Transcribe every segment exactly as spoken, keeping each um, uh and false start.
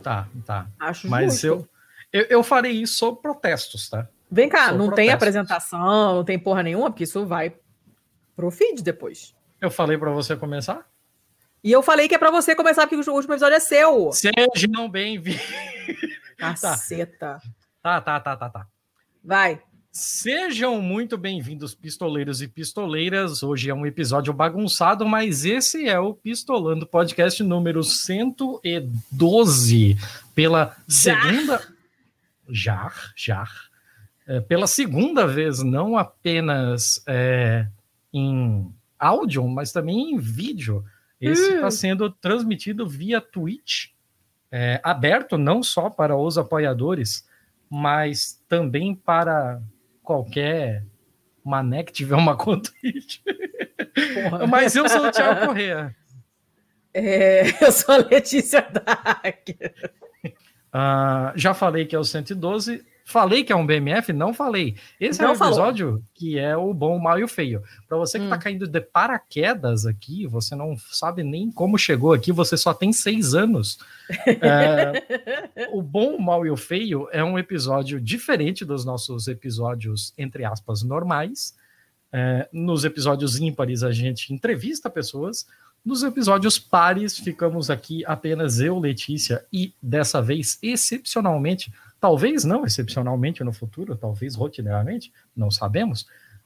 Tá, tá. Acho Mas justo. eu, eu, eu farei isso sob protestos, tá? Vem cá, Sob não tem protestos. apresentação, não tem porra nenhuma, porque isso vai pro feed depois. Eu falei pra você começar? E eu falei que é pra você começar, porque o último episódio é seu. Sejam bem-vindos. Caceta. Tá, tá, tá, tá, tá. Vai. Sejam muito bem-vindos, pistoleiros e pistoleiras. Hoje é um episódio bagunçado, mas esse é o Pistolando Podcast número cento e doze. Pela Já. segunda... Já, já. É, pela segunda vez, não apenas é, em áudio, mas também em vídeo. Esse está Hum. sendo transmitido via Twitch, é, aberto não só para os apoiadores, mas também para qualquer mané que tiver uma conta Twitch. Porra. Mas eu sou o Thiago Corrêa. É, eu sou a Letícia Dack. Uh, já falei que é o cento e doze. Falei que é um B M F? Não falei. Esse Não é o episódio falou. que é o bom, o mal e o feio. Para você que Hum. tá caindo de paraquedas aqui, você não sabe nem como chegou aqui, você só tem seis anos. É, o bom, o mal e o feio é um episódio diferente dos nossos episódios, entre aspas, normais. É, nos episódios ímpares a gente entrevista pessoas. Nos episódios pares ficamos aqui apenas eu, Letícia, e dessa vez, excepcionalmente, talvez não excepcionalmente no futuro, talvez rotineiramente, não sabemos,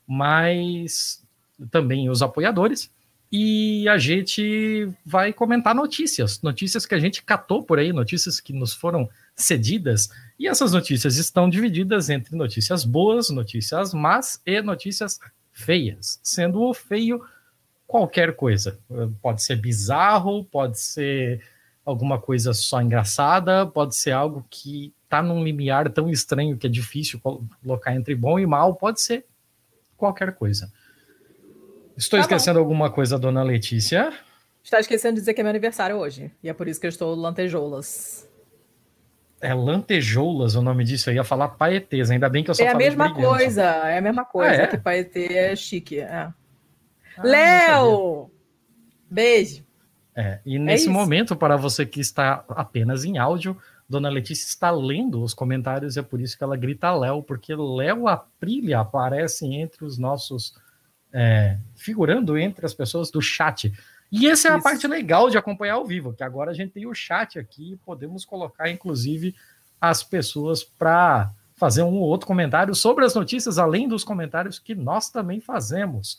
mas também os apoiadores, e a gente vai comentar notícias, notícias que a gente catou por aí, notícias que nos foram cedidas, e essas notícias estão divididas entre notícias boas, notícias más e notícias feias, sendo o feio qualquer coisa. Pode ser bizarro, pode ser alguma coisa só engraçada, pode ser algo que tá num limiar tão estranho que é difícil colocar entre bom e mal, pode ser qualquer coisa. Estou Tá esquecendo bom. alguma coisa, dona Letícia? Está esquecendo de dizer que é meu aniversário hoje. E é por isso que eu estou lantejoulas. É lantejoulas o nome disso, eu ia falar paetês, ainda bem que eu só É a falei mesma brilhante. coisa, é a mesma coisa, Ah, é? que paetê é chique. É. Ah, Léo! Beijo! É, e nesse isso. momento, para você que está apenas em áudio, dona Letícia está lendo os comentários, é por isso que ela grita Léo, porque Léo Aprília aparece entre os nossos, é, figurando entre as pessoas do chat. E essa é a Isso. parte legal de acompanhar ao vivo, que agora a gente tem o chat aqui, podemos colocar, inclusive, as pessoas para fazer um ou outro comentário sobre as notícias, além dos comentários que nós também fazemos.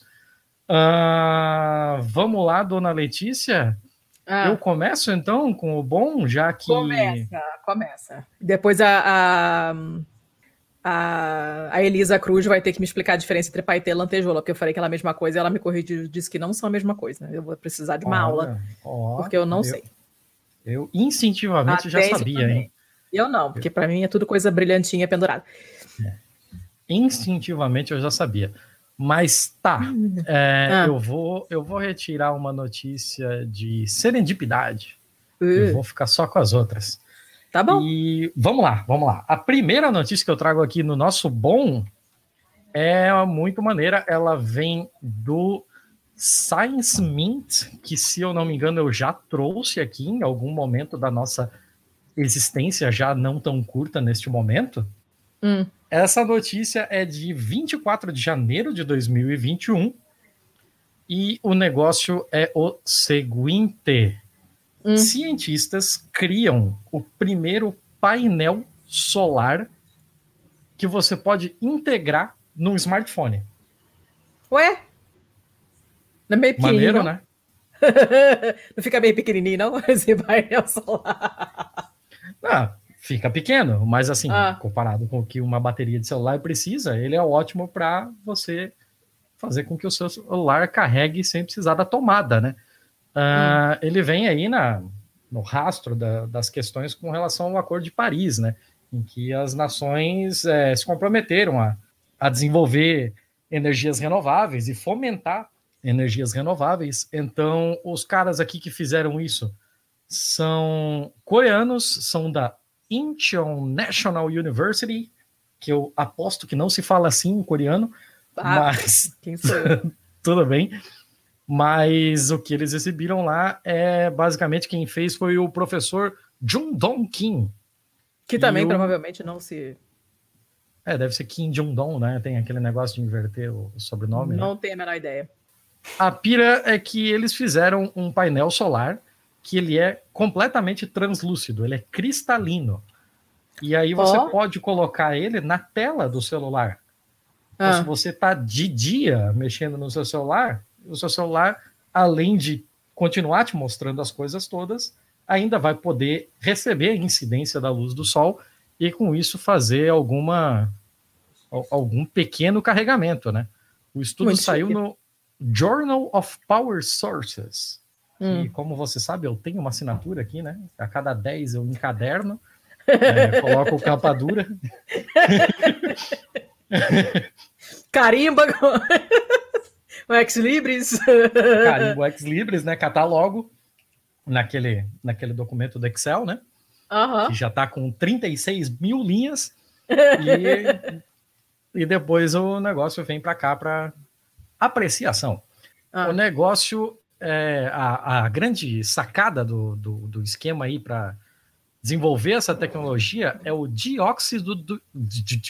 Uh, vamos lá, dona Letícia? Ah. Eu começo, então, com o bom, já que... Começa, começa. Depois a, a, a, a Elisa Cruz vai ter que me explicar a diferença entre paetê e lantejoula, porque eu falei que ela é a mesma coisa e ela me corrigiu e disse que não são a mesma coisa. Eu vou precisar de uma Olha, aula, ó, porque eu não eu, sei. Eu instintivamente já sabia, hein? Eu não, porque para mim é tudo coisa brilhantinha pendurada. É. Instintivamente eu já sabia. Mas tá, é, ah. eu, vou, eu vou retirar uma notícia de serendipidade. Uh. Eu vou ficar só com as outras. Tá bom. E vamos lá, vamos lá. A primeira notícia que eu trago aqui no nosso bom é muito maneira. Ela vem do Science Mint, que, se eu não me engano, eu já trouxe aqui em algum momento da nossa existência, já não tão curta neste momento. Hum. Essa notícia é de vinte e quatro de janeiro de dois mil e vinte e um e o negócio é o seguinte. Hum. Cientistas criam o primeiro painel solar que você pode integrar num smartphone. Ué? Não é meio pequenininho, maneiro, não? Né? Não fica meio pequenininho, não? Esse painel solar. Ah, fica pequeno, mas assim, ah. comparado com o que uma bateria de celular precisa, ele é ótimo para você fazer com que o seu celular carregue sem precisar da tomada, né? Uh, hum. Ele vem aí na, no rastro da, das questões com relação ao Acordo de Paris, né? Em que as nações é, se comprometeram a, a desenvolver energias renováveis e fomentar energias renováveis. Então, os caras aqui que fizeram isso são coreanos, são da Incheon National University, que eu aposto que não se fala assim em coreano, ah, mas quem sou eu? Tudo bem. Mas o que eles exibiram lá é basicamente quem fez foi o professor Jung-Dong Kim. Que também o... provavelmente não se... É, deve ser Kim Jong-dong, né? Tem aquele negócio de inverter o sobrenome, Não né? tenho a menor ideia. A pira é que eles fizeram um painel solar que ele é completamente translúcido, ele é cristalino. E aí você oh. pode colocar ele na tela do celular. Ah. Então, se você está de dia mexendo no seu celular, o seu celular, além de continuar te mostrando as coisas todas, ainda vai poder receber a incidência da luz do sol e com isso fazer alguma algum pequeno carregamento, né? O estudo Muito saiu chique. no Journal of Power Sources. Hum. E como você sabe, eu tenho uma assinatura aqui, né? A cada dez eu encaderno, é, coloco capa dura. Carimba o Ex-Libris. Carimba o Ex-Libris, né? Catalogo naquele, naquele documento do Excel, né? Uh-huh. Que já está com trinta e seis mil linhas. E, e depois o negócio vem para cá para apreciação. Ah. O negócio, é, a, a grande sacada do, do, do esquema aí para desenvolver essa tecnologia é o dióxido do, di, di,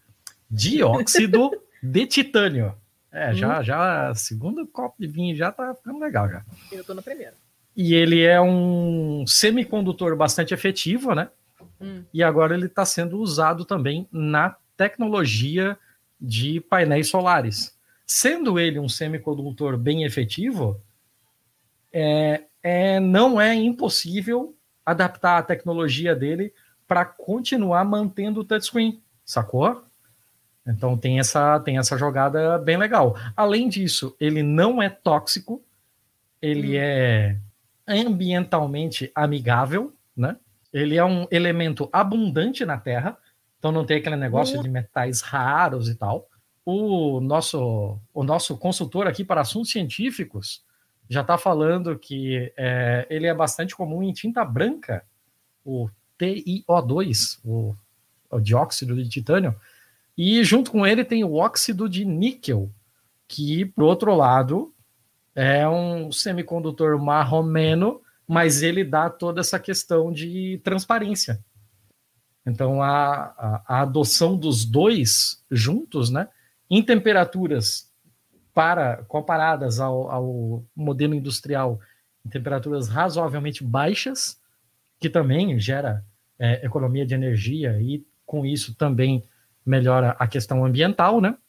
dióxido de titânio. É, hum. já, já, segundo copo de vinho já tá ficando legal já. Eu tô no primeiro. E ele é um semicondutor bastante efetivo, né? Hum. E agora ele está sendo usado também na tecnologia de painéis solares. Sendo ele um semicondutor bem efetivo, é, é, não é impossível adaptar a tecnologia dele para continuar mantendo o touchscreen, sacou? Então tem essa, tem essa jogada bem legal. Além disso, ele não é tóxico, ele hum. é ambientalmente amigável, né? Ele é um elemento abundante na Terra, então não tem aquele negócio uhum. de metais raros e tal. O nosso, o nosso consultor aqui para assuntos científicos já está falando que é, ele é bastante comum em tinta branca, o T i O dois, o, o dióxido de titânio, e junto com ele tem o óxido de níquel, que, por outro lado, é um semicondutor marromeno, mas ele dá toda essa questão de transparência. Então, a, a, a adoção dos dois juntos, né, em temperaturas para, comparadas ao, ao modelo industrial, em temperaturas razoavelmente baixas, que também gera é, economia de energia e, com isso, também melhora a questão ambiental, né?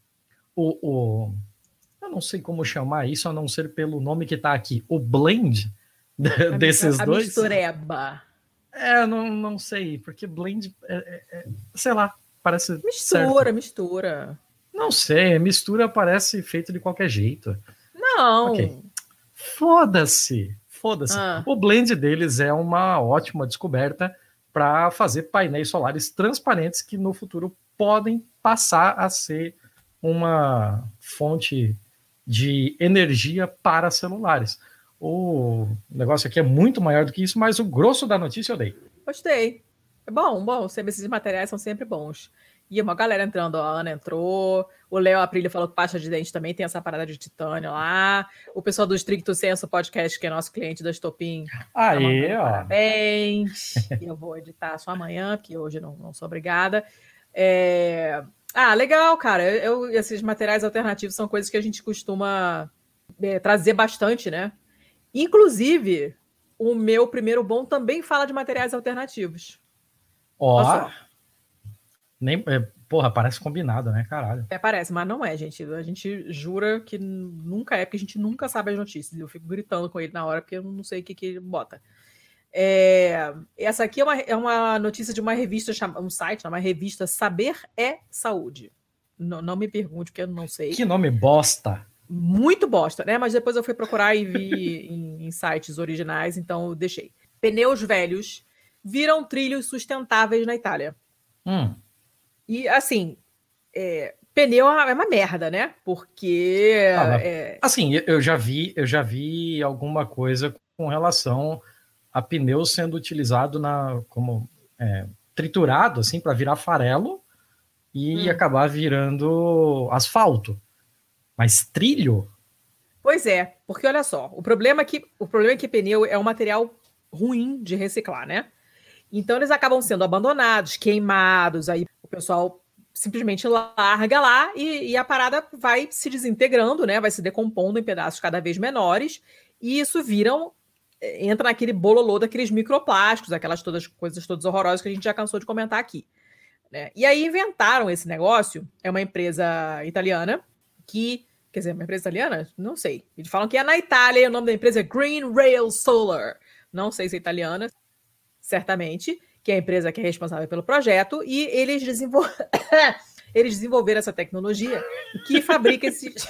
O, o, eu não sei como chamar isso, a não ser pelo nome que está aqui. O blend a desses a dois. Mistureba. É, não, não sei, porque blend, é, é, é, sei lá, parece Mistura, certo. mistura. Não sei, mistura parece feito de qualquer jeito. Não. Okay. Foda-se, foda-se. Ah. O blend deles é uma ótima descoberta para fazer painéis solares transparentes que no futuro podem passar a ser uma fonte de energia para celulares. O negócio aqui é muito maior do que isso, mas o grosso da notícia eu dei. Gostei. É bom, bom. Sempre esses materiais são sempre bons. E uma galera entrando, ó, a Ana entrou, o Léo Aprília falou que pasta de dente também tem essa parada de titânio lá, o pessoal do Stricto Senso Podcast, que é nosso cliente da Estopim, aí, tá ó. Parabéns. E eu vou editar só amanhã, porque hoje não, não sou obrigada. É... Ah, legal, cara. Eu, esses materiais alternativos são coisas que a gente costuma é, trazer bastante, né? Inclusive, o meu primeiro bom também fala de materiais alternativos. Ó, nem, é, porra, parece combinado, né, caralho? É, parece, mas não é, gente. A gente jura que nunca é, porque a gente nunca sabe as notícias. Eu fico gritando com ele na hora, porque eu não sei o que, que ele bota. É, essa aqui é uma, é uma notícia de uma revista, um site, uma revista Saber é Saúde. Não, não me pergunte, porque eu não sei. Que nome bosta! Muito bosta, né? Mas depois eu fui procurar e vi em, em sites originais, então eu deixei. Pneus velhos viram trilhos sustentáveis na Itália. Hum. E, assim, é, pneu é uma merda, né? Porque... Ah, é... Assim, eu já vi, eu já vi alguma coisa com relação a pneu sendo utilizado na, como é, triturado, assim, para virar farelo e hum. acabar virando asfalto. Mas trilho? Pois é, porque olha só, o problema é que, o problema é que pneu é um material ruim de reciclar, né? Então eles acabam sendo abandonados, queimados, aí o pessoal simplesmente larga lá e, e a parada vai se desintegrando, né? Vai se decompondo em pedaços cada vez menores e isso viram, entra naquele bololô daqueles microplásticos, aquelas todas, coisas todas horrorosas que a gente já cansou de comentar aqui. Né? E aí inventaram esse negócio, é uma empresa italiana que, quer dizer, uma empresa italiana? Não sei. Eles falam que é na Itália e o nome da empresa é Green Rail Solar. Não sei se é italiana, certamente, que é a empresa que é responsável pelo projeto, e eles, desenvol... eles desenvolveram essa tecnologia que fabrica esses...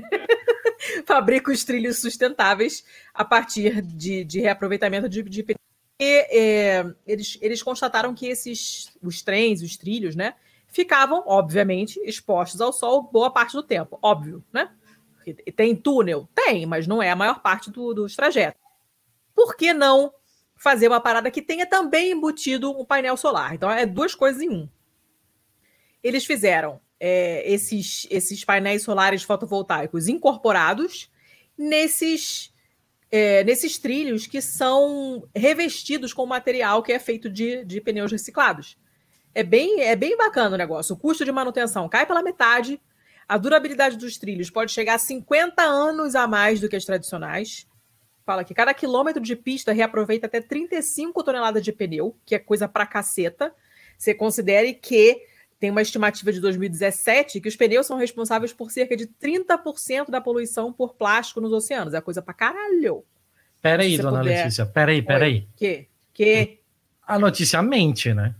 fabrica os trilhos sustentáveis a partir de, de reaproveitamento de, de e é, eles, eles constataram que esses, os trens, os trilhos, né, ficavam, obviamente, expostos ao sol boa parte do tempo. Óbvio, né? Tem túnel? Tem, mas não é a maior parte do, dos trajetos. Por que não fazer uma parada que tenha também embutido um painel solar? Então, é duas coisas em um. Eles fizeram é, esses, esses painéis solares fotovoltaicos incorporados nesses... É, nesses trilhos que são revestidos com material que é feito de, de pneus reciclados. É bem, é bem bacana o negócio. O custo de manutenção cai pela metade, a durabilidade dos trilhos pode chegar a cinquenta anos a mais do que as tradicionais. Fala que cada quilômetro de pista reaproveita até trinta e cinco toneladas de pneu, que é coisa pra caceta. Você considere que tem uma estimativa de dois mil e dezessete que os pneus são responsáveis por cerca de trinta por cento da poluição por plástico nos oceanos. É coisa pra caralho. Peraí, dona puder... Letícia, peraí, peraí. Que? Que? A notícia mente, né?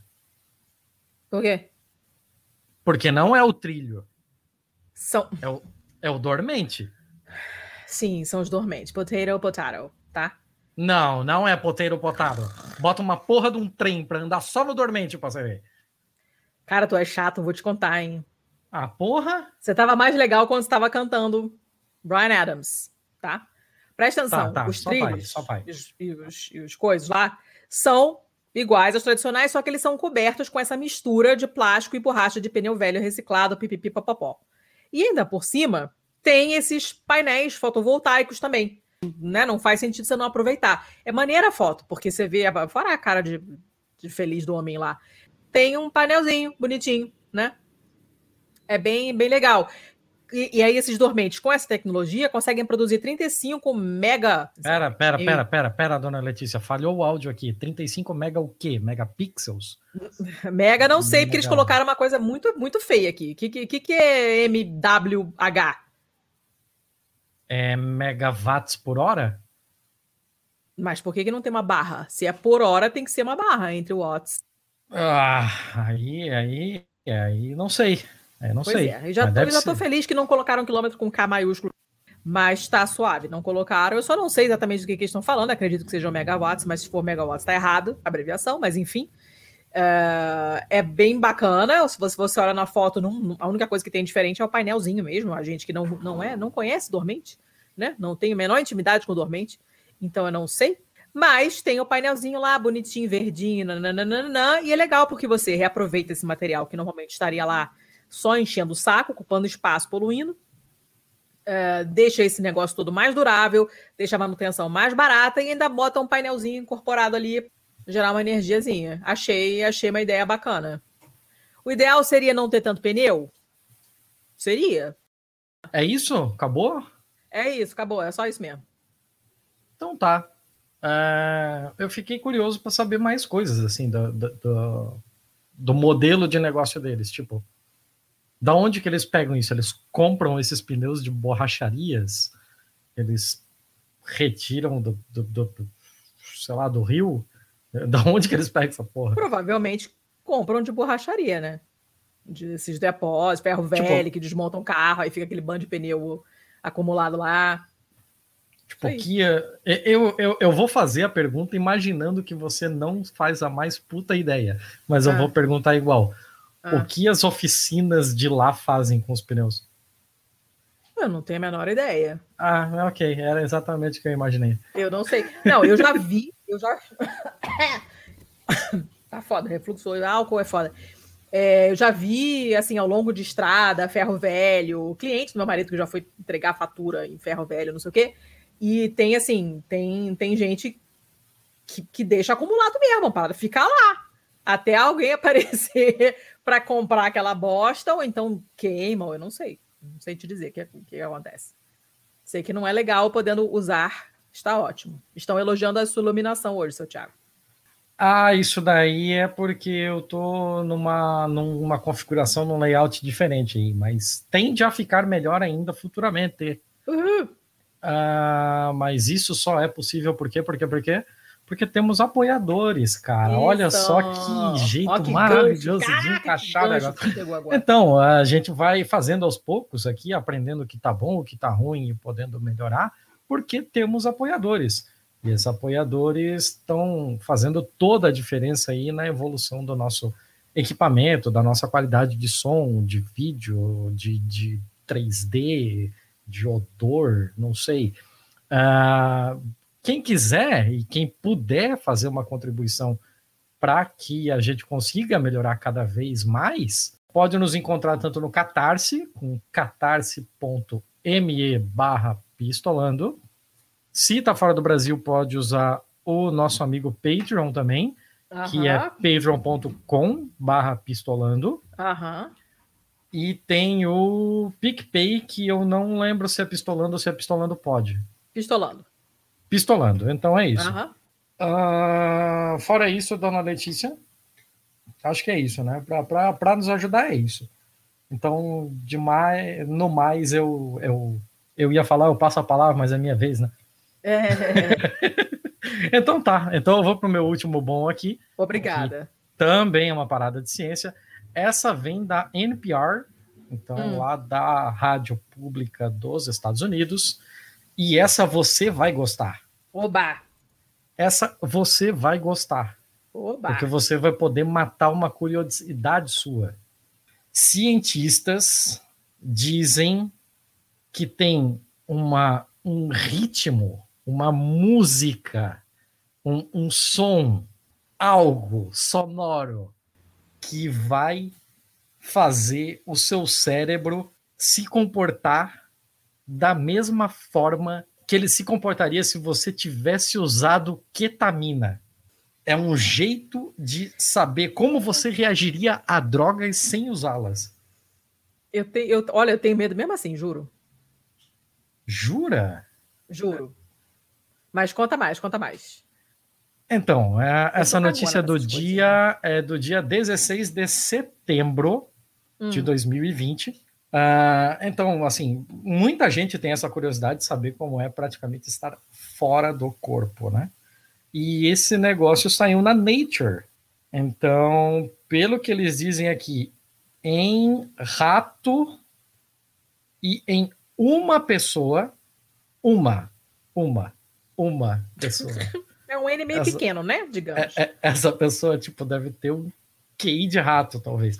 Por quê? Porque não é o trilho. São... É o, é o dormente. Sim, são os dormentes. Potato, potato, tá? Não, não é potato, potato. Bota uma porra de um trem pra andar só no dormente pra você ver. Cara, tu é chato, vou te contar, hein? Ah, porra? Você tava mais legal quando você tava cantando Bryan Adams, tá? Presta atenção, tá, tá, os só trilhos vai, só vai. E, os, e, os, e os coisas lá são iguais aos tradicionais, só que eles são cobertos com essa mistura de plástico e borracha de pneu velho reciclado, pipipi, papapó. E ainda por cima, tem esses painéis fotovoltaicos também, né? Não faz sentido você não aproveitar. É maneira a foto, porque você vê, fora a cara de, de feliz do homem lá, tem um painelzinho bonitinho, né? É bem, bem legal. E, e aí esses dormentes, com essa tecnologia, conseguem produzir trinta e cinco mega... Pera, pera, e... pera, pera, pera, dona Letícia, falhou o áudio aqui. trinta e cinco mega o quê? Megapixels? Mega não sei, mega. Porque eles colocaram uma coisa muito, muito feia aqui. O que, que, que é M W H? É megawatts por hora? Mas por que, que não tem uma barra? Se é por hora, tem que ser uma barra entre watts. Ah, aí, aí, aí, não sei. Eu não pois sei. É, eu já, tô, eu já tô feliz que não colocaram quilômetro com K maiúsculo, mas tá suave, não colocaram. Eu só não sei exatamente do que, que eles estão falando, acredito que sejam megawatts, mas se for megawatts tá errado, a abreviação, mas enfim. Uh, é bem bacana, se você, você olha na foto, não, a única coisa que tem diferente é o painelzinho mesmo, a gente que não, não, é, não conhece dormente, né? Não tem a menor intimidade com o dormente, então eu não sei. Mas tem o painelzinho lá, bonitinho, verdinho, nananana, e é legal porque você reaproveita esse material que normalmente estaria lá só enchendo o saco, ocupando espaço, poluindo, uh, deixa esse negócio todo mais durável, deixa a manutenção mais barata e ainda bota um painelzinho incorporado ali, gerar uma energiazinha. Achei, achei uma ideia bacana. O ideal seria não ter tanto pneu? Seria. É isso? Acabou? É isso, acabou, é só isso mesmo. Então tá. Uh, eu fiquei curioso para saber mais coisas assim do, do, do modelo de negócio deles, tipo, da onde que eles pegam isso? Eles compram esses pneus de borracharias? Eles retiram do, do, do, do sei lá, do rio? Da onde que eles pegam essa porra? Provavelmente compram de borracharia, né? De esses depósitos, ferro velho, tipo, que desmontam o carro, aí fica aquele bando de pneu acumulado lá. Tipo, Kia, eu, eu, eu vou fazer a pergunta imaginando que você não faz a mais puta ideia, mas ah. eu vou perguntar igual. Ah. O que as oficinas de lá fazem com os pneus? Eu não tenho a menor ideia. Ah, ok, era exatamente o que eu imaginei. Eu não sei. Não, eu já vi, eu já... Tá foda, refluxo, álcool é foda. É, eu já vi, assim, ao longo de estrada, ferro velho, cliente do meu marido que já foi entregar fatura em ferro velho, não sei o quê. E tem, assim, tem, tem gente que, que deixa acumulado mesmo, para ficar lá. Até alguém aparecer para comprar aquela bosta, ou então queima, eu não sei. Não sei te dizer o que, que acontece. Sei que não é legal podendo usar. Está ótimo. Estão elogiando a sua iluminação hoje, seu Thiago. Ah, isso daí é porque eu tô numa, numa configuração, num layout diferente aí, mas tende a ficar melhor ainda futuramente. Uhum. Ah, mas isso só é possível por quê? Por quê? Por quê? Porque temos apoiadores, cara. Isso. Olha só que jeito oh, que maravilhoso gancho. de encaixar o negócio. Então, a gente vai fazendo aos poucos aqui, aprendendo o que tá bom, o que tá ruim e podendo melhorar, porque temos apoiadores. E esses apoiadores estão fazendo toda a diferença aí na evolução do nosso equipamento, da nossa qualidade de som, de vídeo, de, de três D, de odor, não sei. Uh, quem quiser e quem puder fazer uma contribuição para que a gente consiga melhorar cada vez mais, pode nos encontrar tanto no Catarse, com catarse.me barra pistolando. Se está fora do Brasil, pode usar o nosso amigo Patreon também, uhum. que é patreon.com barra pistolando. Uhum. E tem o PicPay, que eu não lembro se é pistolando ou se é pistolando pode. Pistolando. Pistolando, então é isso. Uhum. Uh, fora isso, dona Letícia, acho que é isso, né? Para nos ajudar é isso. Então, de mais, no mais, eu, eu, eu ia falar, eu passo a palavra, mas é minha vez, né? É. Então tá, então eu vou pro meu último bom aqui. Obrigada. Também é uma parada de ciência. Essa vem da N P R, então hum. lá da Rádio Pública dos Estados Unidos. E essa você vai gostar. Oba! Essa você vai gostar. Oba! Porque você vai poder matar uma curiosidade sua. Cientistas dizem que tem uma, um ritmo, uma música, um, um som, algo sonoro que vai fazer o seu cérebro se comportar da mesma forma que ele se comportaria se você tivesse usado ketamina. É um jeito de saber como você reagiria a drogas sem usá-las. Eu tenho, eu, olha, eu tenho medo mesmo assim, juro. Jura? Juro. Mas conta mais, conta mais. Então, é, essa notícia do dia é do dia dezesseis de setembro hum. de dois mil e vinte. Uh, então, assim, muita gente tem essa curiosidade de saber como é praticamente estar fora do corpo, né? E esse negócio saiu na Nature. Então, pelo que eles dizem aqui, em rato e em uma pessoa, uma, uma, uma pessoa. É um N meio essa, pequeno, né? Digamos. É, é, essa pessoa, tipo, deve ter um Q I de rato, talvez.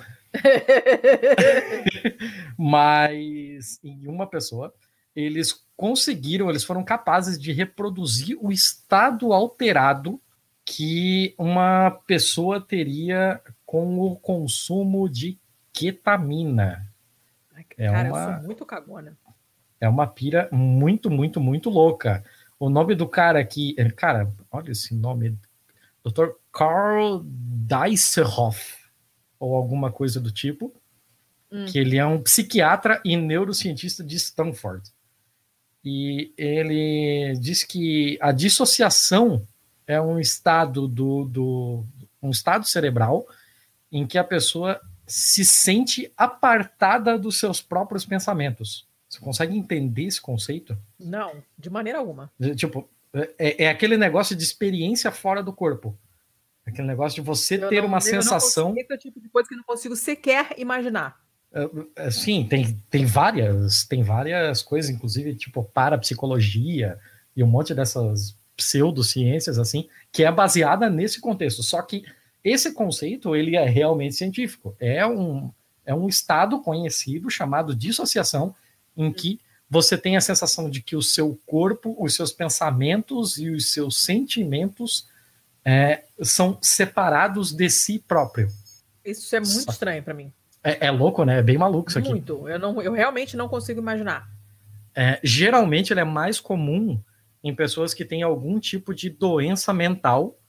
Mas em uma pessoa, eles conseguiram, eles foram capazes de reproduzir o estado alterado que uma pessoa teria com o consumo de ketamina. É Cara, uma, eu sou muito cagona. É uma pira muito, muito, muito louca. O nome do cara aqui, cara, olha esse nome, doutor Carl Deissehoff, ou alguma coisa do tipo, hum. que ele é um psiquiatra e neurocientista de Stanford. E ele diz que a dissociação é um estado do, do um estado cerebral em que a pessoa se sente apartada dos seus próprios pensamentos. Você consegue entender esse conceito? Não, de maneira alguma. Tipo, é, é aquele negócio de experiência fora do corpo. Aquele negócio de você eu ter não, uma eu sensação... Não consigo, é o tipo de coisa que eu não consigo sequer imaginar. Uh, sim, tem, tem várias tem várias coisas, inclusive, tipo, parapsicologia e um monte dessas pseudociências, assim, que é baseada nesse contexto. Só que esse conceito, ele é realmente científico. É um, é um estado conhecido chamado dissociação, em que você tem a sensação de que o seu corpo, os seus pensamentos e os seus sentimentos é, são separados de si próprio. Isso é muito Só... estranho para mim. É, é louco, né? É bem maluco isso aqui. Muito. Eu, não, eu realmente não consigo imaginar. É, geralmente ele é mais comum em pessoas que têm algum tipo de doença mental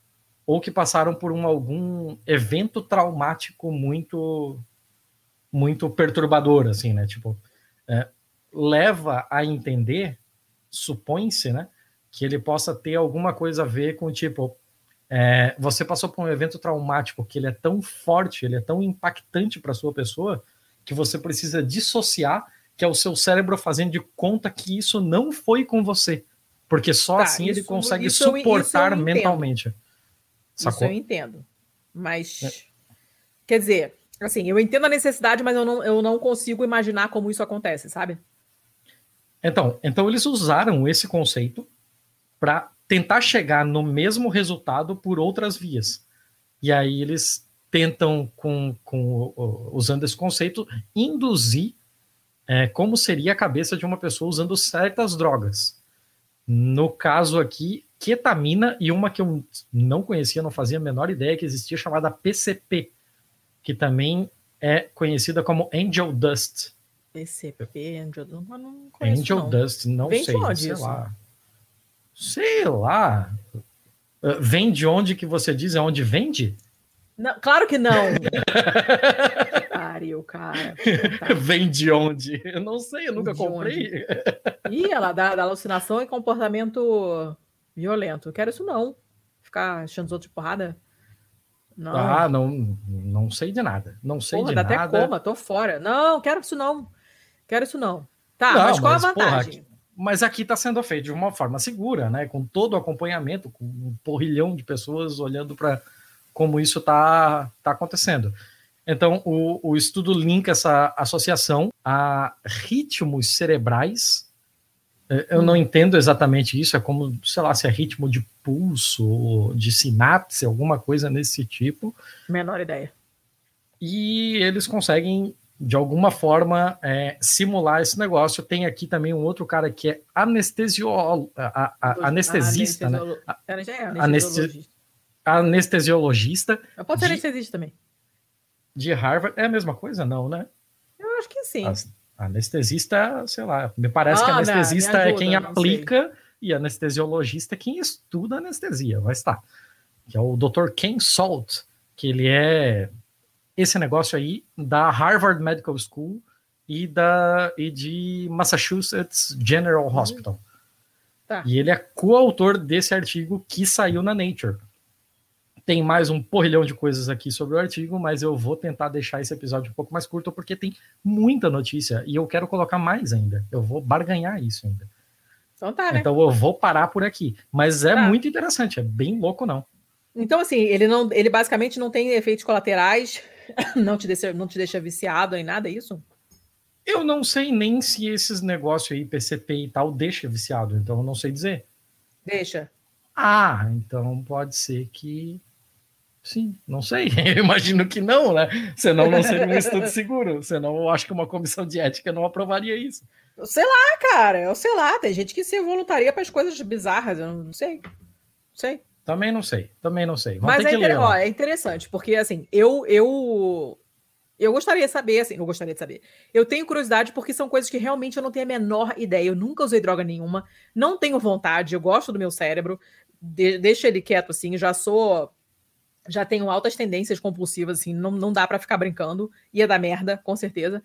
ou que passaram por um, algum evento traumático muito, muito perturbador, assim, né? Tipo, é, leva a entender, supõe-se, né, que ele possa ter alguma coisa a ver com, tipo, é, você passou por um evento traumático que ele é tão forte, ele é tão impactante para sua pessoa, que você precisa dissociar, que é o seu cérebro fazendo de conta que isso não foi com você. Porque só Tá, assim isso- ele consegue isso eu- isso eu suportar entendo. mentalmente. Sacou? Isso eu entendo. Mas, quer dizer, assim, eu entendo a necessidade, mas eu não, eu não consigo imaginar como isso acontece, sabe? Então, então eles usaram esse conceito para tentar chegar no mesmo resultado por outras vias. E aí eles tentam, com, com, usando esse conceito, induzir é, como seria a cabeça de uma pessoa usando certas drogas. No caso aqui, ketamina e uma que eu não conhecia, não fazia a menor ideia que existia, chamada P C P, que também é conhecida como Angel Dust. P C P, Angel, mas não conheço, Angel não. Dust, não Vem de sei, onde sei isso? lá. Sei lá. Uh, Vem de onde que você diz? É onde vende? Não, claro que não. Pariu, cara. Tá. Vem de onde? Eu não sei, eu nunca De comprei. Ih, ela dá, dá alucinação e comportamento violento. Eu quero isso não. Ficar achando os outros de porrada. Não. Ah, não, não sei de nada. Não sei Porra, de dá nada. até coma, tô fora. Não, quero isso não. Quero isso não. Tá, Não, mas qual mas, a porra, vantagem? aqui- mas aqui está sendo feito de uma forma segura, né? Com todo o acompanhamento, com um porrilhão de pessoas olhando para como isso está tá acontecendo. Então, o, o estudo linka essa associação a ritmos cerebrais. Eu não entendo exatamente isso, é como, sei lá, se é ritmo de pulso, ou de sinapse, alguma coisa nesse tipo. Menor ideia. E eles conseguem, de alguma forma, é, simular esse negócio. Tem aqui também um outro cara que é anestesiolo, a, a, anestesista, né? A, é, anestesiologista. anestesiologista. Pode ser anestesista também. De Harvard. É a mesma coisa? Não, né? Eu acho que sim. As, anestesista, sei lá, me parece ah, que anestesista ajuda, é quem aplica sei. E anestesiologista é quem estuda anestesia, vai estar. Que é o doutor Ken Salt, que ele é esse negócio aí da Harvard Medical School e, da, e de Massachusetts General Hospital. Uhum. Tá. E ele é coautor desse artigo que saiu na Nature. Tem mais um porrilhão de coisas aqui sobre o artigo, mas eu vou tentar deixar esse episódio um pouco mais curto, porque tem muita notícia e eu quero colocar mais ainda. Eu vou barganhar isso ainda. Então tá, né? Então eu vou parar por aqui. Mas é tá. muito interessante, é bem louco, não. Então, assim, ele, não, ele basicamente não tem efeitos colaterais, não te deixa, não te deixa viciado em nada, é isso? Eu não sei nem se esses negócios aí, P C P e tal, deixa viciado, então eu não sei dizer. Deixa. Ah, então pode ser que... Sim, não sei. Eu imagino que não, né? Senão não seria um estudo seguro. Senão eu acho que uma comissão de ética não aprovaria isso. Eu sei lá, cara. Eu sei lá. Tem gente que se voluntaria para as coisas bizarras. Eu não sei. Não sei. Também não sei. Também não sei. Vamos Mas ter é, que inter... ler, ó, é interessante, porque assim, eu, eu, eu gostaria de saber, assim, eu gostaria de saber. Eu tenho curiosidade porque são coisas que realmente eu não tenho a menor ideia. Eu nunca usei droga nenhuma. Não tenho vontade. Eu gosto do meu cérebro. De... Deixa ele quieto, assim. Já sou... Já tenho altas tendências compulsivas, assim, não, não dá para ficar brincando, ia dar merda, com certeza.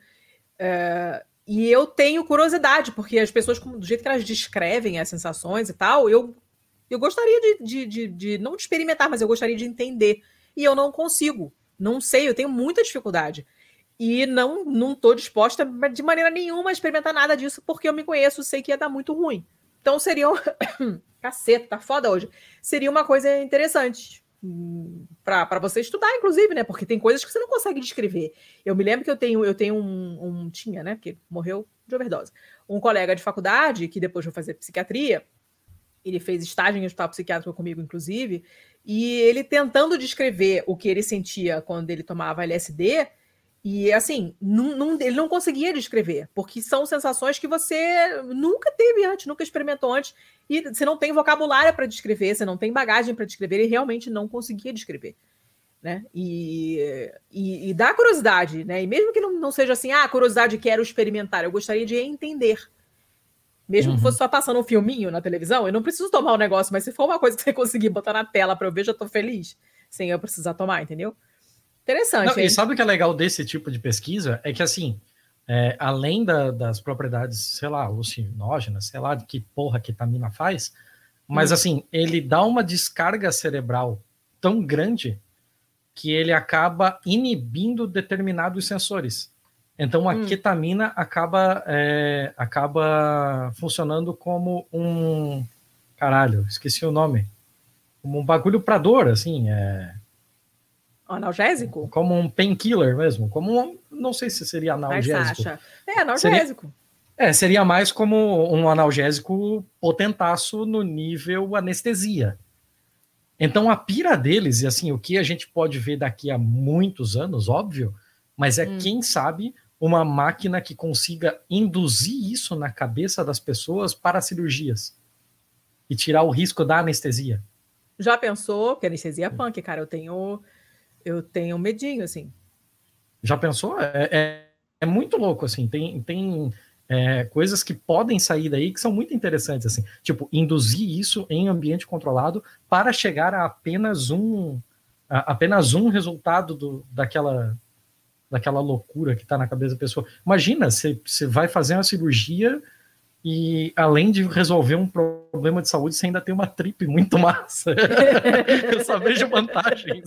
É, e eu tenho curiosidade, porque as pessoas, do jeito que elas descrevem as sensações e tal, eu, eu gostaria de, de, de, de, não de experimentar, mas eu gostaria de entender. E eu não consigo, não sei, eu tenho muita dificuldade. E não, não tô disposta de maneira nenhuma a experimentar nada disso, porque eu me conheço, sei que ia dar muito ruim. Então seria um... Caceta, tá foda hoje. Seria uma coisa interessante para você estudar, inclusive, né? Porque tem coisas que você não consegue descrever. Eu me lembro que eu tenho, eu tenho um, um tinha, né? Porque morreu de overdose. Um colega de faculdade, que depois foi fazer psiquiatria, ele fez estágio em hospital psiquiátrico comigo, inclusive, e ele tentando descrever o que ele sentia quando ele tomava L S D, e assim, não, não, ele não conseguia descrever, porque são sensações que você nunca teve antes, nunca experimentou antes, e você não tem vocabulário para descrever, você não tem bagagem para descrever, ele realmente não conseguia descrever, né? E, e, e dá curiosidade, né? E mesmo que não, não seja assim, ah, curiosidade, quero experimentar, eu gostaria de entender. Mesmo Uhum. que fosse só passando um filminho na televisão, eu não preciso tomar o negócio, mas se for uma coisa que você conseguir botar na tela pra eu ver, já tô feliz. Sem eu precisar tomar, entendeu? Interessante, Não, e hein? sabe o que é legal desse tipo de pesquisa? É que, assim, é, além da- das propriedades, sei lá, alucinógenas, sei lá de que porra a ketamina faz, mas, Hum. assim, ele dá uma descarga cerebral tão grande que ele acaba inibindo determinados sensores. Então, a Hum. ketamina acaba, é, acaba funcionando como um... Caralho, esqueci o nome. Como um bagulho pra dor, assim, é... Analgésico? como um painkiller mesmo, como um, não sei se seria Mas analgésico. Sasha. É, Seria, analgésico. é, seria mais como um analgésico potentaço no nível anestesia. Então a pira deles, e assim, o que a gente pode ver daqui a muitos anos, óbvio, mas é Hum. quem sabe uma máquina que consiga induzir isso na cabeça das pessoas para cirurgias e tirar o risco da anestesia. Já pensou? Porque anestesia é punk, cara. Eu tenho, eu tenho medinho, assim. Já pensou? É, é, é muito louco, assim. Tem, tem é, coisas que podem sair daí que são muito interessantes, assim. Tipo, induzir isso em ambiente controlado para chegar a apenas um, a, apenas um resultado do, daquela, daquela loucura que está na cabeça da pessoa. Imagina, você vai fazer uma cirurgia e, além de resolver um problema de saúde, você ainda tem uma trip muito massa. Eu só vejo vantagens.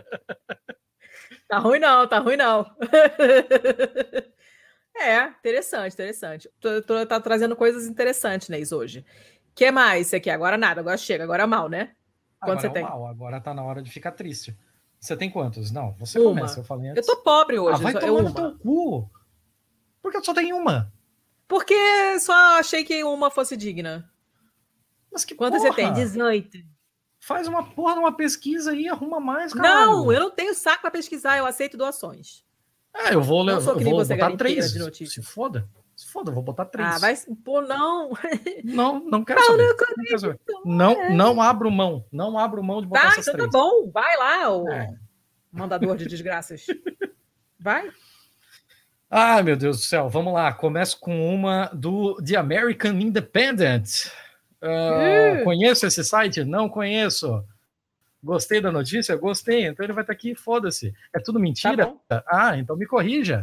Tá ruim não, tá ruim não. É, interessante, interessante. Tô, tô, tá trazendo coisas interessantes, Neis, hoje. O que mais você quer? Agora nada, agora chega, agora é mal, né? Quanto Agora você é o tem? mal, agora tá na hora de ficar triste. Você tem quantos? Não, você Uma. começa, eu falei Eu antes. tô pobre Ah, hoje, vai só- é tomar no uma. teu cu. Porque eu só tenho uma. Porque só achei que uma fosse digna. Mas que Quantas você tem? porra? dezoito. Faz uma porra numa pesquisa aí, arruma mais, Não, caralho. eu não tenho saco pra pesquisar, eu aceito doações. É, eu vou, Não sou eu que nem vou você, botar garimpeira três. de Se notícia. foda. Se foda, eu vou botar três. Ah, vai. Pô, não. Não, não quero Não, saber. não Não, quero saber. acredito. não, É. não abro mão. Não abro mão de botar Tá, essas então tá três. bom. Vai lá, o É. mandador de desgraças. Vai. Ai, meu Deus do céu. Vamos lá. Começo com uma do The American Independent. Uh, Uh. conheço esse site? Não conheço. Gostei da notícia? Gostei. Então ele vai estar aqui, foda-se. É tudo mentira? Tá Ah, então me corrija.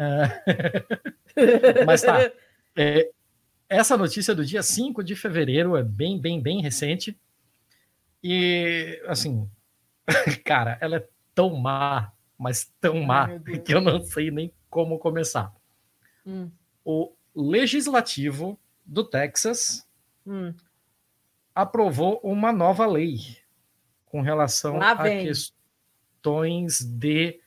Uh... Mas tá. É, essa notícia do dia cinco de fevereiro é bem, bem, bem recente. E, assim, cara, ela é tão má, mas tão má, Ai, que eu não sei nem como começar. Hum. O legislativo do Texas hum. aprovou uma nova lei com relação Lá a vem. questões de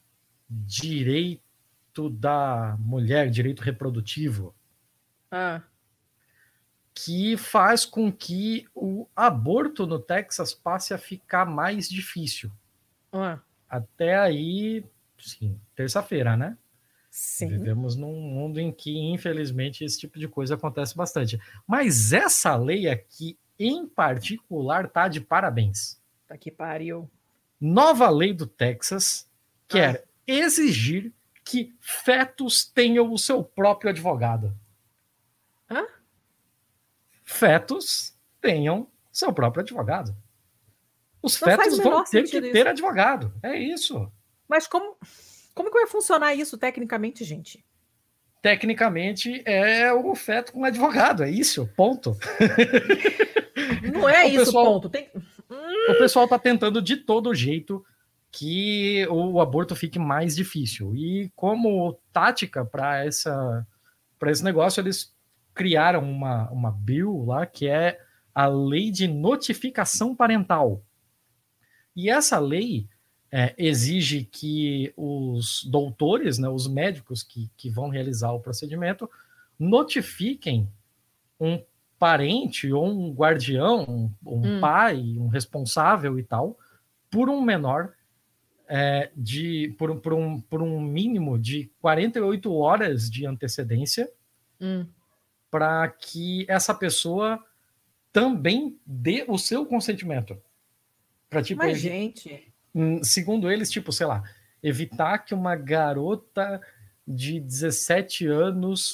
direito da mulher, direito reprodutivo, Ah. que faz com que o aborto no Texas passe a ficar mais difícil. Ah. Até aí, sim, terça-feira, né? Sim. Vivemos num mundo em que, infelizmente, esse tipo de coisa acontece bastante. Mas essa lei aqui, em particular, tá de parabéns. Tá que pariu. Nova lei do Texas quer ah. exigir que fetos tenham o seu próprio advogado. Hã? Fetos tenham seu próprio advogado. Os Não fetos vão ter que isso. ter advogado. É isso. Mas como, como que vai funcionar isso tecnicamente, gente? Tecnicamente é o feto com advogado, é isso, ponto. Não é o isso, pessoal, ponto. Tem... O pessoal tá tentando de todo jeito que o aborto fique mais difícil. E como tática para essa para esse negócio, eles criaram uma, uma bill lá que é a lei de notificação parental. E essa lei é, exige que os doutores, né, os médicos que, que vão realizar o procedimento, notifiquem um parente ou um guardião, um, um hum. pai, um responsável e tal, por um menor, é, de, por, por, um, por um mínimo de quarenta e oito horas de antecedência, hum. para que essa pessoa também dê o seu consentimento. Pra, tipo, Mas, gente... Segundo eles, tipo, sei lá, evitar que uma garota de dezessete anos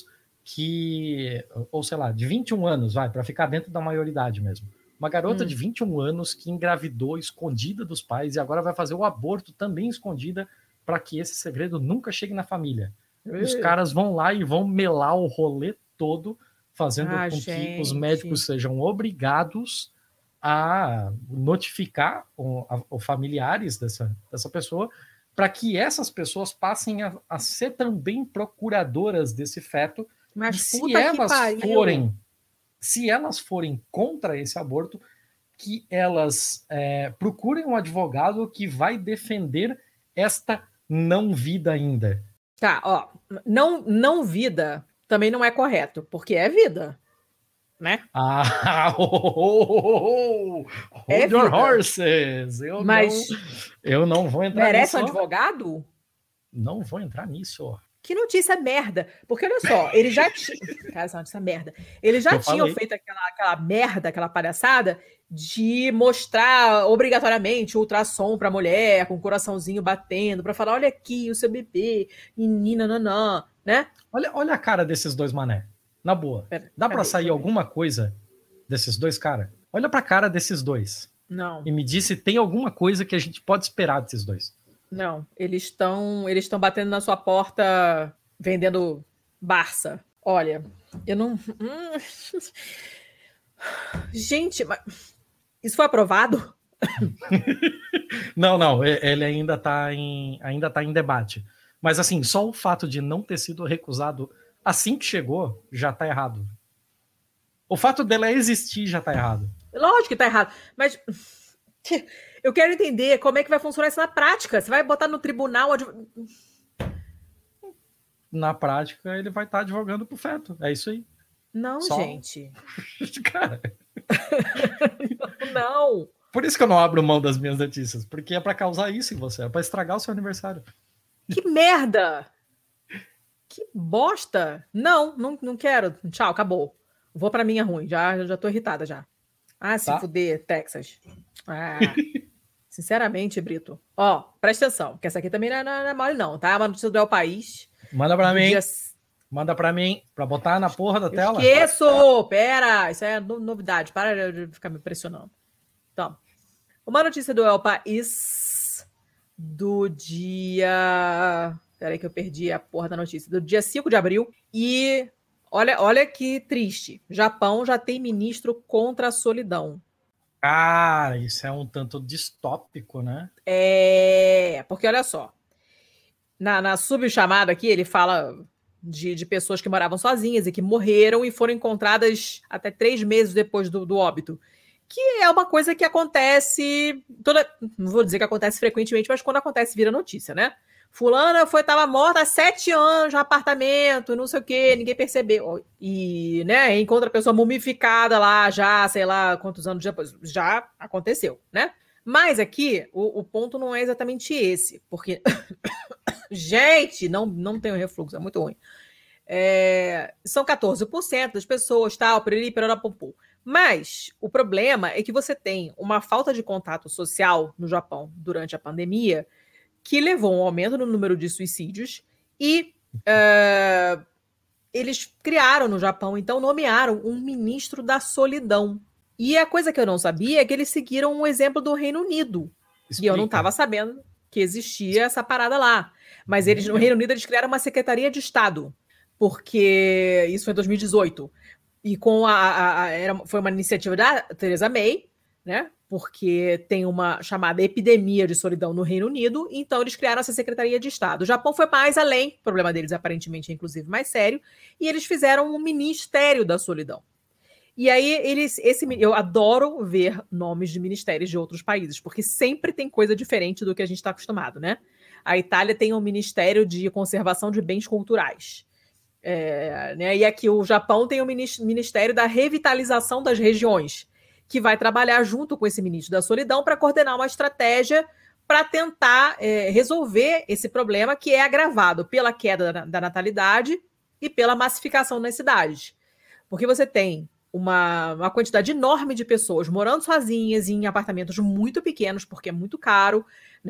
que, ou sei lá, de vinte e um anos, vai, para ficar dentro da maioridade mesmo. Uma garota hum. de vinte e um anos que engravidou escondida dos pais e agora vai fazer o aborto também escondida para que esse segredo nunca chegue na família. E os caras vão lá e vão melar o rolê todo, fazendo ah, com gente. que os médicos sejam obrigados a notificar os familiares dessa, dessa pessoa, para que essas pessoas passem a, a ser também procuradoras desse feto. Mas e se elas forem, se elas forem contra esse aborto, que elas é, procurem um advogado que vai defender esta não vida ainda. Tá, ó, não, não vida também não é correto, porque é vida, né? Ah, oh, oh, oh, oh. Hold é your vida. horses! Eu, Mas não, eu não vou entrar merece nisso. Merece um advogado? Não vou entrar nisso. Que notícia merda! Porque olha só, ele já tinha. Cara, essa notícia merda. Eles já eu tinham falei. feito aquela, aquela merda, aquela palhaçada de mostrar obrigatoriamente o ultrassom para a mulher, com o coraçãozinho batendo, para falar: olha aqui o seu bebê, menina, nanã, né? Olha, olha a cara desses dois mané. Na boa. Pera, Dá para sair cadê? alguma coisa desses dois caras? Olha pra cara desses dois. Não. E me diz se tem alguma coisa que a gente pode esperar desses dois. Não, eles estão eles estão batendo na sua porta vendendo Barça. Olha, eu não... Gente, mas isso foi aprovado? Não, não, ele ainda está em, ainda tá em debate. Mas assim, só o fato de não ter sido recusado assim que chegou, já está errado. O fato dela existir já está errado. Lógico que está errado, mas... Eu quero entender como é que vai funcionar isso na prática. Você vai botar no tribunal... Adv... Na prática, ele vai estar advogando pro feto. É isso aí. Não, Só... gente. Cara... Não. Por isso que eu não abro mão das minhas notícias. Porque é para causar isso em você. É para estragar o seu aniversário. Que merda! Que bosta! Não, não, não quero. Tchau, acabou. Vou pra minha ruim. Já, já tô irritada já. Ah, se tá. fuder, Texas. Ah, sinceramente, Brito. Ó, presta atenção, que essa aqui também não é, não é mole não, tá? Uma notícia do El País. Manda pra mim. Dia... Manda pra mim, pra botar na porra da Eu tela. Esqueço! Pera! Isso é novidade. Para de ficar me pressionando. Então, uma notícia do El País do dia... Peraí que eu perdi a porra da notícia. Do dia cinco de abril. E olha, olha que triste. Japão já tem ministro contra a solidão. Cara, isso é um tanto distópico, né? É, porque olha só. Na, na subchamada aqui, ele fala de, de pessoas que moravam sozinhas e que morreram e foram encontradas até três meses depois do, do óbito. Que é uma coisa que acontece... Toda, não vou dizer que acontece frequentemente, mas quando acontece vira notícia, né? Fulana foi, estava morta há sete anos no apartamento, não sei o quê, ninguém percebeu. E, né, encontra a pessoa mumificada lá já, sei lá quantos anos depois. Já aconteceu, né? Mas aqui, o, o ponto não é exatamente esse, porque... Gente, não, não tenho refluxo, é muito ruim. É, são quatorze por cento das pessoas, tal, piriri, pirara, pum, pum. Mas o problema é que você tem uma falta de contato social no Japão durante a pandemia que levou a um aumento no número de suicídios e uh, eles criaram no Japão, então nomearam um ministro da solidão. E a coisa que eu não sabia é que eles seguiram um exemplo do Reino Unido. Explica. E eu não estava sabendo que existia essa parada lá. Mas eles, no Reino Unido eles criaram uma Secretaria de Estado, porque isso foi em dois mil e dezoito. E com a, a, a era, foi uma iniciativa da Theresa May, né? Porque tem uma chamada epidemia de solidão no Reino Unido, então eles criaram essa Secretaria de Estado. O Japão foi mais além, o problema deles aparentemente é inclusive mais sério, e eles fizeram um Ministério da Solidão. E aí, eles, esse, eu adoro ver nomes de ministérios de outros países, porque sempre tem coisa diferente do que a gente está acostumado, né? A Itália tem um Ministério de Conservação de Bens Culturais. É, né? E aqui o Japão tem o Ministério da Revitalização das Regiões, que vai trabalhar junto com esse ministro da Solidão para coordenar uma estratégia para tentar é, resolver esse problema que é agravado pela queda da, da natalidade e pela massificação nas cidades. Porque você tem uma, uma quantidade enorme de pessoas morando sozinhas em apartamentos muito pequenos, porque é muito caro, né?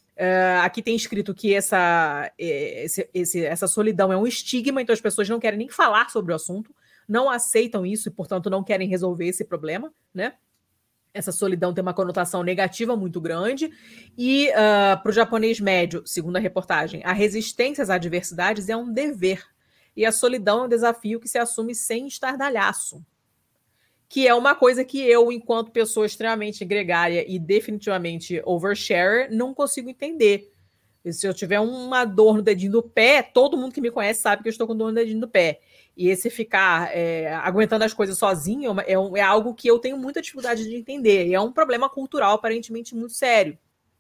Uh, aqui tem escrito que essa, esse, esse, essa solidão é um estigma, então as pessoas não querem nem falar sobre o assunto, não aceitam isso e, portanto, não querem resolver esse problema, né? Essa solidão tem uma conotação negativa muito grande. E uh, para o japonês médio, segundo a reportagem, a resistência às adversidades é um dever. E a solidão é um desafio que se assume sem estardalhaço. Que é uma coisa que eu, enquanto pessoa extremamente gregária e definitivamente overshare, não consigo entender. E se eu tiver uma dor no dedinho do pé, todo mundo que me conhece sabe que eu estou com dor no dedinho do pé. E esse ficar é, aguentando as coisas sozinho é, um, é algo que eu tenho muita dificuldade de entender. E é um problema cultural aparentemente muito sério.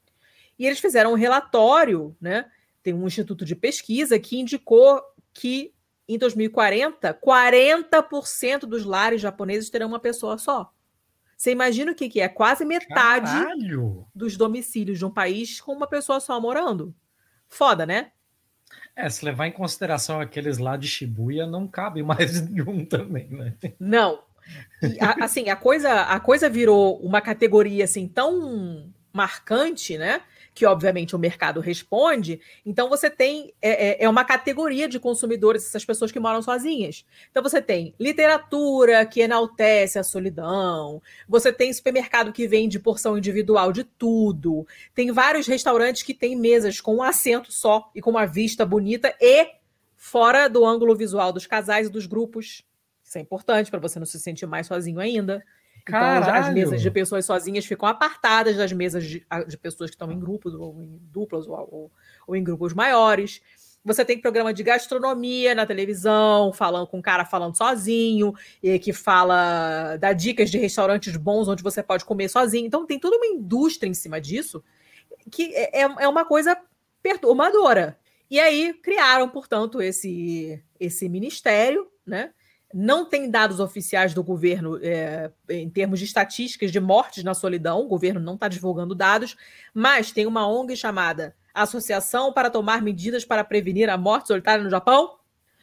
E eles fizeram um relatório, né? Tem um instituto de pesquisa que indicou que em dois mil e quarenta, quarenta por cento dos lares japoneses terão uma pessoa só. Você imagina o que, que é? Quase metade Caralho! Dos domicílios de um país com uma pessoa só morando. Foda, né? É, se levar em consideração aqueles lá de Shibuya, não cabe mais nenhum também, né? Não. E, a, assim, a coisa, a coisa virou uma categoria assim tão marcante, né? Que obviamente o mercado responde. Então você tem é, é uma categoria de consumidores, essas pessoas que moram sozinhas. Então você tem literatura que enaltece a solidão, você tem supermercado que vende porção individual de tudo, tem vários restaurantes que têm mesas com um assento só e com uma vista bonita e fora do ângulo visual dos casais e dos grupos. Isso é importante para você não se sentir mais sozinho ainda. Caralho. Então, as mesas de pessoas sozinhas ficam apartadas das mesas de, de pessoas que estão em grupos, ou em duplas, ou, ou, ou em grupos maiores. Você tem programa de gastronomia na televisão, falando com um cara falando sozinho, e que fala, dá dicas de restaurantes bons onde você pode comer sozinho. Então, tem toda uma indústria em cima disso, que é, é uma coisa perturbadora. E aí, criaram, portanto, esse, esse ministério, né? Não tem dados oficiais do governo é, em termos de estatísticas de mortes na solidão, o governo não está divulgando dados, mas tem uma O N G chamada Associação para Tomar Medidas para Prevenir a Morte Solitária no Japão,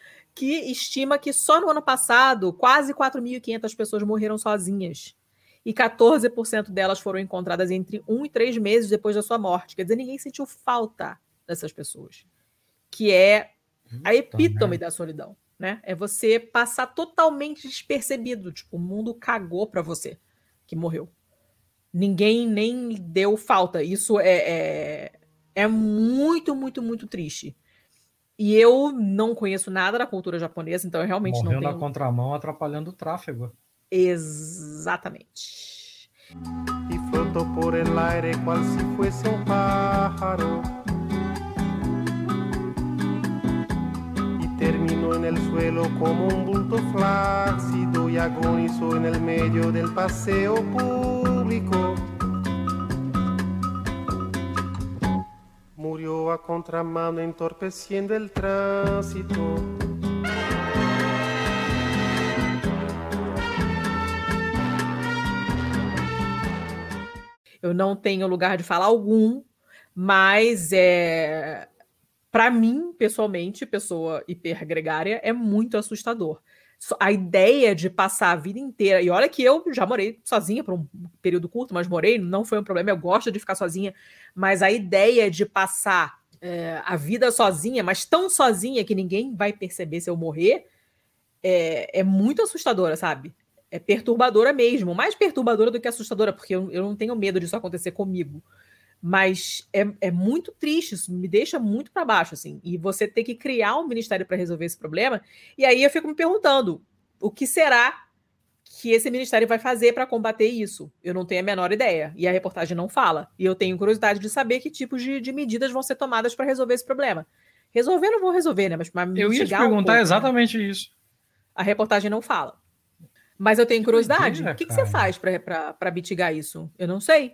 que estima que só no ano passado quase quatro mil e quinhentas pessoas morreram sozinhas e quatorze por cento delas foram encontradas entre um e três meses depois da sua morte. Quer dizer, ninguém sentiu falta dessas pessoas, que é a epítome da solidão. Né? É você passar totalmente despercebido. Tipo, o mundo cagou pra você que morreu. Ninguém nem deu falta. Isso é, é, é muito, muito, muito triste. E eu não conheço nada da cultura japonesa, então eu realmente Morreu não tenho... na contramão, atrapalhando o tráfego. Exatamente. E flotou por el aire cual si fuese un pájaro. Terminó en el suelo como un bulto flácido y agonizó en el medio del paseo público. Murió a contramano entorpeciendo el tránsito. Eu não tenho lugar de falar algum, mas é... Para mim, pessoalmente, pessoa hipergregária, é muito assustador. A ideia de passar a vida inteira... E olha que eu já morei sozinha por um período curto, mas morei, não foi um problema, eu gosto de ficar sozinha. Mas a ideia de passar é, a vida sozinha, mas tão sozinha que ninguém vai perceber se eu morrer, é, é muito assustadora, sabe? É perturbadora mesmo. Mais perturbadora do que assustadora, porque eu, eu não tenho medo disso acontecer comigo. Mas é, é muito triste, isso me deixa muito para baixo, assim. E você ter que criar um ministério para resolver esse problema. E aí eu fico me perguntando, o que será que esse ministério vai fazer para combater isso? Eu não tenho a menor ideia. E a reportagem não fala. E eu tenho curiosidade de saber que tipos de, de medidas vão ser tomadas para resolver esse problema. Resolver não vão resolver, né? Mas para eu ia te perguntar um pouco, exatamente, né? Isso. A reportagem não fala. Mas eu tenho que curiosidade. Ideia, o que, que você faz para mitigar isso? Eu não sei.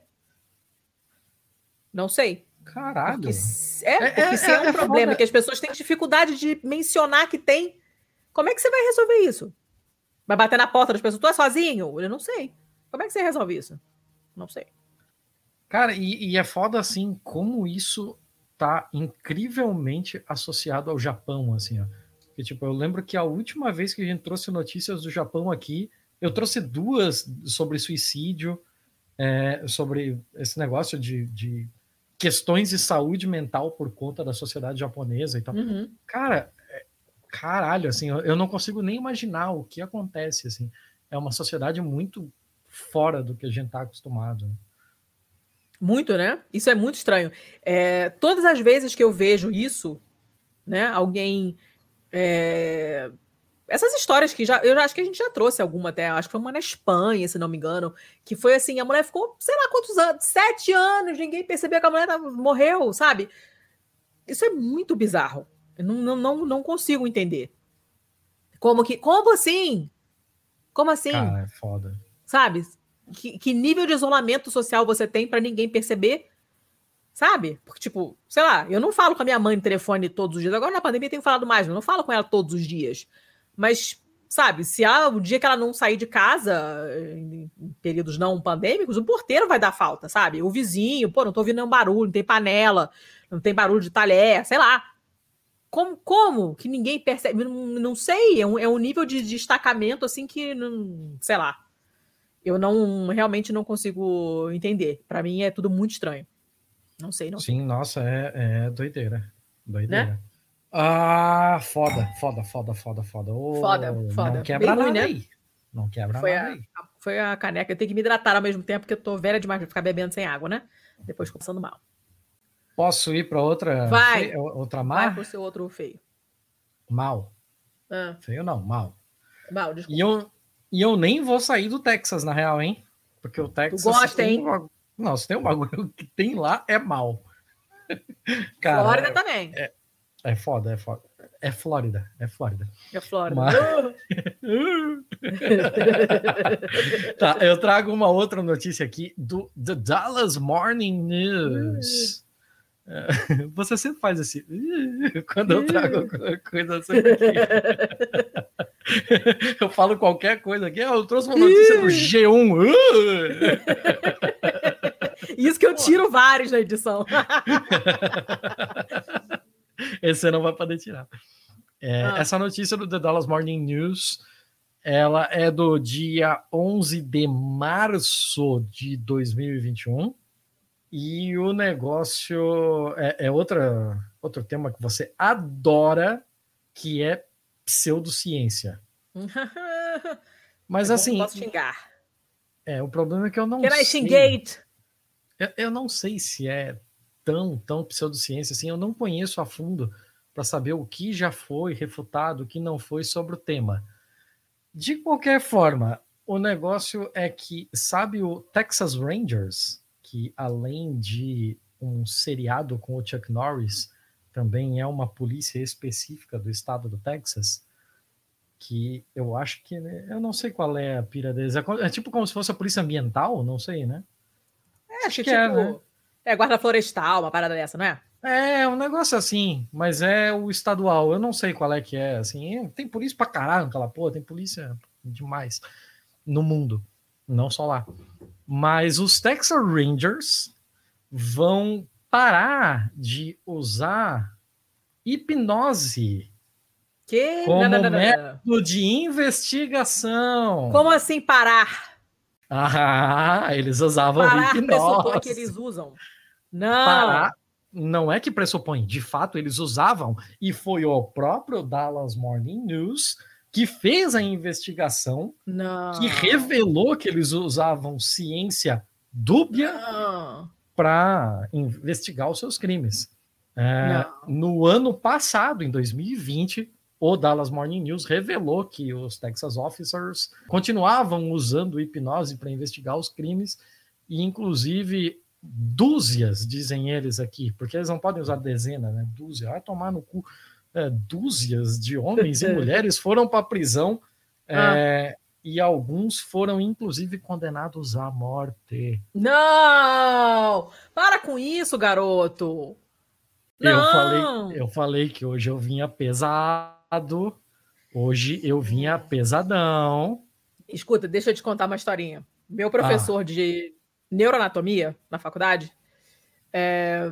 Não sei. Caralho. Porque, é, porque é, se é, é um é problema foda. Que as pessoas têm dificuldade de mencionar que tem, como é que você vai resolver isso? Vai bater na porta das pessoas? Tu é sozinho? Eu não sei. Como é que você resolve isso? Não sei. Cara, e, e é foda, assim, como isso tá incrivelmente associado ao Japão, assim, ó. Porque, tipo, eu lembro que a última vez que a gente trouxe notícias do Japão aqui, eu trouxe duas sobre suicídio, é, sobre esse negócio de... de questões de saúde mental por conta da sociedade japonesa e tal. Uhum. Cara, é, caralho, assim, eu, eu não consigo nem imaginar o que acontece, assim. É uma sociedade muito fora do que a gente tá acostumado. Né? Muito, né? Isso é muito estranho. É, todas as vezes que eu vejo isso, né? Alguém... É... Essas histórias que já... Eu acho que a gente já trouxe alguma até. Acho que foi uma na Espanha, se não me engano. Que foi assim, a mulher ficou, sei lá quantos anos, sete anos, ninguém percebeu que a mulher tava, morreu, sabe? Isso é muito bizarro. Eu não, não, não, não consigo entender. Como que... Como assim? Como assim? Cara, é foda. Sabe? Que, que nível de isolamento social você tem pra ninguém perceber? Sabe? Porque, tipo, sei lá, eu não falo com a minha mãe no telefone todos os dias. Agora na pandemia eu tenho falado mais, eu não falo com ela todos os dias. Mas, sabe, se há o dia que ela não sair de casa, em períodos não pandêmicos, o porteiro vai dar falta, sabe? O vizinho, pô, não tô ouvindo nenhum barulho, não tem panela, não tem barulho de talher, sei lá. Como, como que ninguém percebe? Não, não sei, é um, é um nível de destacamento, assim, que, não, sei lá. Eu não, realmente não consigo entender. Pra mim é tudo muito estranho. Não sei, não sei. Sim, nossa, é, é doideira. Doideira. Né? Ah, foda, foda, foda, foda, foda. Oh, Foda, foda. Não quebra Bem ruim, nada né? aí. Não quebra Foi nada a, aí. foi a caneca. Eu tenho que me hidratar ao mesmo tempo, porque eu tô velha demais pra ficar bebendo sem água, né? Depois fico passando mal. Posso ir para outra? Vai. Fe... Outra má? Vai pro seu outro feio. Mal. Ah, Feio não, mal. mal, desculpa. E eu, e eu nem vou sair do Texas, na real, hein? Porque o Texas... Tu gosta, tem hein? um... Não, se tem um bagulho que tem lá, é mal. Cara, Flórida é, também. É, é foda, é foda. É Flórida, é Flórida. É Flórida. Mas... Tá, eu trago uma outra notícia aqui do The Dallas Morning News. Você sempre faz assim quando eu trago alguma coisa assim. Eu falo qualquer coisa aqui. Eu trouxe uma notícia do G um. Isso que eu tiro vários na edição. Esse você não vai poder tirar. É, ah. Essa notícia do The Dallas Morning News, ela é do dia onze de março de dois mil e vinte e um. E o negócio é, é outra, outro tema que você adora, que é pseudociência. Mas é assim... Posso xingar. É, o problema é que eu não Can sei... I xingate? Eu, eu não sei se é tão, tão pseudociência assim. Eu não conheço a fundo para saber o que já foi refutado, o que não foi sobre o tema. De qualquer forma, o negócio é que, sabe o Texas Rangers... que além de um seriado com o Chuck Norris, também é uma polícia específica do estado do Texas, que eu acho que... Né, eu não sei qual é a pira deles. É, é tipo como se fosse a polícia ambiental, não sei, né? É, acho que, que tipo... É, né? É guarda florestal, uma parada dessa, não é? É, um negócio assim, mas é o estadual. Eu não sei qual é que é, assim. Tem polícia pra caralho naquela porra, tem polícia demais no mundo, não só lá. Mas os Texas Rangers vão parar de usar hipnose que? como não, não, não, método não. de investigação. Como assim parar? Ah, eles usavam parar hipnose. Pressupõe que eles usam. Não. Parar não é que pressupõe, de fato eles usavam, e foi o próprio Dallas Morning News que fez a investigação, não. que revelou que eles usavam ciência dúbia para investigar os seus crimes. É, no ano passado, em dois mil e vinte, o Dallas Morning News revelou que os Texas Officers continuavam usando hipnose para investigar os crimes, e inclusive dúzias, dizem eles aqui, porque eles não podem usar dezena, né? Dúzia, vai tomar no cu. É, dúzias de homens e mulheres foram para a prisão, é, ah. e alguns foram inclusive condenados à morte. Não! Para com isso, garoto! Não! Eu falei, eu falei que hoje eu vinha pesado, hoje eu vinha pesadão. Escuta, deixa eu te contar uma historinha. Meu professor ah. de neuroanatomia na faculdade é,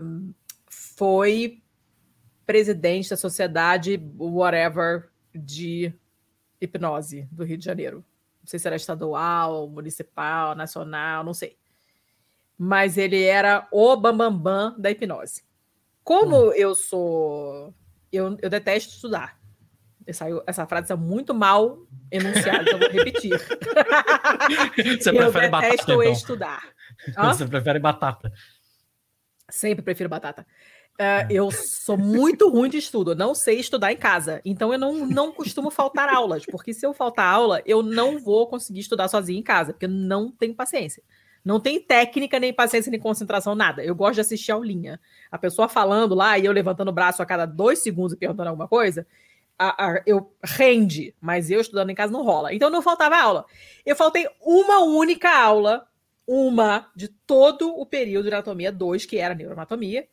foi presidente da sociedade whatever de hipnose do Rio de Janeiro. Não sei se era estadual, municipal, nacional, não sei. mas ele era o bambambam bam, bam da hipnose. Como hum. eu sou... Eu, eu detesto estudar. Saiu, essa frase é muito mal enunciada, então eu vou repetir. Você eu prefere detesto batata, então. estudar. Hã? Você prefere batata. Sempre prefiro batata. Uh, eu sou muito ruim de estudo, não sei estudar em casa. Então eu não, não costumo faltar aulas, porque se eu faltar aula, eu não vou conseguir estudar sozinho em casa, porque eu não tenho paciência. Não tem técnica, nem paciência, nem concentração, nada. Eu gosto de assistir a aulinha. A pessoa falando lá e eu levantando o braço a cada dois segundos e perguntando alguma coisa, a, a, eu rende, mas eu estudando em casa não rola. Então não faltava aula. Eu faltei uma única aula, uma de todo o período de anatomia dois, que era neuroanatomia.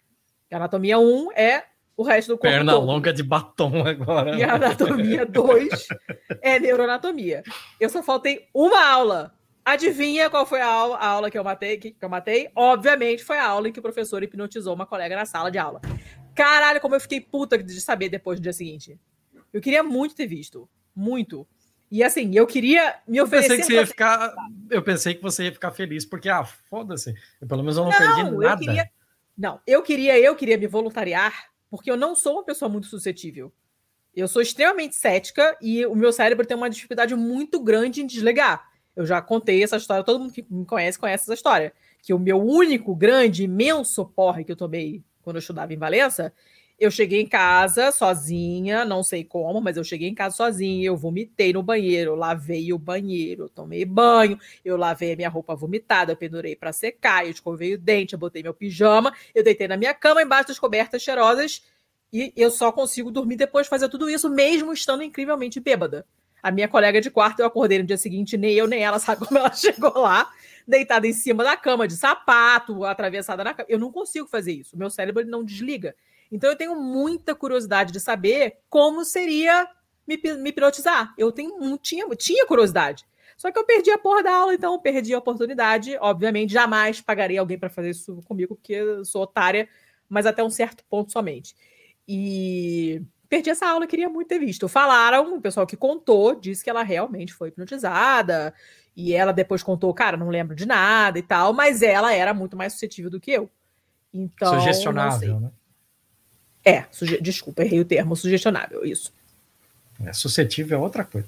A anatomia um é o resto do corpo Perna todo. longa de batom agora. E a anatomia dois é neuroanatomia. Eu só faltei uma aula. Adivinha qual foi a aula, a aula que eu matei? Que, que eu matei? Obviamente foi a aula em que o professor hipnotizou uma colega na sala de aula. Caralho, como eu fiquei puta de saber depois do dia seguinte. Eu queria muito ter visto. Muito. E assim, eu queria me oferecer... Eu pensei que você ia ficar, eu pensei que você ia ficar feliz, porque, ah, foda-se. Pelo menos eu não, não perdi nada. Eu queria... Não, eu queria, eu queria me voluntariar, porque eu não sou uma pessoa muito suscetível. Eu sou extremamente cética e o meu cérebro tem uma dificuldade muito grande em desligar. Eu já contei essa história, todo mundo que me conhece, conhece essa história. Que o meu único, grande, imenso porre que eu tomei quando eu estudava em Valença, eu cheguei em casa sozinha, não sei como, mas eu cheguei em casa sozinha, eu vomitei no banheiro, eu lavei o banheiro, eu tomei banho, eu lavei a minha roupa vomitada, eu pendurei para secar, eu escovei o dente, eu botei meu pijama, eu deitei na minha cama embaixo das cobertas cheirosas e eu só consigo dormir depois de fazer tudo isso, mesmo estando incrivelmente bêbada. A minha colega de quarto, eu acordei no dia seguinte, nem eu nem ela sabe como ela chegou lá, deitada em cima da cama, de sapato, atravessada na cama. Eu não consigo fazer isso. O meu cérebro ele não desliga. Então eu tenho muita curiosidade de saber como seria me, me hipnotizar. Eu tenho, tinha, tinha curiosidade. Só que eu perdi a porra da aula, então eu perdi a oportunidade. Obviamente, jamais pagarei alguém para fazer isso comigo, porque eu sou otária, mas até um certo ponto somente. E... perdi essa aula, queria muito ter visto. Falaram, o pessoal que contou, disse que ela realmente foi hipnotizada, e ela depois contou, cara, não lembro de nada e tal, mas ela era muito mais suscetível do que eu. Então, sugestionável, né? É, suge... desculpa, errei o termo, sugestionável, isso. É, suscetível é outra coisa.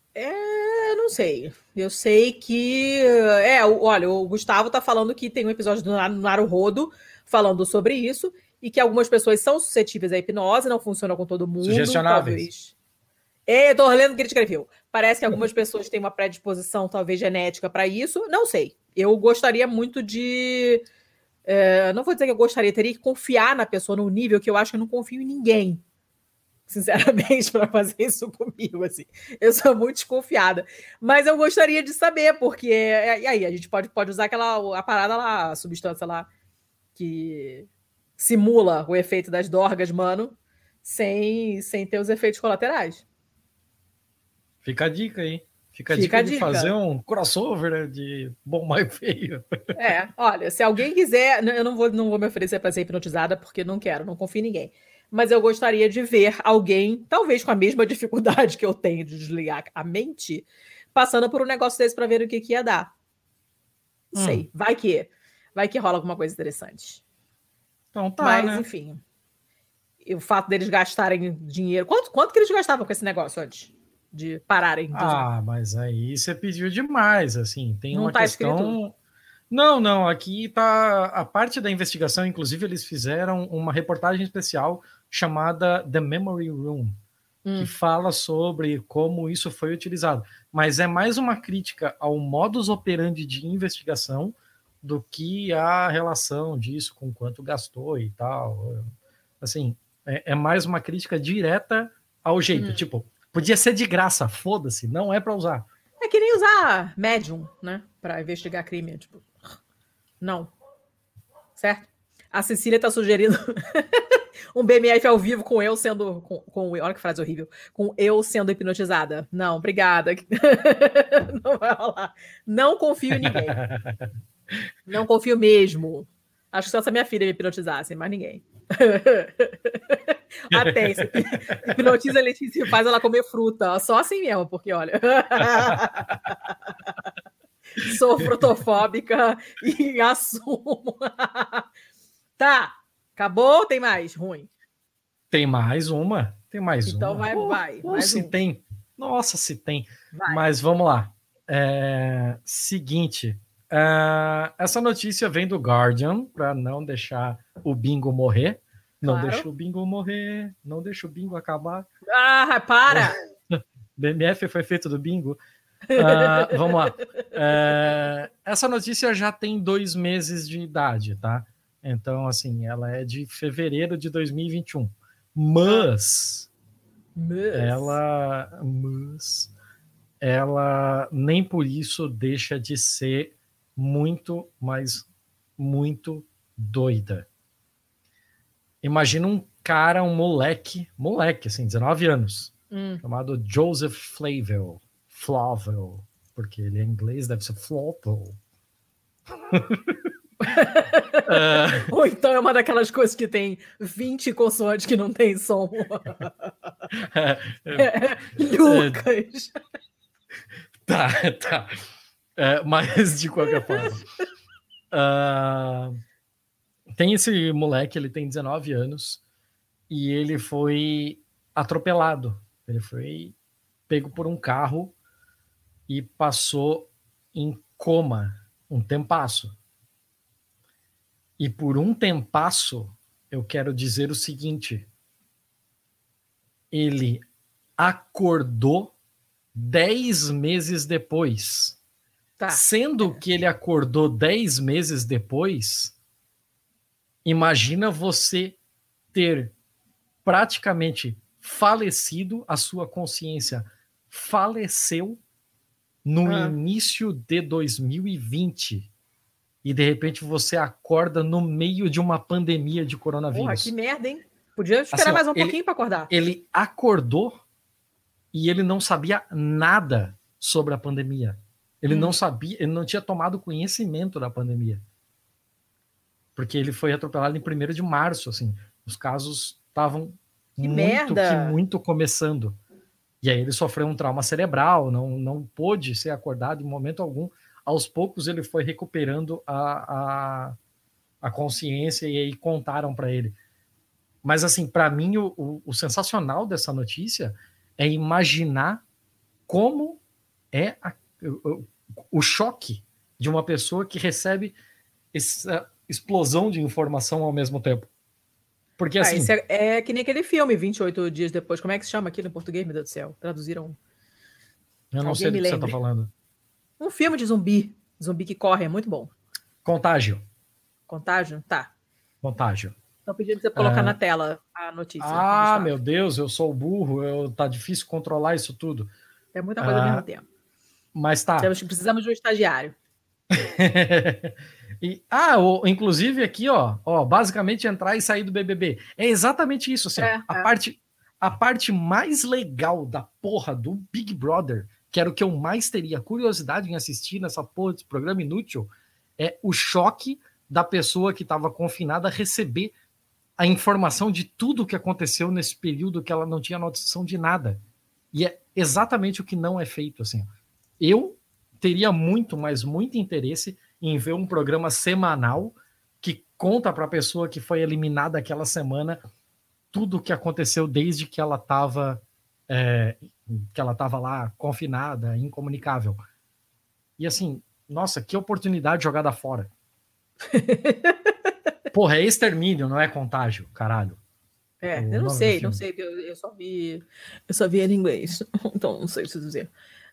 É, não sei. Eu sei que... É, olha, o Gustavo tá falando que tem um episódio do Naruhodo falando sobre isso, e que algumas pessoas são suscetíveis à hipnose, não funciona com todo mundo. Sugestionáveis. É, eu tô lendo o que ele escreveu. Parece que algumas pessoas têm uma predisposição, talvez genética, para isso. Não sei. Eu gostaria muito de... É, não vou dizer que eu gostaria, teria que confiar na pessoa num nível que eu acho que eu não confio em ninguém, sinceramente, para fazer isso comigo, assim. Eu sou muito desconfiada. Mas eu gostaria de saber, porque... E aí, a gente pode, pode usar aquela a parada lá, a substância lá, que... simula o efeito das dorgas, mano, sem, sem ter os efeitos colaterais. Fica a dica aí. Fica a Fica dica a de dica. fazer um crossover de bom, mal e feio. É, olha, se alguém quiser, eu não vou, não vou me oferecer para ser hipnotizada, porque não quero, não confio em ninguém. Mas eu gostaria de ver alguém, talvez com a mesma dificuldade que eu tenho de desligar a mente, passando por um negócio desse para ver o que, que ia dar. Não hum. sei, vai que, vai que rola alguma coisa interessante. Então tá, Mas, né? enfim, o fato deles gastarem dinheiro... Quanto, quanto que eles gastavam com esse negócio antes de pararem? De ah, usar? mas aí você pediu demais, assim. Tem não uma tá questão... escrito? Não, não, aqui tá... A parte da investigação, inclusive, eles fizeram uma reportagem especial chamada The Memory Room, hum. que fala sobre como isso foi utilizado. Mas é mais uma crítica ao modus operandi de investigação do que a relação disso com quanto gastou e tal. Assim, é, é mais uma crítica direta ao jeito. Hum. Tipo, podia ser de graça, foda-se, não é para usar. É que nem usar Medium, né? Para investigar crime. Tipo, não. Certo? A Cecília tá sugerindo um B M F ao vivo com eu sendo... Com, com, olha que frase horrível. Com eu sendo hipnotizada. Não, obrigada. Não vai rolar. Não confio em ninguém. Não confio mesmo. Acho que só essa minha filha me hipnotizasse, mais ninguém. Até isso. Hipnotiza a Letícia e faz ela comer fruta. Só assim mesmo, porque olha. Sou frutofóbica e assumo. Tá, acabou? Tem mais? Ruim. Tem mais uma. Tem mais então uma. Então vai, vai. Oh, mais se um. tem. Nossa, se tem. Vai. Mas vamos lá. É... Seguinte. Uh, essa notícia vem do Guardian, para não deixar o bingo morrer. Não claro. deixa o bingo morrer. Não deixa o bingo acabar. Ah, para! B M F foi feito do bingo. Uh, vamos lá. Uh, essa notícia já tem dois meses de idade, tá? Então, assim, ela é de fevereiro de dois mil e vinte e um. Mas, mas. ela, mas, ela nem por isso deixa de ser muito, mas muito doida. Imagina um cara, um moleque, moleque, assim, dezenove anos, hum. chamado Joseph Flavel. Flavel, porque ele é inglês, deve ser Flavel. uh... Ou então é uma daquelas coisas que tem vinte consoantes que não tem som. é, Lucas! Tá, tá. É, mas de qualquer forma. Uh, tem esse moleque, ele tem dezenove anos e ele foi atropelado. Ele foi pego por um carro e passou em coma um tempasso. E por um tempasso, eu quero dizer o seguinte: ele acordou dez meses depois. Tá. Sendo que ele acordou dez meses depois, imagina você ter praticamente falecido, a sua consciência faleceu no ah. início de dois mil e vinte. E de repente você acorda no meio de uma pandemia de coronavírus. Porra, que merda, hein? Podia esperar assim, mais um ele, pouquinho para acordar. Ele acordou e ele não sabia nada sobre a pandemia. Ele hum. não sabia, ele não tinha tomado conhecimento da pandemia. Porque ele foi atropelado em primeiro de março, assim. Os casos estavam muito, merda. que muito começando. E aí ele sofreu um trauma cerebral, não, não pôde ser acordado em momento algum. Aos poucos ele foi recuperando a, a, a consciência e aí contaram para ele. Mas assim, para mim o, o, o sensacional dessa notícia é imaginar como é a, o, o choque de uma pessoa que recebe essa explosão de informação ao mesmo tempo. Porque assim... Ah, é, é que nem aquele filme, vinte e oito dias depois. Como é que se chama aquilo em português, meu Deus do céu? Traduziram... Eu não Alguém sei do que lembre. Você tá falando. Um filme de zumbi. Zumbi que corre, é muito bom. Contágio. Contágio? Tá. Contágio. Então pedindo pra você colocar uh... na tela a notícia. Ah, meu Deus, eu sou burro. Eu... Tá difícil controlar isso tudo. É muita coisa uh... ao mesmo tempo. Mas tá. Precisamos de um estagiário. e, ah, o, inclusive aqui, ó, ó, basicamente entrar e sair do B B B. É exatamente isso, assim, é, a, é. Parte, a parte mais legal da porra do Big Brother, que era o que eu mais teria curiosidade em assistir nessa porra desse programa inútil, é o choque da pessoa que estava confinada receber a informação de tudo o que aconteceu nesse período que ela não tinha noção de nada. E é exatamente o que não é feito, assim. Eu teria muito, mas muito interesse em ver um programa semanal que conta para a pessoa que foi eliminada aquela semana tudo o que aconteceu desde que ela estava é, que ela estava lá confinada, incomunicável. E assim, nossa, que oportunidade jogada fora. Porra, é extermínio, não é contágio, caralho. É, eu não sei, não sei, eu, eu só vi eu só vi em inglês, então não sei o que dizer.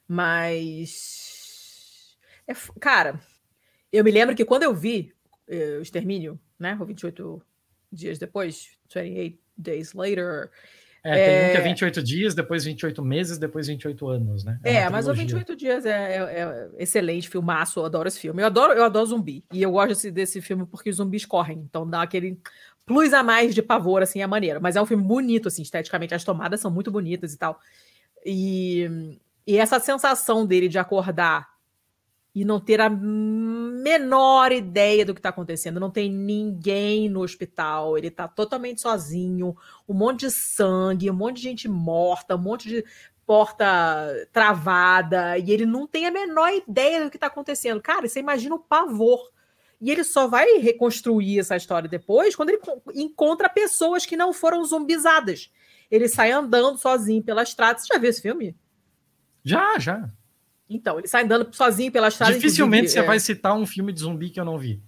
Mas, é, cara, eu me lembro que quando eu vi eh, o Extermínio, né, o vinte e oito dias depois, vinte e oito days later... É, tem é... um que é vinte e oito dias, depois vinte e oito meses, depois vinte e oito anos, né? É, é mas o vinte e oito dias é, é, é excelente, filmaço, eu adoro esse filme. Eu adoro, eu adoro zumbi, e eu gosto desse, desse filme porque os zumbis correm, então dá aquele plus a mais de pavor, assim, é maneiro. Mas é um filme bonito, assim, esteticamente, as tomadas são muito bonitas e tal. E... E essa sensação dele de acordar e não ter a menor ideia do que está acontecendo, não tem ninguém no hospital, ele está totalmente sozinho, um monte de sangue, um monte de gente morta, um monte de porta travada, e ele não tem a menor ideia do que está acontecendo. Cara, você imagina o pavor. E ele só vai reconstruir essa história depois quando ele encontra pessoas que não foram zumbizadas. Ele sai andando sozinho pela estrada. Você já viu esse filme? Já, já. Então, ele sai andando sozinho pela estrada. Dificilmente você é... vai citar um filme de zumbi que eu não vi.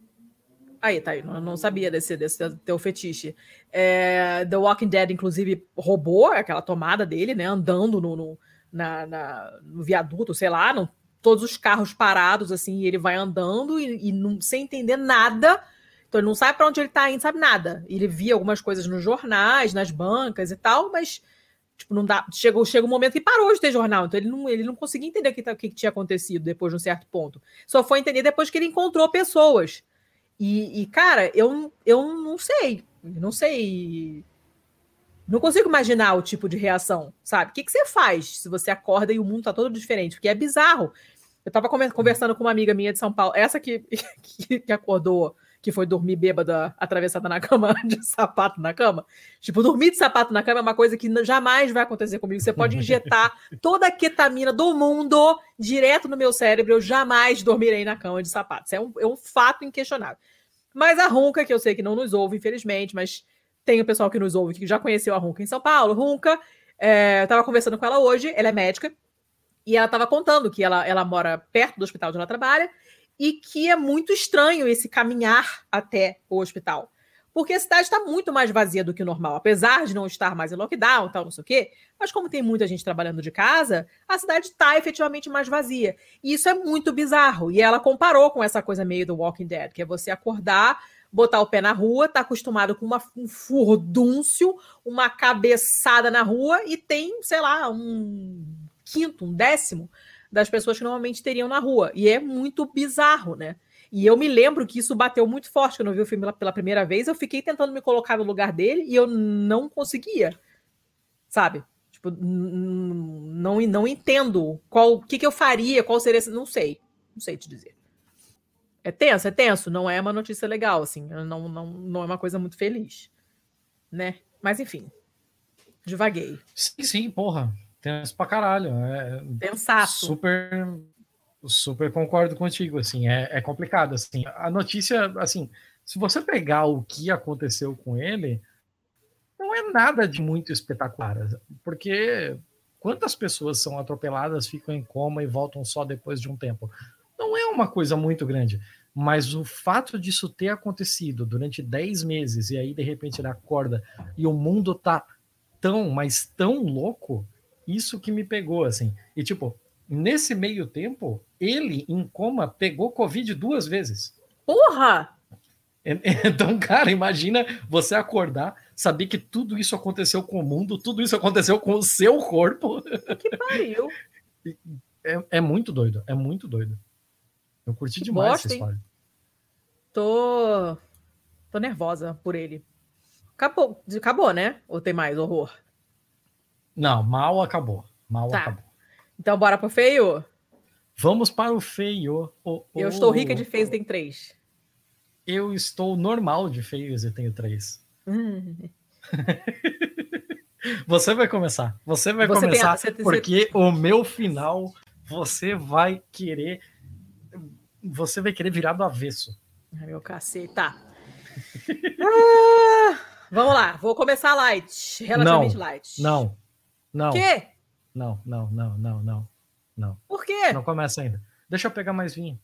Aí, tá aí. Não, não sabia desse, desse teu fetiche. É, The Walking Dead, inclusive, roubou aquela tomada dele, né? Andando no, no, na, na, no viaduto, sei lá, no, todos os carros parados, assim, e ele vai andando e, e não, sem entender nada. Então, ele não sabe para onde ele tá indo, sabe nada. Ele via algumas coisas nos jornais, nas bancas e tal, mas tipo, não dá. Chegou, chega um momento que parou de ter jornal, então ele não, ele não conseguia entender o que, o que tinha acontecido depois de um certo ponto. Só foi entender depois que ele encontrou pessoas. E, e cara, eu, eu não sei. Não sei. Não consigo imaginar o tipo de reação, sabe? O que, que você faz se você acorda e o mundo tá todo diferente? Porque é bizarro. Eu tava conversando com uma amiga minha de São Paulo, essa que, que, que acordou, que foi dormir bêbada, atravessada na cama, de sapato na cama. Tipo, dormir de sapato na cama é uma coisa que jamais vai acontecer comigo. Você pode injetar toda a ketamina do mundo direto no meu cérebro, eu jamais dormirei na cama de sapato. Isso é um, é um fato inquestionável. Mas a Runca, que eu sei que não nos ouve, infelizmente, mas tem o pessoal que nos ouve, que já conheceu a Runca em São Paulo. Runca, é, eu tava conversando com ela hoje, ela é médica, e ela tava contando que ela, ela mora perto do hospital onde ela trabalha, e que é muito estranho esse caminhar até o hospital. Porque a cidade está muito mais vazia do que o normal, apesar de não estar mais em lockdown, tal, não sei o quê. Mas como tem muita gente trabalhando de casa, a cidade está efetivamente mais vazia. E isso é muito bizarro. E ela comparou com essa coisa meio do Walking Dead, que é você acordar, botar o pé na rua, tá acostumado com uma, um furdúncio, uma cabeçada na rua e tem, sei lá, um quinto, um décimo das pessoas que normalmente teriam na rua. E é muito bizarro, né? E eu me lembro que isso bateu muito forte quando eu vi o filme pela primeira vez. Eu fiquei tentando me colocar no lugar dele e eu não conseguia, sabe? Tipo, não, não entendo qual, o que, que eu faria, qual seria... Não sei, não sei te dizer. É tenso, é tenso. Não é uma notícia legal, assim. Não, não, não é uma coisa muito feliz, né? Mas, enfim, divaguei. Sim, sim, porra. Tenso pra caralho. É Tensaço. Super, super concordo contigo, assim, é, é complicado, assim. A notícia, assim, se você pegar o que aconteceu com ele, não é nada de muito espetacular, porque quantas pessoas são atropeladas, ficam em coma e voltam só depois de um tempo? Não é uma coisa muito grande, mas o fato disso ter acontecido durante dez meses e aí, de repente, ele acorda e o mundo tá tão, mas tão louco, isso que me pegou, assim. E, tipo, nesse meio tempo, ele, em coma, pegou Covid duas vezes. Porra! Então, cara, imagina você acordar, saber que tudo isso aconteceu com o mundo, tudo isso aconteceu com o seu corpo. Que pariu! É, é muito doido, é muito doido. Eu curti que demais bosta, essa história. Tô... Tô nervosa por ele. Acabou, acabou, né? Ou tem mais horror? Não, mal acabou. Mal tá. acabou. Então, bora pro feio? Vamos para o feio. Oh, oh. Eu estou rica de feios, tem três. Eu estou normal de feios e tenho três. Você vai começar. Você vai você começar, tem, você, porque você... o meu final, você vai querer... Você vai querer virar do avesso. Ai, meu cacete. Tá. ah, vamos lá. Vou começar light. Relativamente não, light. Não. Não. Quê? Não, não, não, não, não. Não. Por quê? Não começa ainda. Deixa eu pegar mais vinho.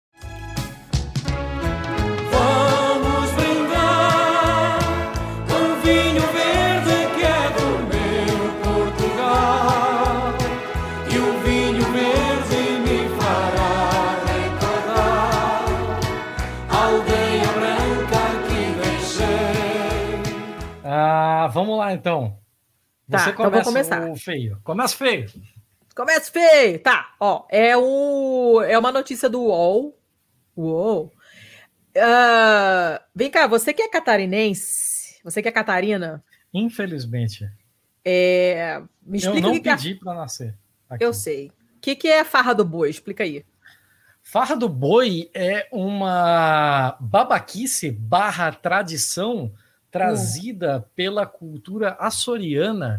Vamos brindar com vinho verde que é do meu Portugal. E o vinho verde me fará recordar a aldeia branca que deixei. Ah, vamos lá então. Você tá, começa então vou começar. O feio. Começa feio. Começa feio. Tá, ó. É, o, é uma notícia do U O L. U O L. Uh, vem cá, você que é catarinense, você que é catarina. Infelizmente. É, me explica eu não que pedi que é... para nascer. Aqui. Eu sei. O que, que é farra do boi? Explica aí. Farra do boi é uma babaquice barra tradição trazida uh. pela cultura açoriana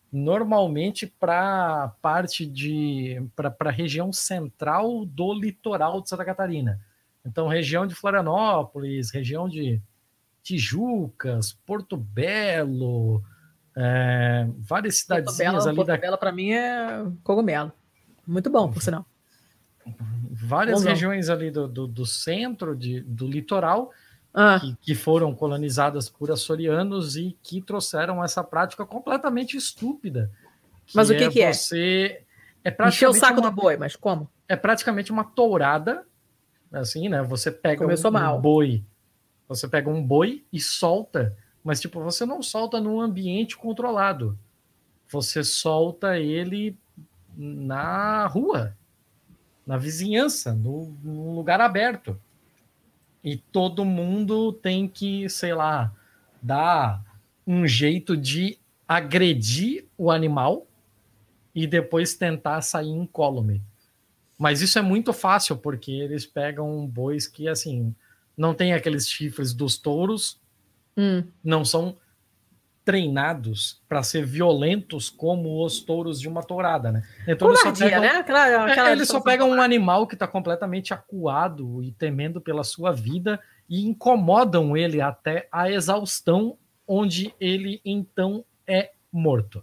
normalmente para a parte de para a região central do litoral de Santa Catarina. Então, região de Florianópolis, região de Tijucas, Porto Belo, é, várias cidadezinhas Porto Belo, ali Porto da Belo para mim é cogumelo. Muito bom, por sinal. várias Bonzão. regiões ali do, do, do centro de, do litoral Ah, que, que foram colonizadas por açorianos e que trouxeram essa prática completamente estúpida. Mas o que que é? Você é encheu o praticamente saco uma, do boi, mas como? é praticamente uma tourada, assim, né? Você pega um, Começou um mal. boi, você pega um boi e solta, mas tipo, você não solta num ambiente controlado. Você solta ele na rua, na vizinhança, no, num lugar aberto. E todo mundo tem que, sei lá, dar um jeito de agredir o animal e depois tentar sair incólume. Mas isso é muito fácil, porque eles pegam bois que, assim, não tem aqueles chifres dos touros, Hum. não são treinados para ser violentos como os touros de uma tourada, né? Então eles só Covardia, pegam, né? Aquela, é, aquela eles só pegam um animal que está completamente acuado e temendo pela sua vida e incomodam ele até a exaustão, onde ele então é morto.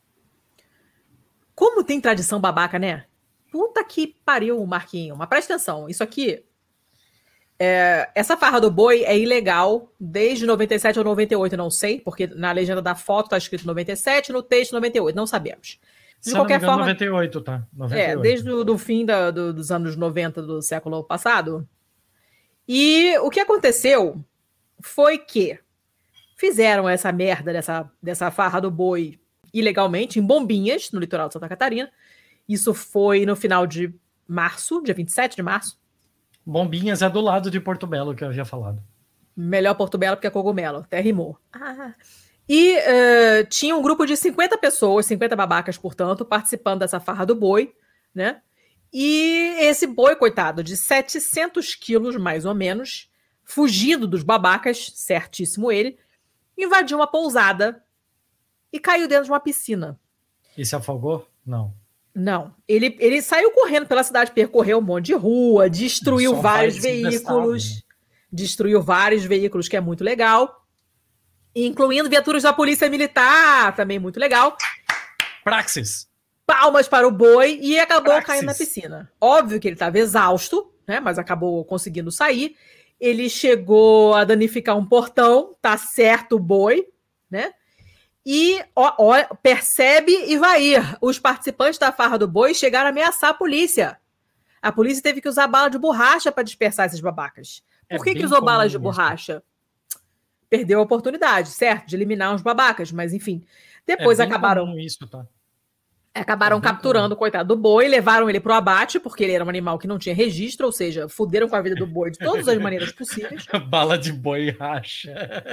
Como tem tradição babaca, né? Puta que pariu, Marquinho. Mas presta atenção, isso aqui... é, essa farra do boi é ilegal desde noventa e sete ou noventa e oito, não sei, porque na legenda da foto tá escrito noventa e sete, no texto noventa e oito, não sabemos. De Se qualquer não me engano, forma, noventa e oito, tá? noventa e oito. é, desde o do fim da- do- dos anos noventa do século passado. E o que aconteceu foi que fizeram essa merda dessa, dessa farra do boi ilegalmente, em Bombinhas, no litoral de Santa Catarina. Isso foi no final de março, dia vinte e sete de março. Bombinhas é do lado de Porto Belo, que eu havia falado. Melhor Porto Belo porque é cogumelo, até rimou. Ah. E uh, tinha um grupo de cinquenta pessoas, cinquenta babacas, portanto, participando dessa farra do boi, né? E esse boi, coitado, de setecentos quilos, mais ou menos, fugindo dos babacas, certíssimo ele, invadiu uma pousada e caiu dentro de uma piscina. E se afogou? Não. Não, ele, ele saiu correndo pela cidade, percorreu um monte de rua, destruiu Só vai vários desembestado, veículos, né? destruiu vários veículos, que é muito legal, incluindo viaturas da Polícia Militar, também muito legal. Praxis. Palmas para o boi e acabou Praxis. caindo na piscina. Óbvio que ele estava exausto, né? Mas acabou conseguindo sair. Ele chegou a danificar um portão, tá certo o boi, né? E ó, ó, percebe e vai ir. Os participantes da farra do boi chegaram a ameaçar a polícia. A polícia teve que usar bala de borracha para dispersar esses babacas. Por É que, que bem usou comum balas de isso. borracha? Perdeu a oportunidade, certo? De eliminar uns babacas, mas enfim. Depois é bem acabaram, comum isso, tá? acabaram é bem capturando comum. o coitado do boi, levaram ele pro abate, porque ele era um animal que não tinha registro, ou seja, fuderam com a vida do boi de todas as maneiras possíveis. Bala de boi racha.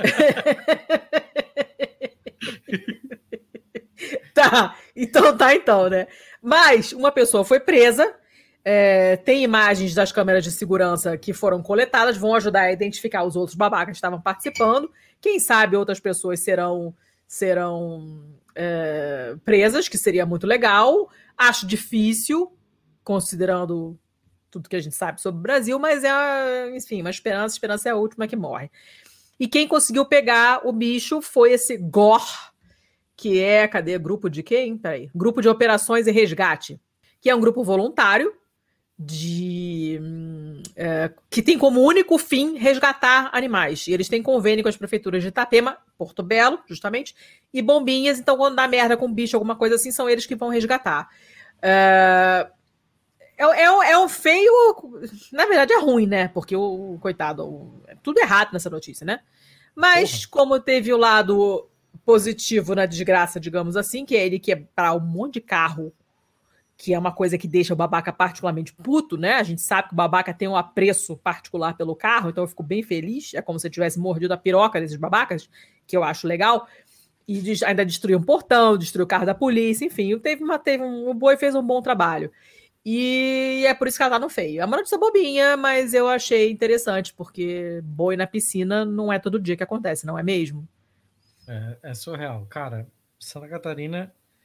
Tá, então tá então, né? Mas uma pessoa foi presa, é, tem imagens das câmeras de segurança que foram coletadas, vão ajudar a identificar os outros babacas que estavam participando. Quem sabe outras pessoas serão, serão é, presas, que seria muito legal. Acho difícil, considerando tudo que a gente sabe sobre o Brasil, mas é, enfim, uma esperança, esperança é a última que morre. E quem conseguiu pegar o bicho foi esse Gor, que é, cadê? Grupo de quem? Peraí. Grupo de Operações e Resgate, que é um grupo voluntário de é, que tem como único fim resgatar animais. E eles têm convênio com as prefeituras de Itapema, Porto Belo, justamente, e Bombinhas. Então, quando dá merda com bicho, alguma coisa assim, são eles que vão resgatar. É, é, é, é um feio... Na verdade, é ruim, né? Porque o, o coitado... O, é tudo errado nessa notícia, né? Mas, Porra. Como teve o lado positivo na desgraça, digamos assim, que é ele quebrar um monte de carro, que é uma coisa que deixa o babaca particularmente puto, né? A gente sabe que o babaca tem um apreço particular pelo carro, então eu fico bem feliz. É como se eu tivesse mordido a piroca desses babacas, que eu acho legal. E ainda destruiu um portão, destruiu o carro da polícia, enfim. Teve uma, teve um, o boi fez um bom trabalho. E é por isso que ela tá no feio. É uma notícia bobinha, mas eu achei interessante, porque boi na piscina não é todo dia que acontece, não é mesmo? É, é surreal. Cara, Santa Catarina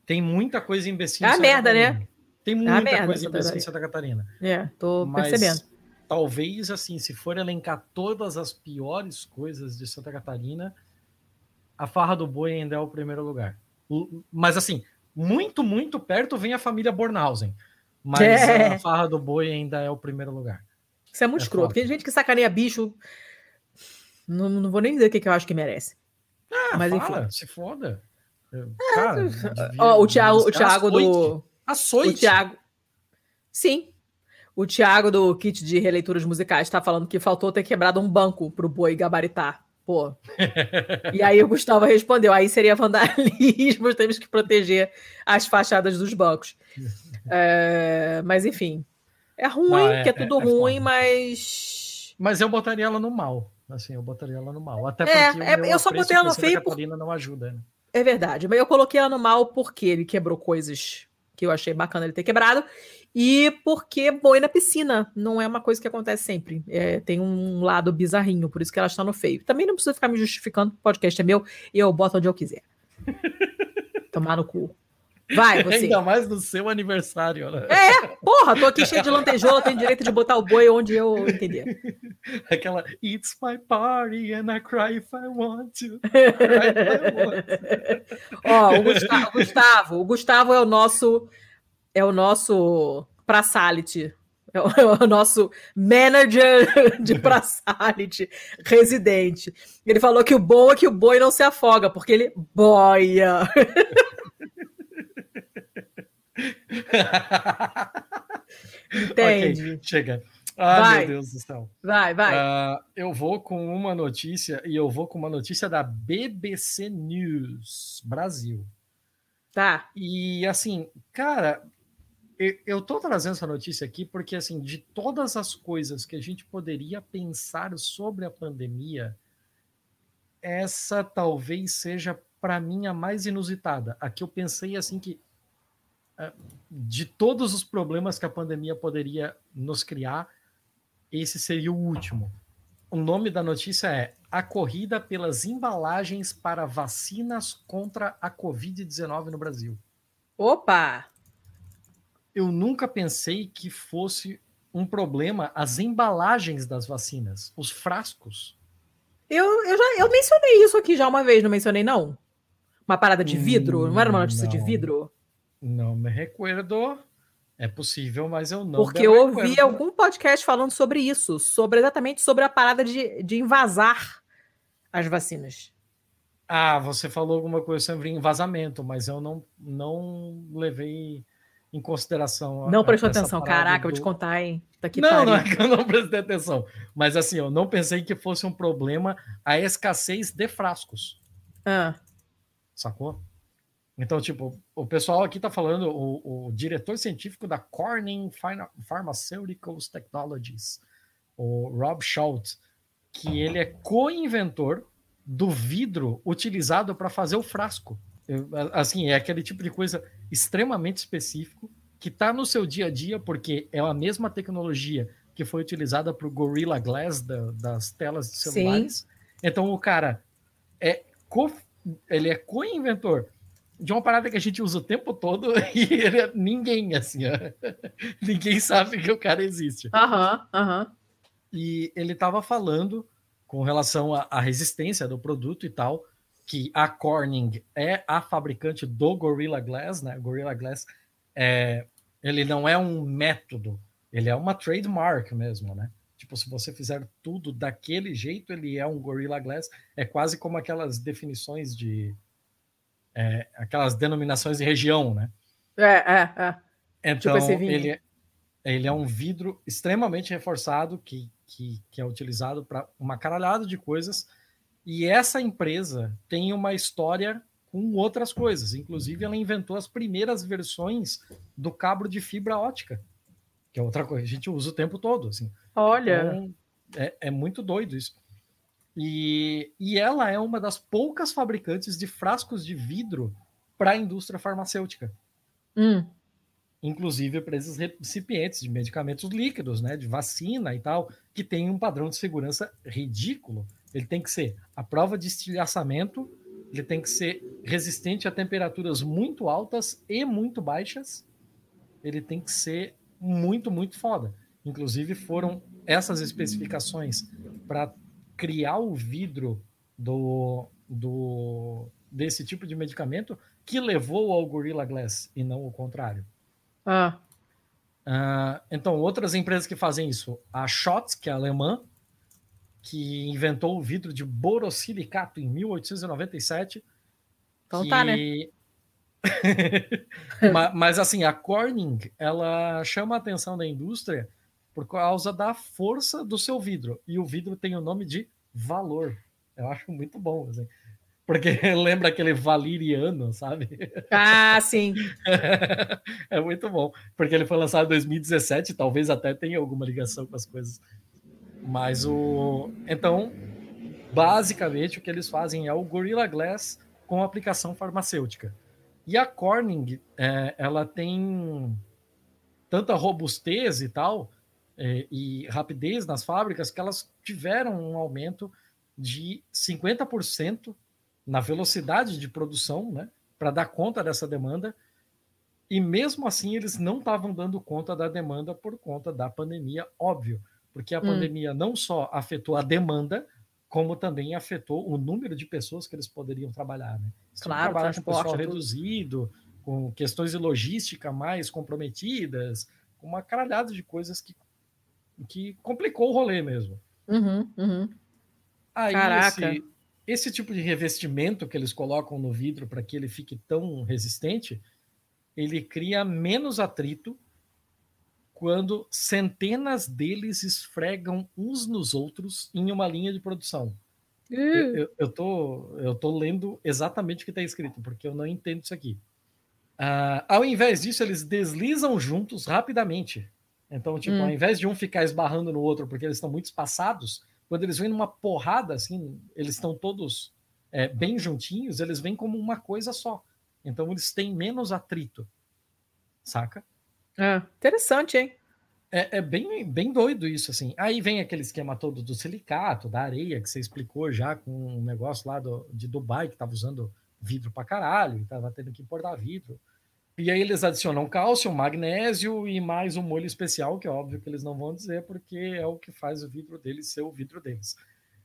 Tem muita coisa imbecil É em a Santa merda, Catarina. né? Tem É a muita merda, coisa Santa imbecil em Catarina. Santa Catarina. É, tô Mas percebendo. talvez, assim, se for elencar todas as piores coisas de Santa Catarina, a farra do boi ainda é o primeiro lugar. O- Mas, assim, muito, muito perto vem a família Bornhausen. Mas É. a farra do boi ainda é o primeiro lugar. Isso é muito É escroto. foda. Tem gente que sacaneia bicho. Não, não vou nem dizer o que, que eu acho que merece. Ah, Mas fala, enfim. se foda. Cara, devia- Ó, o Thiago, o devia ser Thiago açoite. do. O Açoite. Thiago. Sim. O Thiago do kit de releituras musicais tá falando que faltou ter quebrado um banco pro boi gabaritar. Pô. E aí o Gustavo respondeu: aí seria vandalismo, temos que proteger as fachadas dos bancos. É, mas enfim. É ruim, Não, é- que é tudo é- é ruim, foda. mas. Mas eu botaria ela no mal. Assim, eu botaria ela no mal. Até É, porque é, o meu eu só apreço botei ela por no Santa feio por- Catarina não ajuda, né? É verdade, mas eu coloquei ela no mal porque ele quebrou coisas que eu achei bacana ele ter quebrado e porque boi na piscina não é uma coisa que acontece sempre. É, tem um lado bizarrinho, por isso que ela está no feio. Também não precisa ficar me justificando, o podcast é meu e eu boto onde eu quiser. Tomar no cu. Vai, você. Ainda mais no seu aniversário, né? É, porra, tô aqui cheio de lantejola, tenho direito de botar o boi onde eu entender. Aquela It's my party and I cry if I want to. Cry if I want to. Ó, o Gustavo, o Gustavo, o Gustavo é o nosso é o nosso praçality. É o, é o nosso manager de praçality residente. Ele falou que o bom é que o boi não se afoga, porque ele boia. Entende? Ok, chega. Ah, Vai. meu Deus do céu. Vai, vai. Ah, eu vou com uma notícia e eu vou com uma notícia da B B C News Brasil. Tá. E assim, cara, eu, eu tô trazendo essa notícia aqui porque assim, de todas as coisas que a gente poderia pensar sobre a pandemia, essa talvez seja para mim a mais inusitada. A que eu pensei assim que ah, de todos os problemas que a pandemia poderia nos criar, esse seria o último. O nome da notícia é A Corrida pelas Embalagens para Vacinas contra a covid dezenove no Brasil. Opa! Eu nunca pensei que fosse um problema as embalagens das vacinas, os frascos. Eu, eu já eu mencionei isso aqui já uma vez, não mencionei, não? Uma parada de vidro? Não era uma notícia de Não. vidro? Não me recuerdo. É possível, mas eu não Porque me eu ouvi recuerdo. algum podcast falando sobre isso, sobre exatamente sobre a parada de, de invasar as vacinas. Ah, você falou alguma coisa sobre vazamento, mas eu não, não levei em consideração. a- Não prestou essa atenção, parada caraca, do... vou te contar, hein? Tá aqui Não, não é que eu não prestei atenção. Mas assim, eu não pensei que fosse um problema a escassez de frascos. Ah, Sacou? Então, tipo, o pessoal aqui tá falando, o, o diretor científico da Corning Pharma- Pharmaceuticals Technologies, o Rob Schultz, que ele é co-inventor do vidro utilizado para fazer o frasco. Eu, assim, é aquele tipo de coisa extremamente específico que tá no seu dia a dia, porque é a mesma tecnologia que foi utilizada para o Gorilla Glass da- das telas de celulares. Então, o cara é co, ele é co-inventor de uma parada que a gente usa o tempo todo e ele é ninguém, assim, ó. Ninguém sabe que o cara existe. aham, aham. E ele estava falando com relação à, à resistência do produto e tal, que a Corning é a fabricante do Gorilla Glass, né? Gorilla Glass, é, ele não é um método, ele é uma trademark mesmo, né? Tipo, se você fizer tudo daquele jeito, ele é um Gorilla Glass. É quase como aquelas definições de... É, aquelas denominações de região, né? É, é, é. Então, Tipo esse vinho. ele, é- ele é um vidro extremamente reforçado que, que, que é utilizado para uma caralhada de coisas. E essa empresa tem uma história com outras coisas. Inclusive, ela inventou as primeiras versões do cabo de fibra ótica, que é outra coisa que a gente usa o tempo todo. Assim. Olha, Então, é, é muito doido isso. E, e ela é uma das poucas fabricantes de frascos de vidro para a indústria farmacêutica. hum, Inclusive para esses recipientes de medicamentos líquidos, né, de vacina e tal, que tem um padrão de segurança ridículo. Ele tem que ser a prova de estilhaçamento ele tem que ser resistente a temperaturas muito altas e muito baixas. Ele tem que ser muito, muito foda. Inclusive, foram essas especificações para criar o vidro do, do, desse tipo de medicamento que levou ao Gorilla Glass e não o contrário. Ah. Uh, então, outras empresas que fazem isso, a Schott, que é alemã, que inventou o vidro de borosilicato em mil oitocentos e noventa e sete. Então que... tá, né? mas, mas, assim, a Corning, ela chama a atenção da indústria por causa da força do seu vidro. E o vidro tem o nome de valor. Eu acho muito bom, assim. Porque lembra aquele valiriano, sabe? Ah, sim. É muito bom. Porque ele foi lançado em dois mil e dezessete, talvez até tenha alguma ligação com as coisas. Mas o... Então, basicamente, o que eles fazem é o Gorilla Glass com aplicação farmacêutica. E a Corning, é, ela tem tanta robustez e tal, é, e rapidez nas fábricas, que elas tiveram um aumento de cinquenta por cento na velocidade de produção, né, para dar conta dessa demanda, e mesmo assim eles não estavam dando conta da demanda por conta da pandemia, óbvio, porque a hum. pandemia não só afetou a demanda, como também afetou o número de pessoas que eles poderiam trabalhar, né? Claro, trabalhar com pessoal tudo. reduzido, com questões de logística mais comprometidas, com uma caralhada de coisas que, que complicou o rolê mesmo. Uhum, uhum. Aí Caraca. esse, esse tipo de revestimento que eles colocam no vidro para que ele fique tão resistente, ele cria menos atrito quando centenas deles esfregam uns nos outros em uma linha de produção. Uh. Eu, eu, eu, tô, eu tô lendo exatamente o que está escrito, porque eu não entendo isso aqui. Uh, ao invés disso, eles deslizam juntos rapidamente. Então, tipo, hum. ao invés de um ficar esbarrando no outro porque eles estão muito espaçados, quando eles vêm numa porrada, assim, eles estão todos é, bem juntinhos, eles vêm como uma coisa só. Então, eles têm menos atrito. Saca? É, interessante, hein? É, é bem, bem doido isso, assim. Aí vem aquele esquema todo do silicato, da areia, que você explicou já com um negócio lá do, de Dubai, que tava usando vidro pra caralho, e tava tendo que importar vidro. E aí eles adicionam cálcio, magnésio e mais um molho especial, que é óbvio que eles não vão dizer, porque é o que faz o vidro deles ser o vidro deles.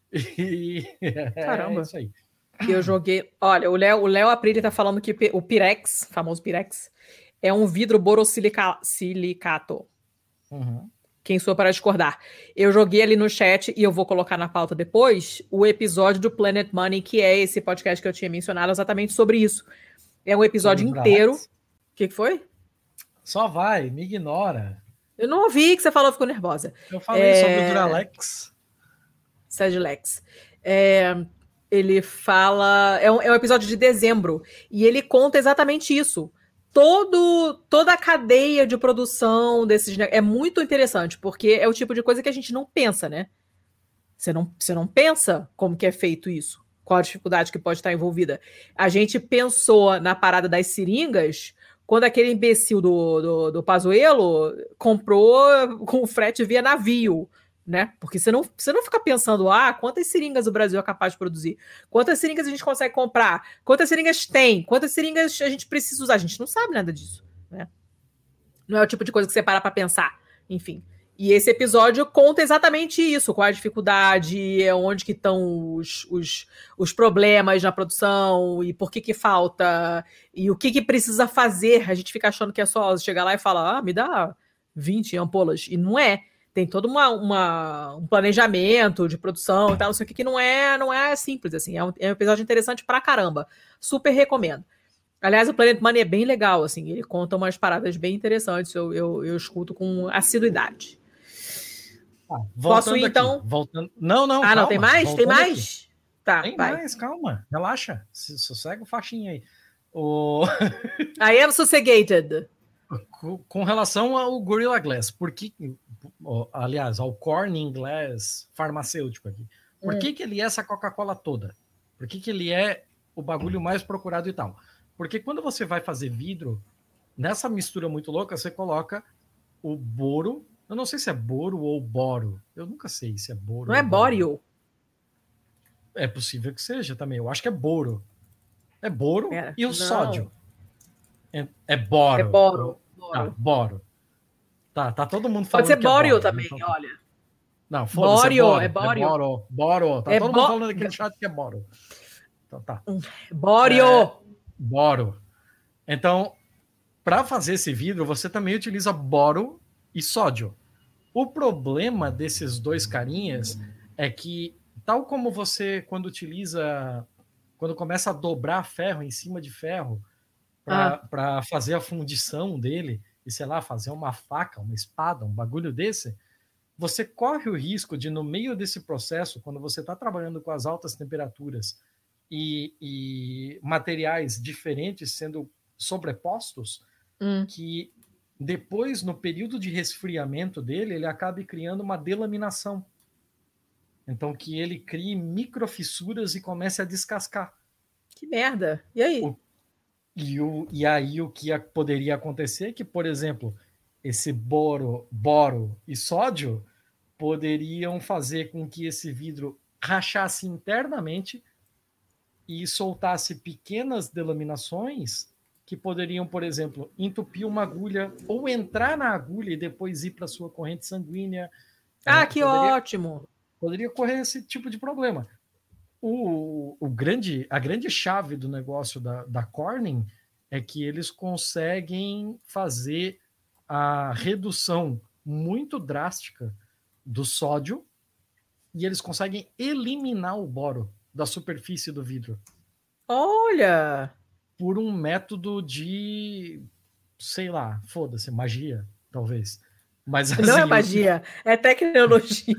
E Caramba. É isso aí. Eu joguei... Olha, o Léo, o Léo Aprile tá falando que o Pirex, famoso Pirex, é um vidro borosilicato. Uhum. Quem sou para discordar. Eu joguei ali no chat, e eu vou colocar na pauta depois, o episódio do Planet Money, que é esse podcast que eu tinha mencionado exatamente sobre isso. É um episódio sobre inteiro. O que, que foi? Só vai, me ignora. Eu não ouvi que você falou, ficou nervosa. Eu falei é... sobre o Duralex. Sedlex. É... Ele fala... É um, é um episódio de dezembro, e ele conta exatamente isso. Todo, toda a cadeia de produção desses... É muito interessante, porque é o tipo de coisa que a gente não pensa, né? Você não, você não pensa como que é feito isso, qual a dificuldade que pode estar envolvida. A gente pensou na parada das seringas quando aquele imbecil do, do, do Pazuello comprou com frete via navio, né? Porque você não, você não fica pensando, ah, quantas seringas o Brasil é capaz de produzir? Quantas seringas a gente consegue comprar? Quantas seringas tem? Quantas seringas a gente precisa usar? A gente não sabe nada disso, né? Não é o tipo de coisa que você para pra pensar. Enfim. E esse episódio conta exatamente isso, qual a dificuldade, onde que estão os, os, os problemas na produção, e por que que falta, e o que que precisa fazer. A gente fica achando que é só chegar lá e falar, ah, me dá vinte ampolas. E não é. Tem todo uma, uma, um planejamento de produção e tal, não sei o que, que não é, não é simples, assim. É um, é um episódio interessante pra caramba. Super recomendo. Aliás, o Planet Money é bem legal, assim. Ele conta umas paradas bem interessantes. Eu, eu, eu escuto com assiduidade. Ah, Posso ir, então? Aqui, voltando... Não, não, Ah, calma, não, tem mais? Voltando tem mais? Aqui. Tá, Tem vai. mais, calma. Relaxa. Sossega o faixinha aí. O... I am sossegated. Com relação ao Gorilla Glass, por que, aliás, ao Corning Glass farmacêutico aqui, por hum. que, que ele é essa Coca-Cola toda? Por que, que ele é o bagulho mais procurado e tal? Porque quando você vai fazer vidro, nessa mistura muito louca, você coloca o boro, eu não sei se é boro ou boro, eu nunca sei se é boro. Não é bório? É possível que seja também, eu acho que é boro. É boro. Pera, e o não. sódio? É, é boro. É boro. Tá, boro. boro. Tá, tá todo mundo falando Pode ser que é bório boro. também, Então, olha. não, foda-se, é Bório, boro. é bório. É boro. Boro. Tá É todo bo- mundo falando aqui no chat que é boro. Então tá. Bório! É, boro. Então, para fazer esse vidro, você também utiliza boro e sódio. O problema desses dois carinhas é que, tal como você, quando utiliza, quando começa a dobrar ferro em cima de ferro para Ah. fazer a fundição dele, e sei lá, fazer uma faca, uma espada, um bagulho desse, você corre o risco de, no meio desse processo, quando você está trabalhando com as altas temperaturas e, e materiais diferentes sendo sobrepostos, Hum. que depois, no período de resfriamento dele, ele acabe criando uma delaminação. Então, que ele crie microfissuras e comece a descascar. Que merda. E aí? O, e, o, e aí, o que a, poderia acontecer é que, por exemplo, esse boro, boro e sódio poderiam fazer com que esse vidro rachasse internamente e soltasse pequenas delaminações que poderiam, por exemplo, entupir uma agulha ou entrar na agulha e depois ir para a sua corrente sanguínea. Ah, é, que poderia, ótimo! Poderia ocorrer esse tipo de problema. O, o grande, a grande chave do negócio da, da Corning é que eles conseguem fazer a redução muito drástica do sódio e eles conseguem eliminar o boro da superfície do vidro. Olha! Por um método de, sei lá, foda-se, magia, talvez. Mas, assim, não é magia, que... é tecnologia.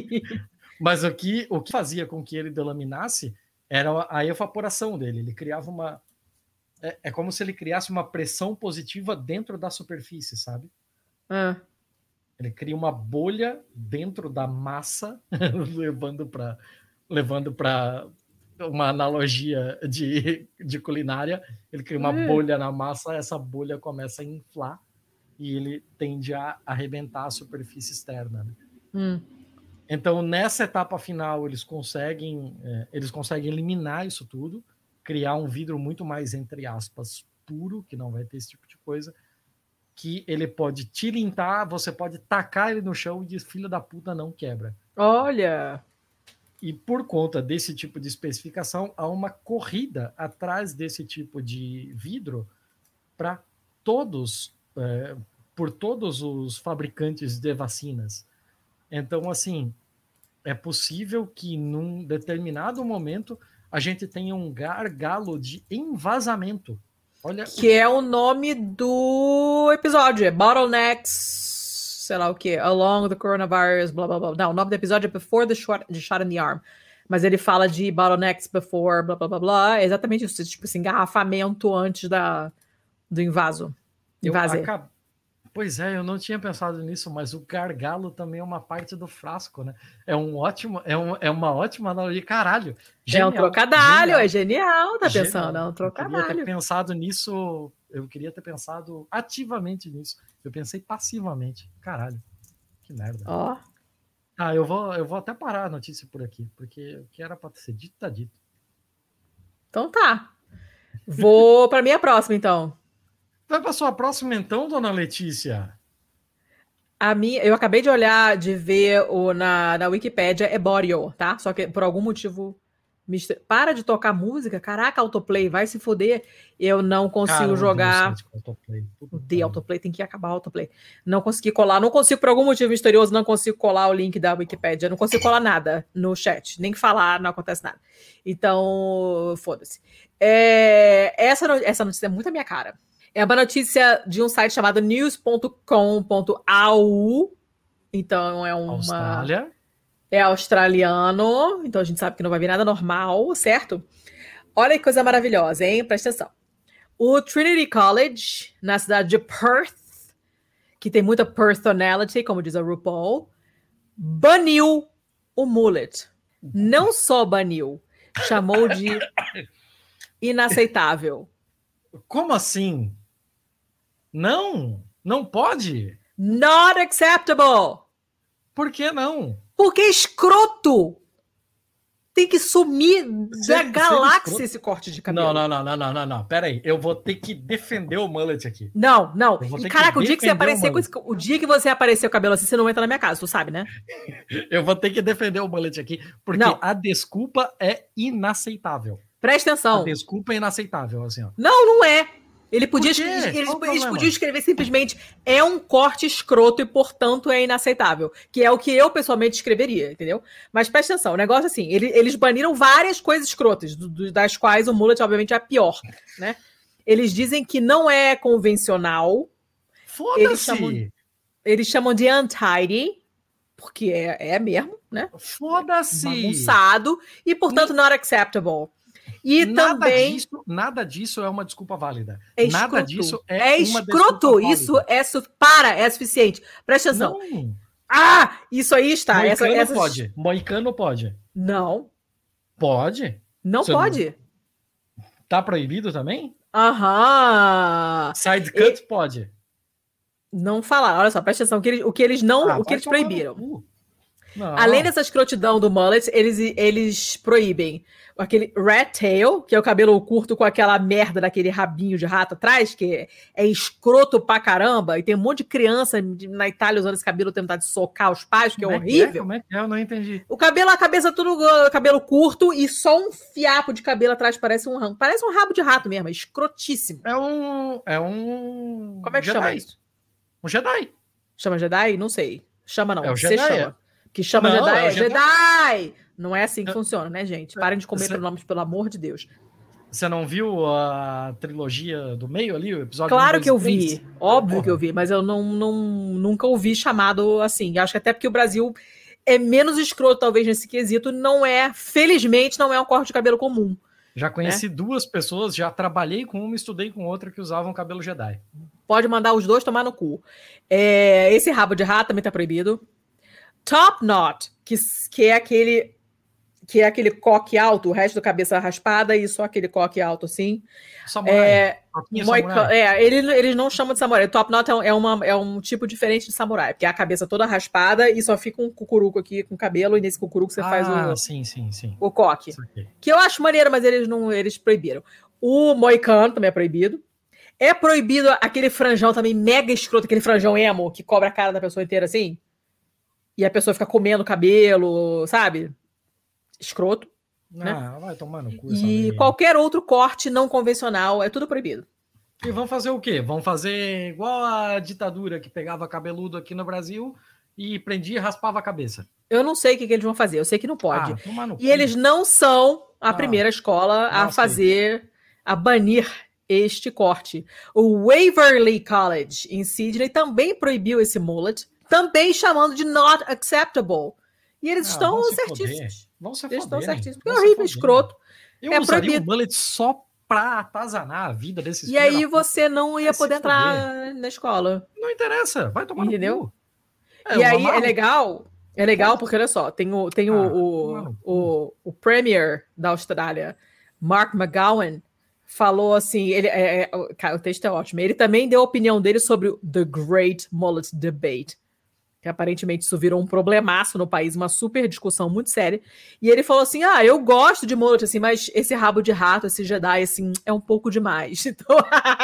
Mas o que, o que fazia com que ele delaminasse era a evaporação dele. Ele criava uma... É, é como se ele criasse uma pressão positiva dentro da superfície, sabe? Ah. Ele cria uma bolha dentro da massa, levando para levando para uma analogia de, de culinária. Ele cria uma Hum. bolha na massa, essa bolha começa a inflar e ele tende a arrebentar a superfície externa. Né? Hum. Então, nessa etapa final, eles conseguem, é, eles conseguem eliminar isso tudo, criar um vidro muito mais, entre aspas, puro, que não vai ter esse tipo de coisa, que ele pode tilintar, você pode tacar ele no chão e diz, filho da puta, não quebra. Olha! E por conta desse tipo de especificação, há uma corrida atrás desse tipo de vidro para todos, é, por todos os fabricantes de vacinas. Então, assim, é possível que num determinado momento a gente tenha um gargalo de envasamento. Olha, que é o nome do episódio, é Bottlenecks, sei lá o que, Along the Coronavirus, blá blá blá. Não, o nome do episódio é Before the Shot, the shot in the Arm. Mas ele fala de bottlenecks before, blá blá blá blá. É exatamente isso, tipo assim, engarrafamento antes da, do invaso. Invase. Acab... Pois é, eu não tinha pensado nisso, mas o gargalo também é uma parte do frasco, né? É um ótimo, é, um, é uma ótima analogia. Caralho! Genial, é um trocadalho, genial. É genial, tá genial. Pensando, é um trocadalho. Eu queria ter pensado nisso, eu queria ter pensado ativamente nisso. Eu pensei passivamente. Caralho, que merda. Ó. Oh. Ah, eu vou, eu vou até parar a notícia por aqui, porque o que era pra ser dito, tá dito. Então tá. Vou pra minha próxima, então. Vai para sua próxima, então, dona Letícia? A minha, eu acabei de olhar, de ver o, na, na Wikipédia, é Boreal, tá? Só que por algum motivo. Mister... Para de tocar música, caraca, autoplay, vai se foder. Eu não consigo Caramba, jogar. O de autoplay, tem que acabar o autoplay. Não consegui colar, não consigo, por algum motivo misterioso, não consigo colar o link da Wikipédia, não consigo colar nada no chat, nem falar, não acontece nada. Então, foda-se. É, essa, essa notícia é muito a minha cara. É uma notícia de um site chamado news ponto com ponto a u. Então é uma... Austrália. É australiano. Então a gente sabe que não vai vir nada normal, certo? Olha que coisa maravilhosa, hein? Presta atenção. O Trinity College, na cidade de Perth, que tem muita personality, como diz a RuPaul, baniu o mullet. Não só baniu, chamou de inaceitável. Como assim? Não, não pode. Not acceptable. Por que não? Porque é escroto. tem que sumir Se- da se galáxia ele- esse corte de cabelo. Não, não, não, não, não, não, não. Pera aí, eu vou ter que defender o mullet aqui. Não, não. Eu vou ter E que caraca, o dia que você defender aparecer o com esse, o dia que você aparecer o cabelo assim, você não entra na minha casa, tu sabe, né? Eu vou ter que defender o mullet aqui, porque Não. a desculpa é inaceitável. Presta A atenção. desculpa é inaceitável, assim, ó. Não, não é. Ele podia, Por quê? eles, eles, Qual o eles problema? podiam escrever simplesmente é um corte escroto e, portanto, é inaceitável. Que é o que eu, pessoalmente, escreveria, entendeu? Mas presta atenção, o negócio é assim, ele- eles baniram várias coisas escrotas, do- do- das quais o mullet, obviamente, é a pior, né? Eles dizem que não é convencional, Eles chamam- Foda-se! eles chamam de untidy, porque é, é mesmo, né? Foda-se! Bagunçado, e, portanto, not acceptable. E nada também... disso, nada disso é uma desculpa válida. É nada escroto. disso é, É uma escroto. desculpa Isso válida. é su... para, é suficiente. Presta atenção. Não. Ah, isso aí está. Essa, Moicano essas... pode. Moicano pode. Não, Pode? não Você pode. Tá proibido também? Aham. Side cut pode. Não falaram. Olha só, presta atenção. O que eles, o que eles não, Ah, o que vai eles tomar no proibiram. cu. Não. Além dessa escrotidão do mullet, eles, eles proíbem aquele rat tail, que é o cabelo curto com aquela merda daquele rabinho de rato atrás, que é, é escroto pra caramba, e tem um monte de criança de- na Itália usando esse cabelo tentando socar os pais, que é Como horrível. Como é que é? Eu não entendi. O cabelo, a cabeça tudo uh, cabelo curto e só um fiapo de cabelo atrás parece um ramo. Parece um rabo de rato mesmo, é escrotíssimo. É um. É um. Como é que Jedi. chama isso? Um Jedi. Chama Jedi? Não sei. Chama não. É o Você Jedi, chama. Que chama Não, Jedi é o é Jedi. Jedi! Não é assim que É- funciona, né, gente? Parem de comer Você- pronomes, pelo amor de Deus. Você não viu a trilogia do meio ali, o episódio Claro um, que eu dois e vi. três? Óbvio Porra. que eu vi, mas eu não, não, nunca ouvi chamado assim. Acho que até porque o Brasil é menos escroto, talvez, nesse quesito. Não é, felizmente, não é um corte de cabelo comum. Já É. conheci duas pessoas, já trabalhei com uma e estudei com outra que usavam cabelo Jedi. Pode mandar os dois tomar no cu. É, esse rabo de rato também tá proibido. Top knot, que, que é aquele que é aquele coque alto, o resto da cabeça raspada e só aquele coque alto assim. Samurai. É, Coquinha moica- samurai. é, ele- eles não chamam de samurai. Top knot é, um- é uma, é um tipo diferente de samurai, porque é a cabeça toda raspada e só fica um cucuruco aqui com cabelo, e nesse cucuruco você faz Ah, o, sim, sim, sim. o coque. Isso aqui. Que eu acho maneiro, mas eles não eles proibiram. O moicano também é proibido. É proibido aquele franjão também mega escroto, aquele franjão emo que cobra a cara da pessoa inteira assim. E a pessoa fica comendo o cabelo, sabe? Escroto. Né? Ah, vai tomar no cu essa E lei. qualquer outro corte não convencional é tudo proibido. E vão fazer o quê? Vão fazer igual a ditadura que pegava cabeludo aqui no Brasil e prendia e raspava a cabeça. Eu não sei o que, que eles vão fazer, eu sei que não pode. Ah, tomar no E cu. eles não são a Ah, primeira escola a não sei. fazer, a banir este corte. O Waverley College, em Sydney, também proibiu esse mullet, também chamando de not acceptable. E eles Ah, estão vão se certíssimos. foder. Vão se Eles estão foder, certíssimos. hein? Porque é Vão se horrível, foder. escroto. Eu É usaria proibido. o mullet só pra atazanar a vida desses E aí filhos da você não ia Vai se poder entrar na escola. puta. Não interessa, vai tomar Entendeu? no cu. E eu aí amarro. é legal, é legal porque, olha só, tem o, tem Ah, o, tomar no o, o, o Premier da Austrália, Mark McGowan, falou assim, ele, é, é, o- cara, o texto é ótimo, ele também deu a opinião dele sobre o The Great Mullet Debate, que aparentemente isso virou um problemaço no país, uma super discussão muito séria, e ele falou assim, ah, eu gosto de mullet, assim, mas esse rabo de rato, esse Jedi, assim, é um pouco demais. Então,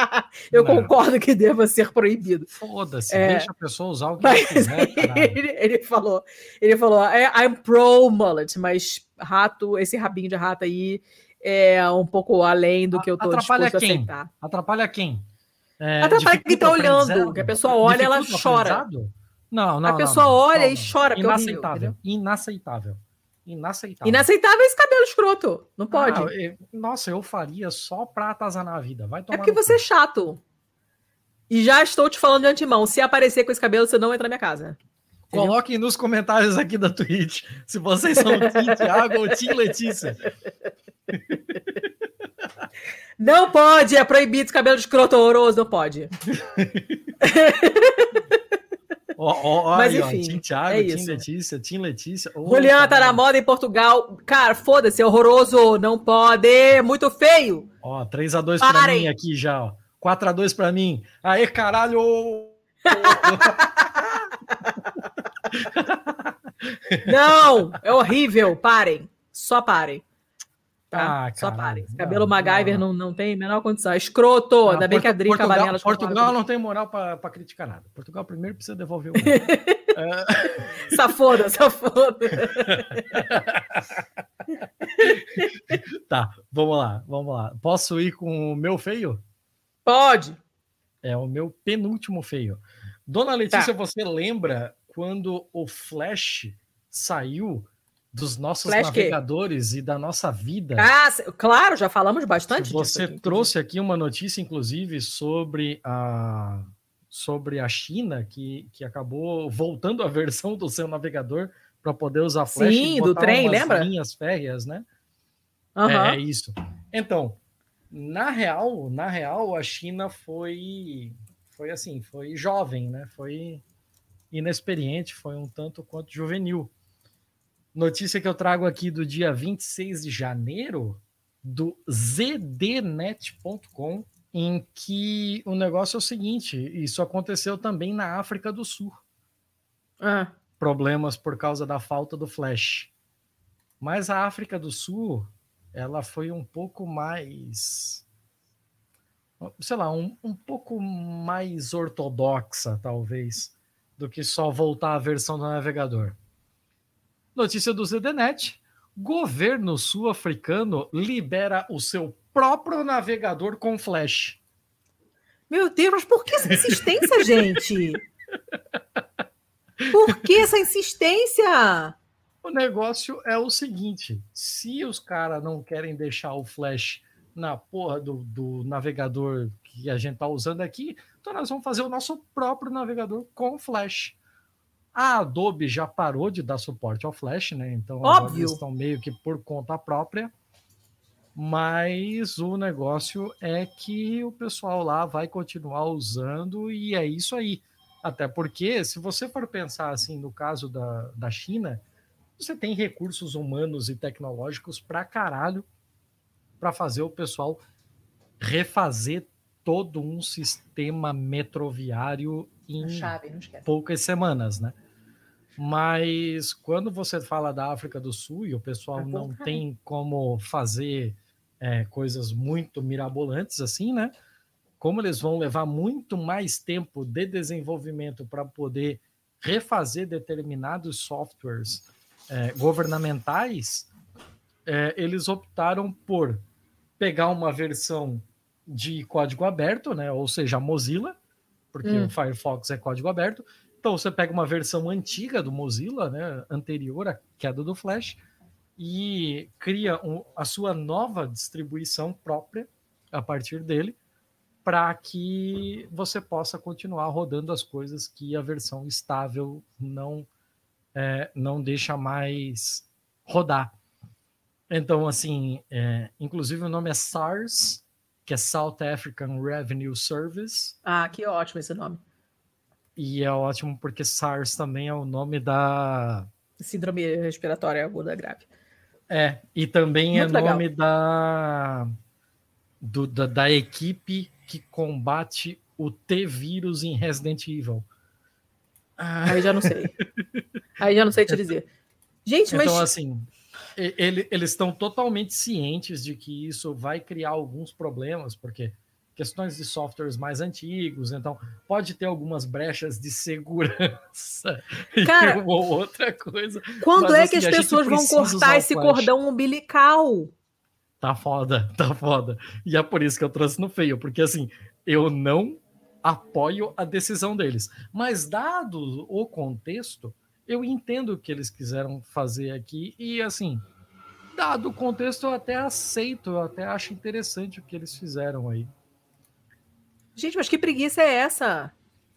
eu Não. concordo que deva ser proibido. Foda-se, É. deixa a pessoa usar o que Mas quiser, caralho. ele, ele falou, ele falou, "I- I'm pro mullet, mas rato, esse rabinho de rato aí é um pouco além do que eu tô Atrapalha disposto a quem? aceitar. Atrapalha quem? É, Atrapalha quem tá dificulta o olhando, aprendizado? que a pessoa olha, ela Dificulta o chora. aprendizado? Não, não, A não, pessoa não, olha não, e não. chora, porque é horrível, Inaceitável, entendeu? inaceitável. Inaceitável. Inaceitável esse cabelo escroto, não pode. Ah, eu- nossa, eu faria só pra atazanar a vida. Vai É tomar porque no cu. você é chato. E já estou te falando de antemão, se aparecer com esse cabelo, você não entra na minha casa. Entendeu? Coloquem nos comentários aqui da Twitch se vocês são Tim Thiago ou Tim Letícia. Não pode, é proibido esse cabelo escroto horroroso, não pode. Ó, ó, ó, Mas aí, ó, enfim, Tim Thiago, é Tim isso. Letícia, Tim Letícia. Ô, Julian tá caralho. na moda em Portugal. Cara, foda-se, é horroroso. Não pode. É muito feio. Ó, três a dois pra Parem. mim aqui já, ó. quatro a dois pra mim. Aê, caralho! Não, é horrível. Parem. só parem. Tá? Ah, só cara, parem. Esse não, cabelo MacGyver não. Não, não tem a menor condição. Escroto! Ah, Ainda bem que a Portu- Dri Portugal, Cabanelas... Portugal não tem moral pra pra criticar nada. Portugal primeiro precisa devolver o mundo. É, Safoda, safoda. Tá, vamos lá, vamos lá. Posso ir com o meu feio? Pode. É o meu penúltimo feio. Dona Letícia, Tá. você lembra quando o Flash saiu dos nossos Flash quê? navegadores e da nossa vida? Ah, c- claro, já falamos bastante disso Você aqui, trouxe aqui uma notícia, inclusive, sobre a, sobre a China, que, que acabou voltando a versão do seu navegador para poder usar Flash Sim, e do botar trem, umas lembra? linhas férreas, né? Aham. É, é isso. Então, na real, na real, a China foi, foi assim, foi jovem, né? Foi inexperiente, foi um tanto quanto juvenil. Notícia que eu trago aqui do dia vinte e seis de janeiro, do z d net ponto com, em que o negócio é o seguinte, isso aconteceu também na África do Sul. Ah, Problemas por causa da falta do Flash. Mas a África do Sul, ela foi um pouco mais, sei lá, um, um pouco mais ortodoxa, talvez, do que só voltar à versão do navegador. Notícia do Z D Net. Governo sul-africano libera o seu próprio navegador com Flash. meu Deus, mas por que essa insistência, gente? Por que essa insistência? O negócio é o seguinte, se os caras não querem deixar o Flash na porra do, do navegador que a gente tá usando aqui, então nós vamos fazer o nosso próprio navegador com Flash. A Adobe já parou de dar suporte ao Flash, né? Então agora Óbvio. eles estão meio que por conta própria. Mas o negócio é que o pessoal lá vai continuar usando e é isso aí. Até porque, se você for pensar assim, no caso da, da China, você tem recursos humanos e tecnológicos pra caralho para fazer o pessoal refazer todo um sistema metroviário em Chave, não esquece. poucas semanas, né? Mas quando você fala da África do Sul e o pessoal Ah, não porra. tem como fazer é, coisas muito mirabolantes assim, né? Como eles vão levar muito mais tempo de desenvolvimento para poder refazer determinados softwares é, governamentais, é, eles optaram por pegar uma versão de código aberto, né? Ou seja, a Mozilla, porque Hum. o Firefox é código aberto. Então você pega uma versão antiga do Mozilla, né, anterior à queda do Flash, e cria um, a sua nova distribuição própria a partir dele, para que você possa continuar rodando as coisas que a versão estável não, é, não deixa mais rodar. Então, assim, é, inclusive o nome é SARS, que é South African Revenue Service, Ah, que ótimo esse nome. e é ótimo porque SARS também é o nome da... Síndrome respiratória aguda grave. É, e também Muito é legal. nome da, do, da, da equipe que combate o T-vírus em Resident Evil. Ah, Aí já não sei. Aí já não sei te dizer. Gente, mas então, assim, e- ele- eles estão totalmente cientes de que isso vai criar alguns problemas, porque questões de softwares mais antigos, então pode ter algumas brechas de segurança Cara, e uma ou outra coisa. quando Mas, é assim, que as a gente pessoas vão precisa usar cortar o esse Flash. cordão umbilical? Tá foda, tá foda. E é por isso que eu trouxe no feio, porque assim, eu não apoio a decisão deles. Mas dado o contexto, eu entendo o que eles quiseram fazer aqui e assim, dado o contexto, eu até aceito, eu até acho interessante o que eles fizeram aí. Gente, mas que preguiça é essa?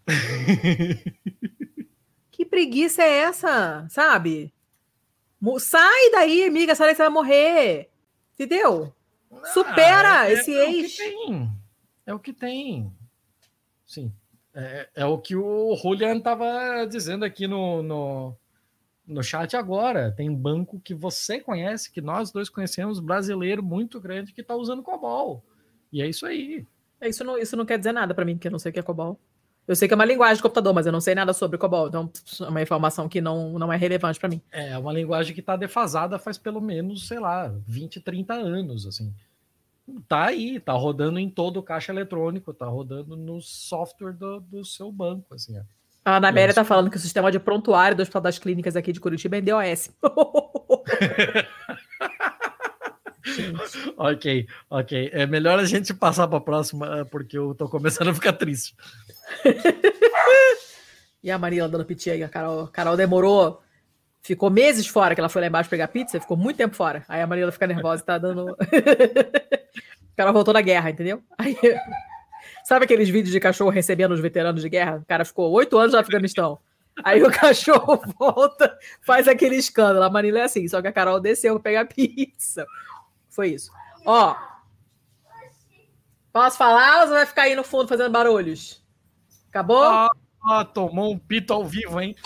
Que preguiça é essa? Sabe? Mo- Sai daí, amiga, sai daí, você vai morrer. Entendeu? Supera Ah, é- esse é, ex. É o que tem. É o que tem. Sim. É, é o que o Julian estava dizendo aqui no, no, no chat agora. Tem banco que você conhece, que nós dois conhecemos, brasileiro muito grande, que está usando COBOL. E é isso aí. Isso não, isso não quer dizer nada pra mim, porque eu não sei o que é COBOL. Eu sei que é uma linguagem de computador, mas eu não sei nada sobre COBOL, então é uma informação que não, não é relevante para mim. É uma linguagem que está defasada faz pelo menos, sei lá, vinte, trinta anos, assim. Tá aí, tá rodando em todo o caixa eletrônico, tá rodando no software do, do seu banco, assim. A Ana Amélia tá falando que o sistema de prontuário do Hospital das Clínicas aqui de Curitiba é D O S. ok, ok. É melhor a gente passar para a próxima, porque eu tô começando a ficar triste. E a Marília dando piti aí, a Carol, Carol demorou, ficou meses fora, que ela foi lá embaixo pegar pizza, ficou muito tempo fora. Aí a Marília fica nervosa e tá dando... O cara voltou da guerra, entendeu? Aí... Sabe aqueles vídeos de cachorro recebendo os veteranos de guerra? O cara ficou oito anos no Afeganistão. Aí o cachorro volta, faz aquele escândalo. A Marília é assim, só que a Carol desceu pra pegar pizza. Foi isso. Ó. Posso falar ou você vai ficar aí no fundo fazendo barulhos? Acabou? Ah, ah, tomou um pito ao vivo, hein?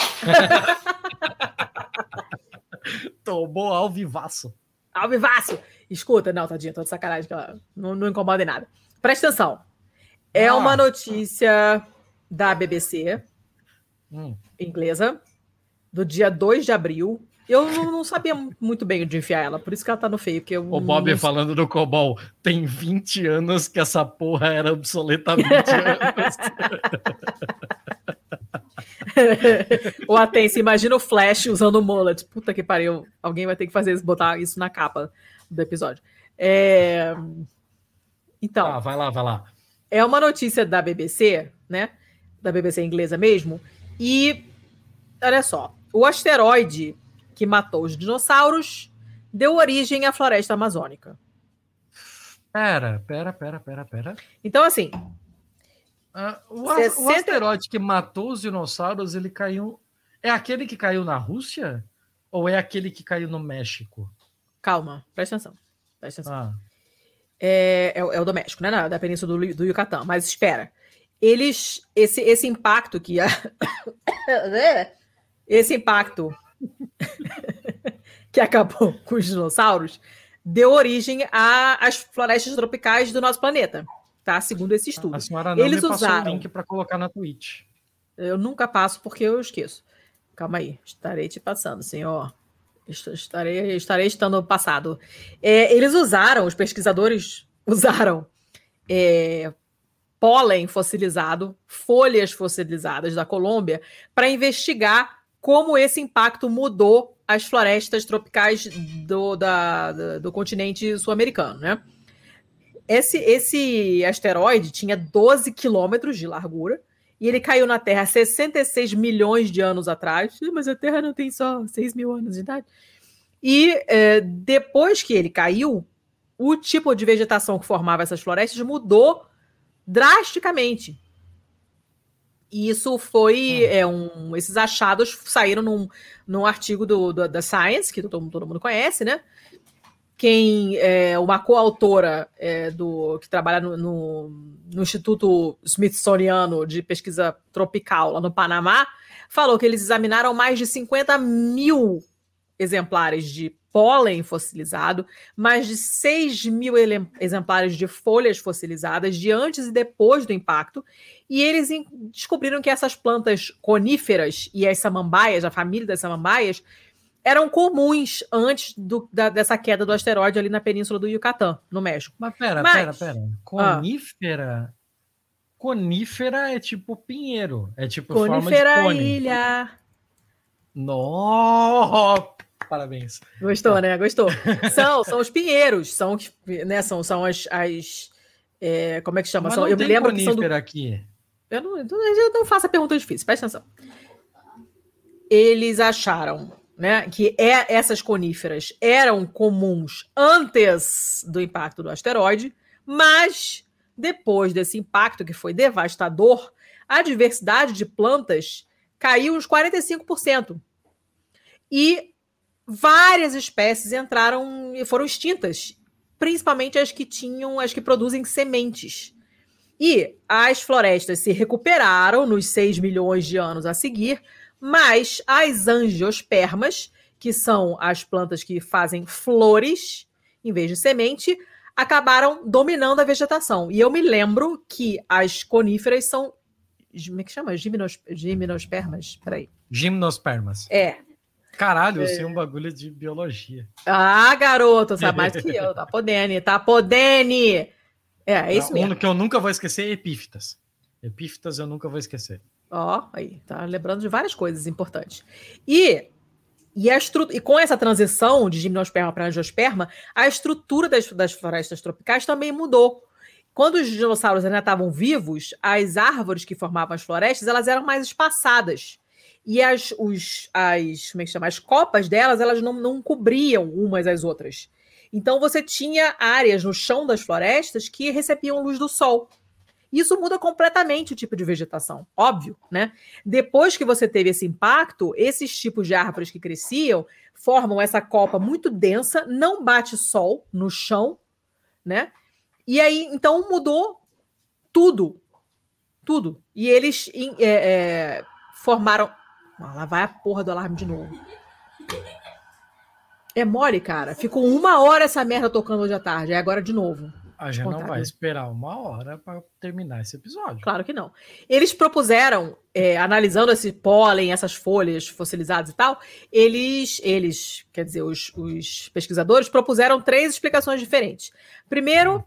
Tomou ao vivaço. Ao vivaço. Escuta, não, tadinha, tô de sacanagem, que ela não, não incomoda em nada. Presta atenção. É ah. uma notícia da B B C, hum. inglesa, do dia dois de abril. Eu não, não sabia muito bem onde enfiar ela, por isso que ela tá no feio. Porque eu o Bob não... falando do COBOL, tem vinte anos que essa porra era obsoleta há vinte anos. Ou até, se imagina o Flash usando o mullet. Puta que pariu, alguém vai ter que fazer isso, botar isso na capa do episódio. É... Então... Ah, vai lá, vai lá. É uma notícia da B B C, né? Da B B C inglesa mesmo. E, olha só, o asteroide que matou os dinossauros deu origem à floresta amazônica. Pera, pera, pera, pera, pera. Então, assim... Uh, o, sessenta... o asteroide que matou os dinossauros, ele caiu... É aquele que caiu na Rússia? Ou é aquele que caiu no México? Calma, presta atenção. Presta atenção. Ah. É, é, é o do México, né? Da península do, do Yucatán. Mas espera. Eles... Esse, esse impacto que... esse impacto... que acabou com os dinossauros, deu origem às florestas tropicais do nosso planeta, tá? Segundo esse estudo. A senhora não Eles me passou usaram... o link para colocar na Twitch. Eu nunca passo porque eu esqueço. Calma aí, estarei te passando, senhor. Estarei, estarei estando passado. É, eles usaram, os pesquisadores usaram é, pólen fossilizado, folhas fossilizadas da Colômbia, para investigar como esse impacto mudou as florestas tropicais do, da, do, do continente sul-americano, né? Esse, esse asteroide tinha doze quilômetros de largura e ele caiu na Terra sessenta e seis milhões de anos atrás. Mas a Terra não tem só seis mil anos de idade. E é, depois que ele caiu, o tipo de vegetação que formava essas florestas mudou drasticamente. E isso foi... É, um, esses achados saíram num, num artigo do, do, da Science, que todo, todo mundo conhece, né? Quem é uma coautora é, do, que trabalha no, no, no Instituto Smithsoniano de Pesquisa Tropical, lá no Panamá, falou que eles examinaram mais de cinquenta mil exemplares de pólen fossilizado, mais de seis mil exemplares de folhas fossilizadas de antes e depois do impacto, e eles descobriram que essas plantas coníferas e as samambaias, a família das samambaias, eram comuns antes do, da, dessa queda do asteroide ali na península do Yucatán, no México. Mas pera, Mas, pera, pera. Conífera? Ah. Conífera é tipo pinheiro. É tipo conífera forma de cone. ilha. Nossa! Parabéns. Gostou, ah. né? Gostou. São, são os pinheiros. São, né, são, são as... as é, como é que chama? Mas são, não eu tem me lembro que são do... aqui. Eu não, eu não faço a pergunta difícil, presta atenção. Eles acharam, né, que é, essas coníferas eram comuns antes do impacto do asteroide, mas depois desse impacto, que foi devastador, a diversidade de plantas caiu uns quarenta e cinco por cento. E várias espécies entraram e foram extintas, principalmente as que tinham, as que produzem sementes. E as florestas se recuperaram nos seis milhões de anos a seguir, mas as angiospermas, que são as plantas que fazem flores em vez de semente, acabaram dominando a vegetação. E eu me lembro que as coníferas são Como é que chama? Gimnos, gimnospermas? Peraí. Gimnospermas. É. Caralho, eu sei um bagulho de biologia. Ah, garoto, sabe mais do que eu. Tá podendo, tá podendo. É, é isso mesmo. Um que eu nunca vou esquecer é epífitas. Epífitas eu nunca vou esquecer. Ó, aí, tá lembrando de várias coisas importantes. E, e, a estru... e com essa transição de gimnosperma para angiosperma, a estrutura das, das florestas tropicais também mudou. Quando os dinossauros ainda estavam vivos, as árvores que formavam as florestas, elas eram mais espaçadas. E as, os, as, como é que chama? As copas delas, elas não, não cobriam umas às outras. Então você tinha áreas no chão das florestas que recebiam luz do sol. Isso muda completamente o tipo de vegetação, óbvio, né? Depois que você teve esse impacto, esses tipos de árvores que cresciam formam essa copa muito densa, não bate sol no chão, né? E aí, então, mudou tudo. Tudo. E eles é, é, formaram... Ah, lá vai a porra do alarme de novo. É mole, cara. Ficou uma hora essa merda tocando hoje à tarde. É agora de novo. A gente não vai esperar uma hora para terminar esse episódio. Claro que não. Eles propuseram, é, analisando esse pólen, essas folhas fossilizadas e tal, eles, eles quer dizer, os, os pesquisadores propuseram três explicações diferentes. Primeiro,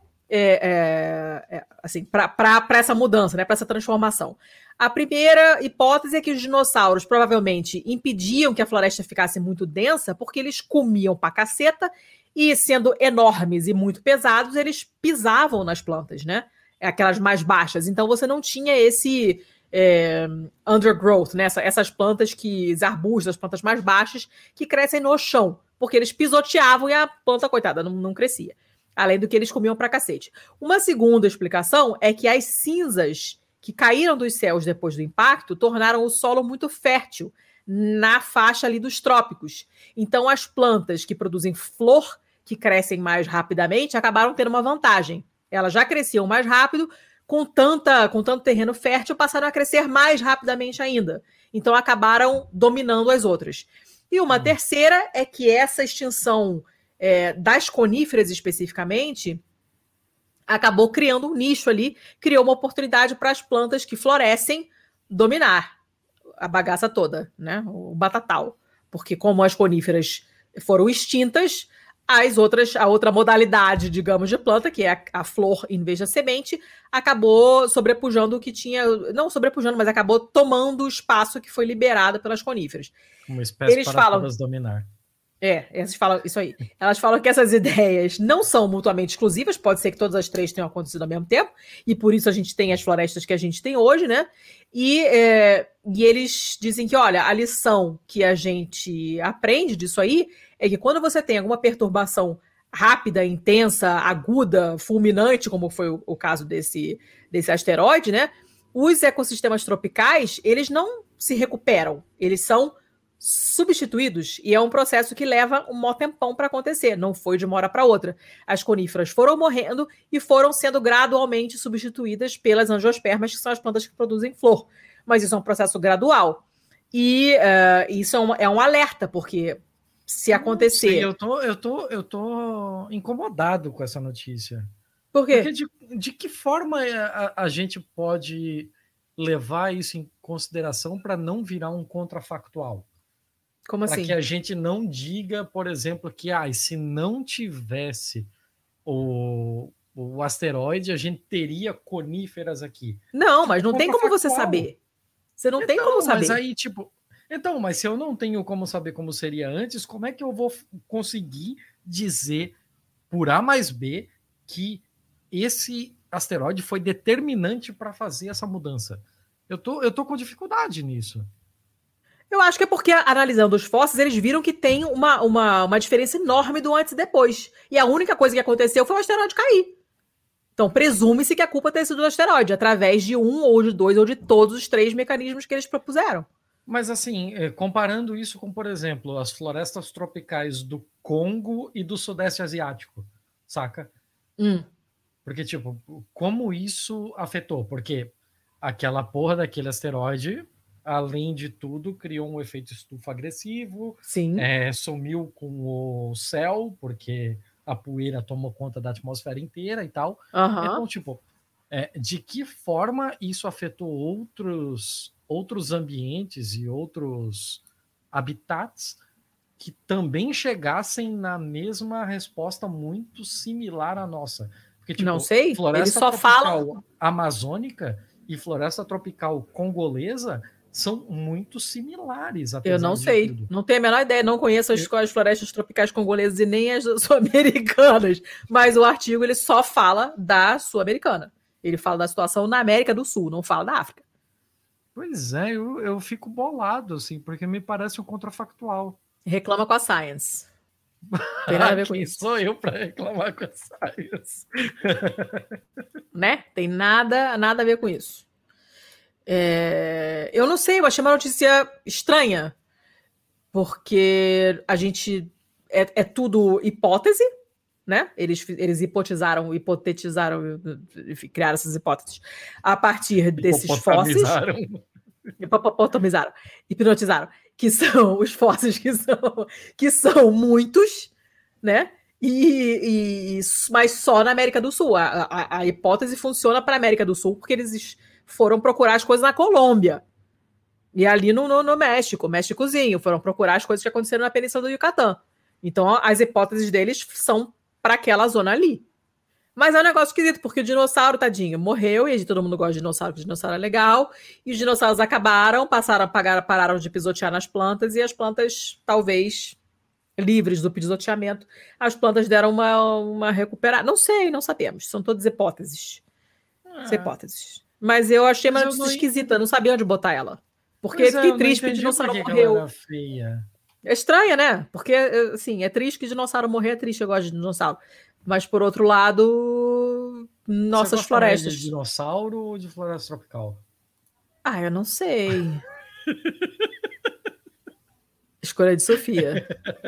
é, é, é, assim, para essa mudança, né, para essa transformação. A primeira hipótese é que os dinossauros provavelmente impediam que a floresta ficasse muito densa porque eles comiam pra caceta e, sendo enormes e muito pesados, eles pisavam nas plantas, né? Aquelas mais baixas. Então você não tinha esse é, undergrowth, né? Essa, essas plantas que, os arbustos, as plantas mais baixas que crescem no chão, porque eles pisoteavam e a planta, coitada, não, não crescia. Além do que eles comiam pra cacete. Uma segunda explicação é que as cinzas que caíram dos céus depois do impacto tornaram o solo muito fértil na faixa ali dos trópicos. Então, as plantas que produzem flor, que crescem mais rapidamente, acabaram tendo uma vantagem. Elas já cresciam mais rápido, com, tanta, com tanto terreno fértil, passaram a crescer mais rapidamente ainda. Então, acabaram dominando as outras. E uma hum. terceira é que essa extinção é, das coníferas especificamente acabou criando um nicho ali, criou uma oportunidade para as plantas que florescem dominar a bagaça toda, né? O batatal. Porque como as coníferas foram extintas, as outras, a outra modalidade, digamos, de planta, que é a, a flor em vez da semente, acabou sobrepujando o que tinha, não sobrepujando, mas acabou tomando o espaço que foi liberado pelas coníferas. Uma espécie Eles para falam, todas dominar. É, elas falam isso aí. Elas falam que essas ideias não são mutuamente exclusivas, pode ser que todas as três tenham acontecido ao mesmo tempo, e por isso a gente tem as florestas que a gente tem hoje, né? E, é, e eles dizem que, olha, a lição que a gente aprende disso aí é que quando você tem alguma perturbação rápida, intensa, aguda, fulminante, como foi o, o caso desse, desse asteroide, né? Os ecossistemas tropicais, eles não se recuperam, eles são substituídos, e é um processo que leva um maior tempão para acontecer, não foi de uma hora para outra. As coníferas foram morrendo e foram sendo gradualmente substituídas pelas angiospermas, que são as plantas que produzem flor. Mas isso é um processo gradual. E uh, isso é um, é um alerta, porque se acontecer... Sei, eu tô, eu tô, eu tô incomodado com essa notícia. Por quê? Porque de, de que forma a, a gente pode levar isso em consideração para não virar um contrafactual? Como assim? Para que a gente não diga, por exemplo, que ah, se não tivesse o, o asteroide, a gente teria coníferas aqui. Não, mas não tem como você saber. Você não então, tem como saber. Mas aí, tipo... Então, mas se eu não tenho como saber como seria antes, como é que eu vou conseguir dizer por A mais B que esse asteroide foi determinante para fazer essa mudança? Eu tô, eu tô com dificuldade nisso. Eu acho que é porque, analisando os fósseis, eles viram que tem uma, uma, uma diferença enorme do antes e depois. E a única coisa que aconteceu foi o asteroide cair. Então, presume-se que a culpa tenha sido do asteroide, através de um, ou de dois, ou de todos os três mecanismos que eles propuseram. Mas, assim, comparando isso com, por exemplo, as florestas tropicais do Congo e do Sudeste Asiático, saca? Hum. Porque, tipo, como isso afetou? Porque aquela porra daquele asteroide... além de tudo, criou um efeito estufa agressivo. Sim. É, sumiu com o céu, porque a poeira tomou conta da atmosfera inteira e tal. Uhum. Então, tipo, É, de que forma isso afetou outros, outros ambientes e outros habitats que também chegassem na mesma resposta muito similar à nossa. Porque, tipo, não sei, floresta eles só tropical falam... amazônica e floresta tropical congolesa são muito similares, apesar Eu não de sei, tudo. não tenho a menor ideia, não conheço as, as florestas tropicais congolesas e nem as sul-americanas, mas o artigo ele só fala da sul-americana. Ele fala da situação na América do Sul, não fala da África. Pois é, eu, eu fico bolado, assim, porque me parece um contrafactual. Reclama com a Science. Tem nada a ver com Quem isso. sou eu para reclamar com a Science? Né? Tem nada, nada a ver com isso. É... Eu não sei, eu achei uma notícia estranha, porque a gente é, é tudo hipótese, né? Eles, eles hipotizaram, hipotetizaram, enfim, criaram essas hipóteses a partir desses fósseis. Hipopotamizaram, hipnotizaram, que são os fósseis que são, que são muitos, né? E, e, mas só na América do Sul. A, a, a hipótese funciona para a América do Sul porque eles foram procurar as coisas na Colômbia e ali no, no, no México, Méxicozinho, foram procurar as coisas que aconteceram na Península do Yucatán. Então as hipóteses deles são para aquela zona ali. Mas é um negócio esquisito, porque o dinossauro, tadinho, morreu, e todo mundo gosta de dinossauro, porque o dinossauro é legal, e os dinossauros acabaram, passaram, pagaram, pararam de pisotear nas plantas, e as plantas, talvez, livres do pisoteamento, as plantas deram uma, uma recuperada. Não sei, não sabemos, são todas hipóteses. Ah. São hipóteses. Mas eu achei uma notícia não... esquisita, não sabia onde botar ela. Porque pois fiquei é, triste porque o dinossauro morreu. Era feia. É estranha, né? Porque, assim, é triste que dinossauro morrer, é triste, eu gosto de dinossauro. Mas, por outro lado, nossas Você florestas... mais de dinossauro ou de floresta tropical? Ah, eu não sei. Escolha de Sofia.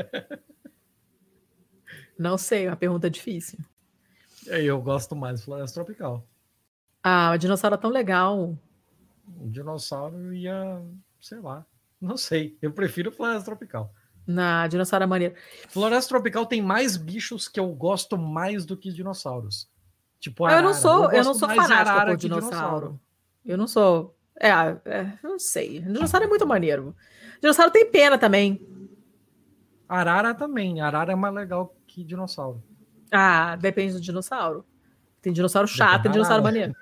Não sei, é uma pergunta difícil. Eu gosto mais de floresta tropical. Ah, o dinossauro é tão legal. O dinossauro ia, sei lá, não sei. Eu prefiro floresta tropical. Na dinossauro é maneiro. Floresta tropical tem mais bichos que eu gosto mais do que dinossauros. Tipo arara. Eu não sou, eu, eu não sou fanática por dinossauro. dinossauro. Eu não sou. É, é, não sei. Dinossauro é muito maneiro. Dinossauro tem pena também. Arara também. Arara é mais legal que dinossauro. Ah, depende do dinossauro. Tem dinossauro chato, tem dinossauro maneiro.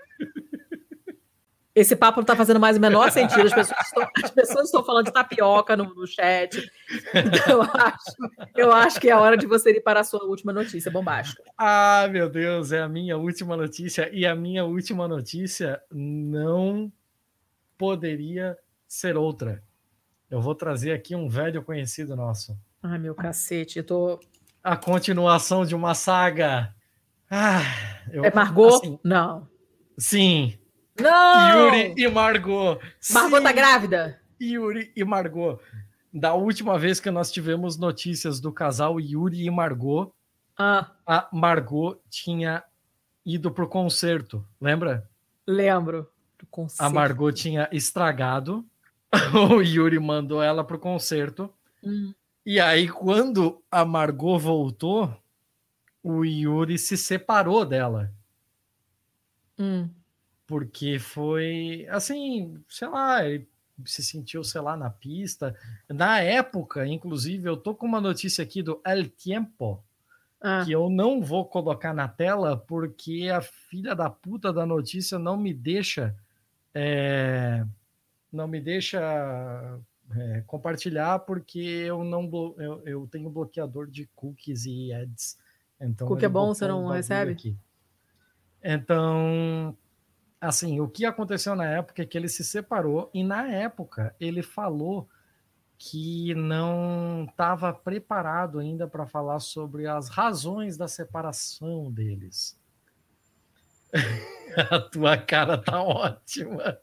Esse papo não tá fazendo mais o menor sentido. As pessoas estão, as pessoas estão falando de tapioca no, no chat. Então, eu acho, eu acho que é a hora de você ir para a sua última notícia bombástica. Ah, meu Deus, é a minha última notícia. E a minha última notícia não poderia ser outra. Eu vou trazer aqui um velho conhecido nosso. Ai, meu cacete, eu tô... A continuação de uma saga. Ah, eu, é Margot? Assim, não. Sim. Não! Yuri e Margot. Margot Sim. tá grávida? Yuri e Margot. Da última vez que nós tivemos notícias do casal Yuri e Margot, ah. a Margot tinha ido pro concerto, lembra? Lembro. Do concerto. A Margot tinha estragado, o Yuri mandou ela pro concerto, hum. e aí quando a Margot voltou, o Yuri se separou dela. Hum. Porque foi, assim, sei lá, ele se sentiu, sei lá, na pista. Na época, inclusive, eu tô com uma notícia aqui do El Tiempo, ah. que eu não vou colocar na tela, porque a filha da puta da notícia não me deixa, é, não me deixa é, compartilhar, porque eu, não, eu, eu tenho bloqueador de cookies e ads. Então, cookie é bom, você não recebe? Aqui. Então... Assim, o que aconteceu na época é que ele se separou e na época ele falou que não estava preparado ainda para falar sobre as razões da separação deles. A tua cara tá ótima.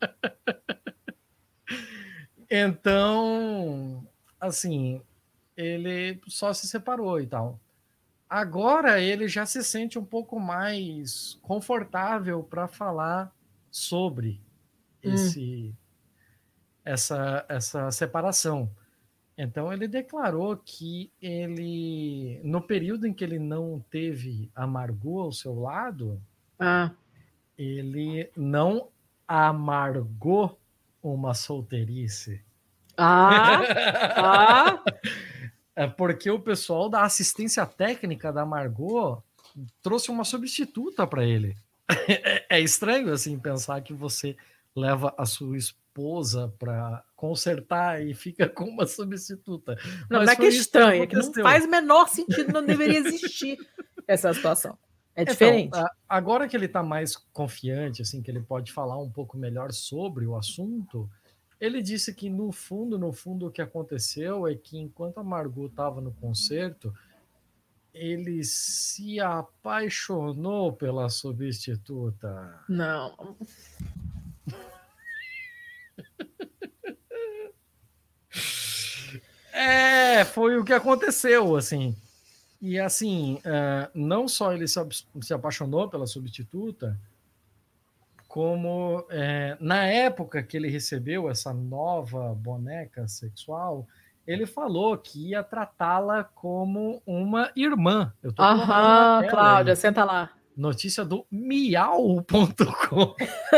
Então, assim, ele só se separou e tal. Agora ele já se sente um pouco mais confortável para falar sobre hum. esse, essa, essa separação. Então ele declarou que ele, no período em que ele não teve a Margot ao seu lado, ah. ele não amargou uma solteirice. Ah, ah. É porque o pessoal da assistência técnica da Margot trouxe uma substituta para ele. É, é estranho assim pensar que você leva a sua esposa para consertar e fica com uma substituta. Não, Mas não é que foi é isso estranho, é que não aconteceu. faz o menor sentido, não deveria existir essa situação. É diferente. Então, a- agora que ele está mais confiante, assim, que ele pode falar um pouco melhor sobre o assunto, ele disse que no fundo, no fundo, o que aconteceu é que enquanto a Margot estava no concerto, ele se apaixonou pela substituta. Não. É, foi o que aconteceu, assim. E assim, eh, não só ele se, abs- se apaixonou pela substituta, como eh, na época que ele recebeu essa nova boneca sexual, ele falou que ia tratá-la como uma irmã. Eu tô colocando na Aham, tela Cláudia, aí. senta lá. Notícia do miau ponto com.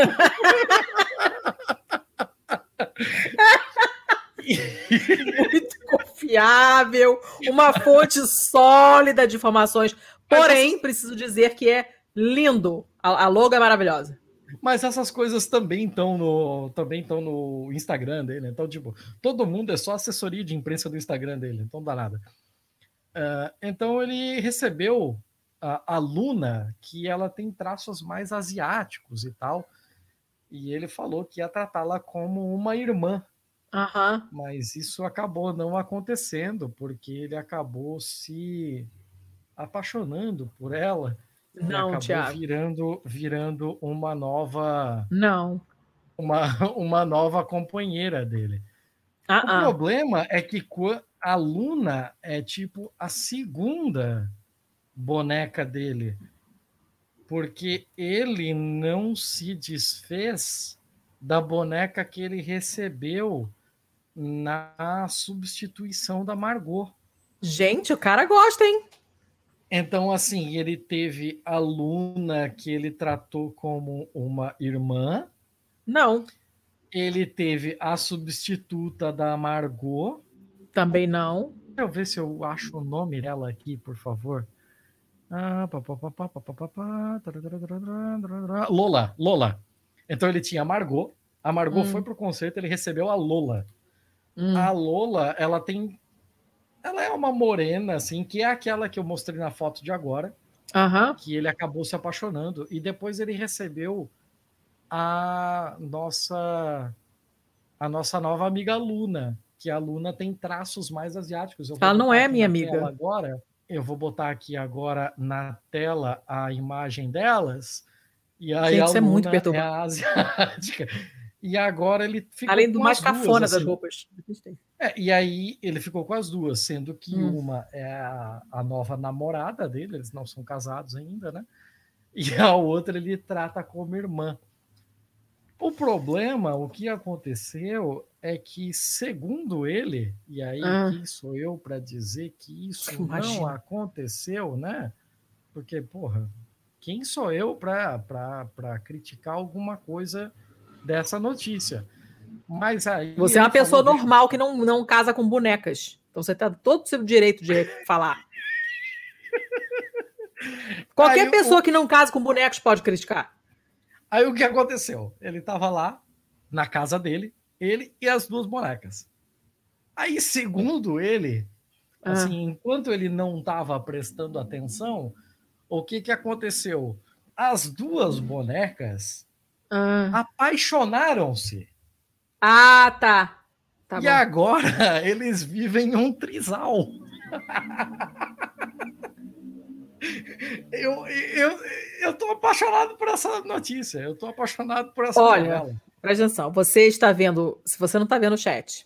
Muito confiável, uma fonte sólida de informações. Porém, preciso dizer que é lindo. A, a logo é maravilhosa. Mas essas coisas também estão no, também estão no Instagram dele. Então, tipo, todo mundo é só assessoria de imprensa do Instagram dele. Então, não dá nada. Uh, então, ele recebeu a, a Luna, que ela tem traços mais asiáticos e tal. E ele falou que ia tratá-la como uma irmã. Aham. Mas isso acabou não acontecendo, porque ele acabou se apaixonando por ela. E Não, acabou Thiago. virando, virando uma nova, Não. uma, uma nova companheira dele. O Ah, ah. problema é que qua- a Luna é tipo a segunda boneca dele, porque ele não se desfez da boneca que ele recebeu na substituição da Margot. Gente, o cara gosta, hein? Então, assim, ele teve a Luna, que ele tratou como uma irmã. Não. Ele teve a substituta da Margot. Também não. Deixa eu ver se eu acho o nome dela aqui, por favor. Ah, pá, pá, pá, pá, pá, pá, pá, pá, tarararararararara. Lola, Lola. Então ele tinha a Margot. A Margot Hum. foi pro concerto, ele recebeu a Lola. Hum. A Lola, ela tem... Ela é uma morena, assim, que é aquela que eu mostrei na foto de agora, Aham. que ele acabou se apaixonando. E depois ele recebeu a nossa a nossa nova amiga Luna, que a Luna tem traços mais asiáticos. Eu vou Ela não botar é aqui minha na amiga. tela Agora, eu vou botar aqui agora na tela a imagem delas. E aí Gente, a isso é Luna muito é perturbador. a asiática. E agora ele ficou Além do com mais as duas, cafona das assim. roupas. É, e aí ele ficou com as duas, sendo que Hum. uma é a, a nova namorada dele, eles não são casados ainda, né? E a outra ele trata como irmã. O problema, o que aconteceu é que, segundo ele, e aí Ah. quem sou eu para dizer que isso não Imagina. aconteceu, né? Porque, porra, quem sou eu para criticar alguma coisa dessa notícia? Mas aí Você é uma ele pessoa falou, deixa eu- normal que não, não casa com bonecas. Então você tem todo o seu direito de falar. Qualquer Aí o- pessoa que não casa com bonecos pode criticar. Aí o que aconteceu? Ele estava lá, na casa dele, ele e as duas bonecas. Aí, segundo ele, Ah. assim, enquanto ele não estava prestando atenção, o que, que aconteceu? As duas bonecas Ah, apaixonaram-se. ah tá. Tá e bom. agora eles vivem um trisal. Eu, eu, eu tô apaixonado por essa notícia. Eu tô apaixonado por essa Olha, novela. presta atenção. Você está vendo. Se você não está vendo o chat,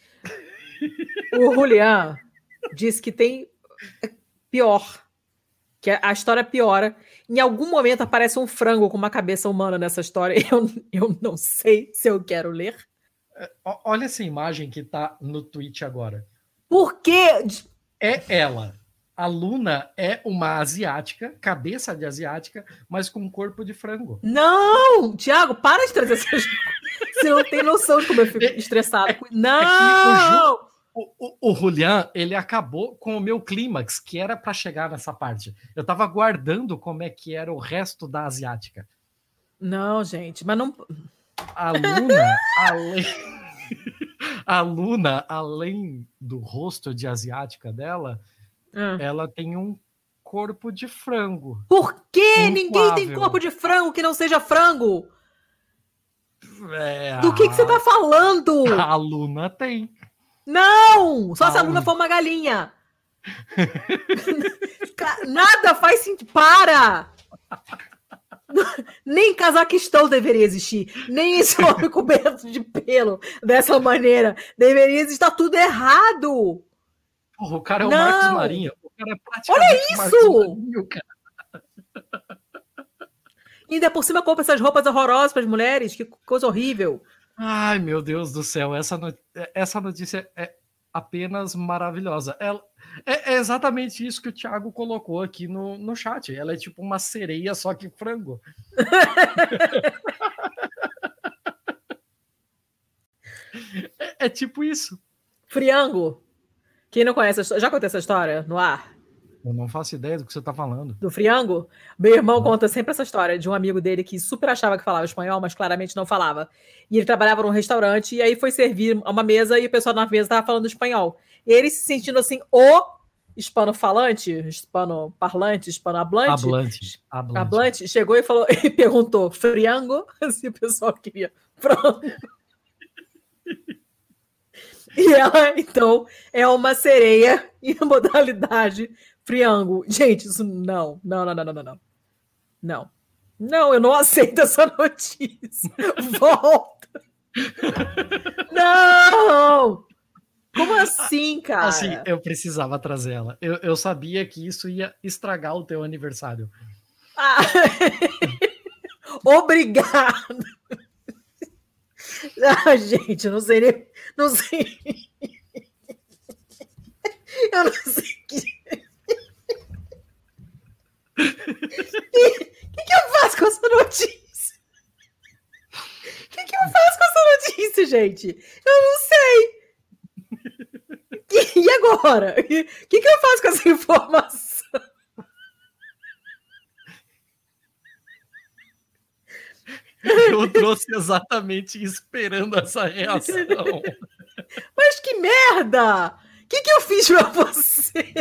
o Julian disse que tem pior. Que a história piora. Em algum momento aparece um frango com uma cabeça humana nessa história. Eu, eu não sei se eu quero ler. Ó, olha essa imagem que tá no tweet agora. Por quê? É ela. A Luna é uma asiática, cabeça de asiática, mas com corpo de frango. Não! Thiago, para de trazer essas coisas. Você não tem noção de como eu fico estressado. Não! É o, o, o Julian, ele acabou com o meu clímax, que era para chegar nessa parte. Eu tava guardando como é que era o resto da asiática. Não, gente, mas não... A Luna, além... A Luna, além do rosto de asiática dela, hum. ela tem um corpo de frango. Por que ninguém tem corpo de frango que não seja frango? É, Do que, que você tá falando? A Luna tem. Não! Só a se a Luna for uma galinha. Nada faz sentido. Para! Nem Cazaquistão deveria existir. Nem esse homem coberto de pelo dessa maneira. Deveria existir. Tá tudo errado. Porra, o cara é o Não. Marcos Marinho. O cara é praticamente Olha isso! Marinho, cara. E ainda por cima compra essas roupas horrorosas para as mulheres. Que coisa horrível. Ai, meu Deus do céu. Essa, not... essa notícia é apenas maravilhosa. Ela... É, é exatamente isso que o Thiago colocou aqui no, no chat. Ela é tipo uma sereia, só que frango. é, é tipo isso. Friango. Quem não conhece, já contei essa história no ar? Eu não faço ideia do que você está falando. Do Friango? Meu irmão não. conta sempre essa história de um amigo dele que super achava que falava espanhol, mas claramente não falava. E ele trabalhava num restaurante e aí foi servir a uma mesa e o pessoal na mesa estava falando espanhol. E ele se sentindo assim, o hispano-falante, hispano-parlante, hispano-hablante, Hablante. Hablante. hablante, chegou e falou e perguntou, Friango? Se o pessoal queria frango. E ela, então, é uma sereia em modalidade Friango. Gente, isso não, não, não, não, não, não. Não, não, eu não aceito essa notícia. Volta. Não! Como assim, cara? Assim, eu precisava trazer ela. Eu, eu sabia que isso ia estragar o teu aniversário. Ah. Obrigado. Ah, gente, eu não sei nem... Não sei... Eu não sei o que... O que, que eu faço com essa notícia? O que, que eu faço com essa notícia, gente? Eu não sei. E agora? O que, que eu faço com essa informação? Eu trouxe exatamente esperando essa reação. Mas que merda! O que, que eu fiz pra você?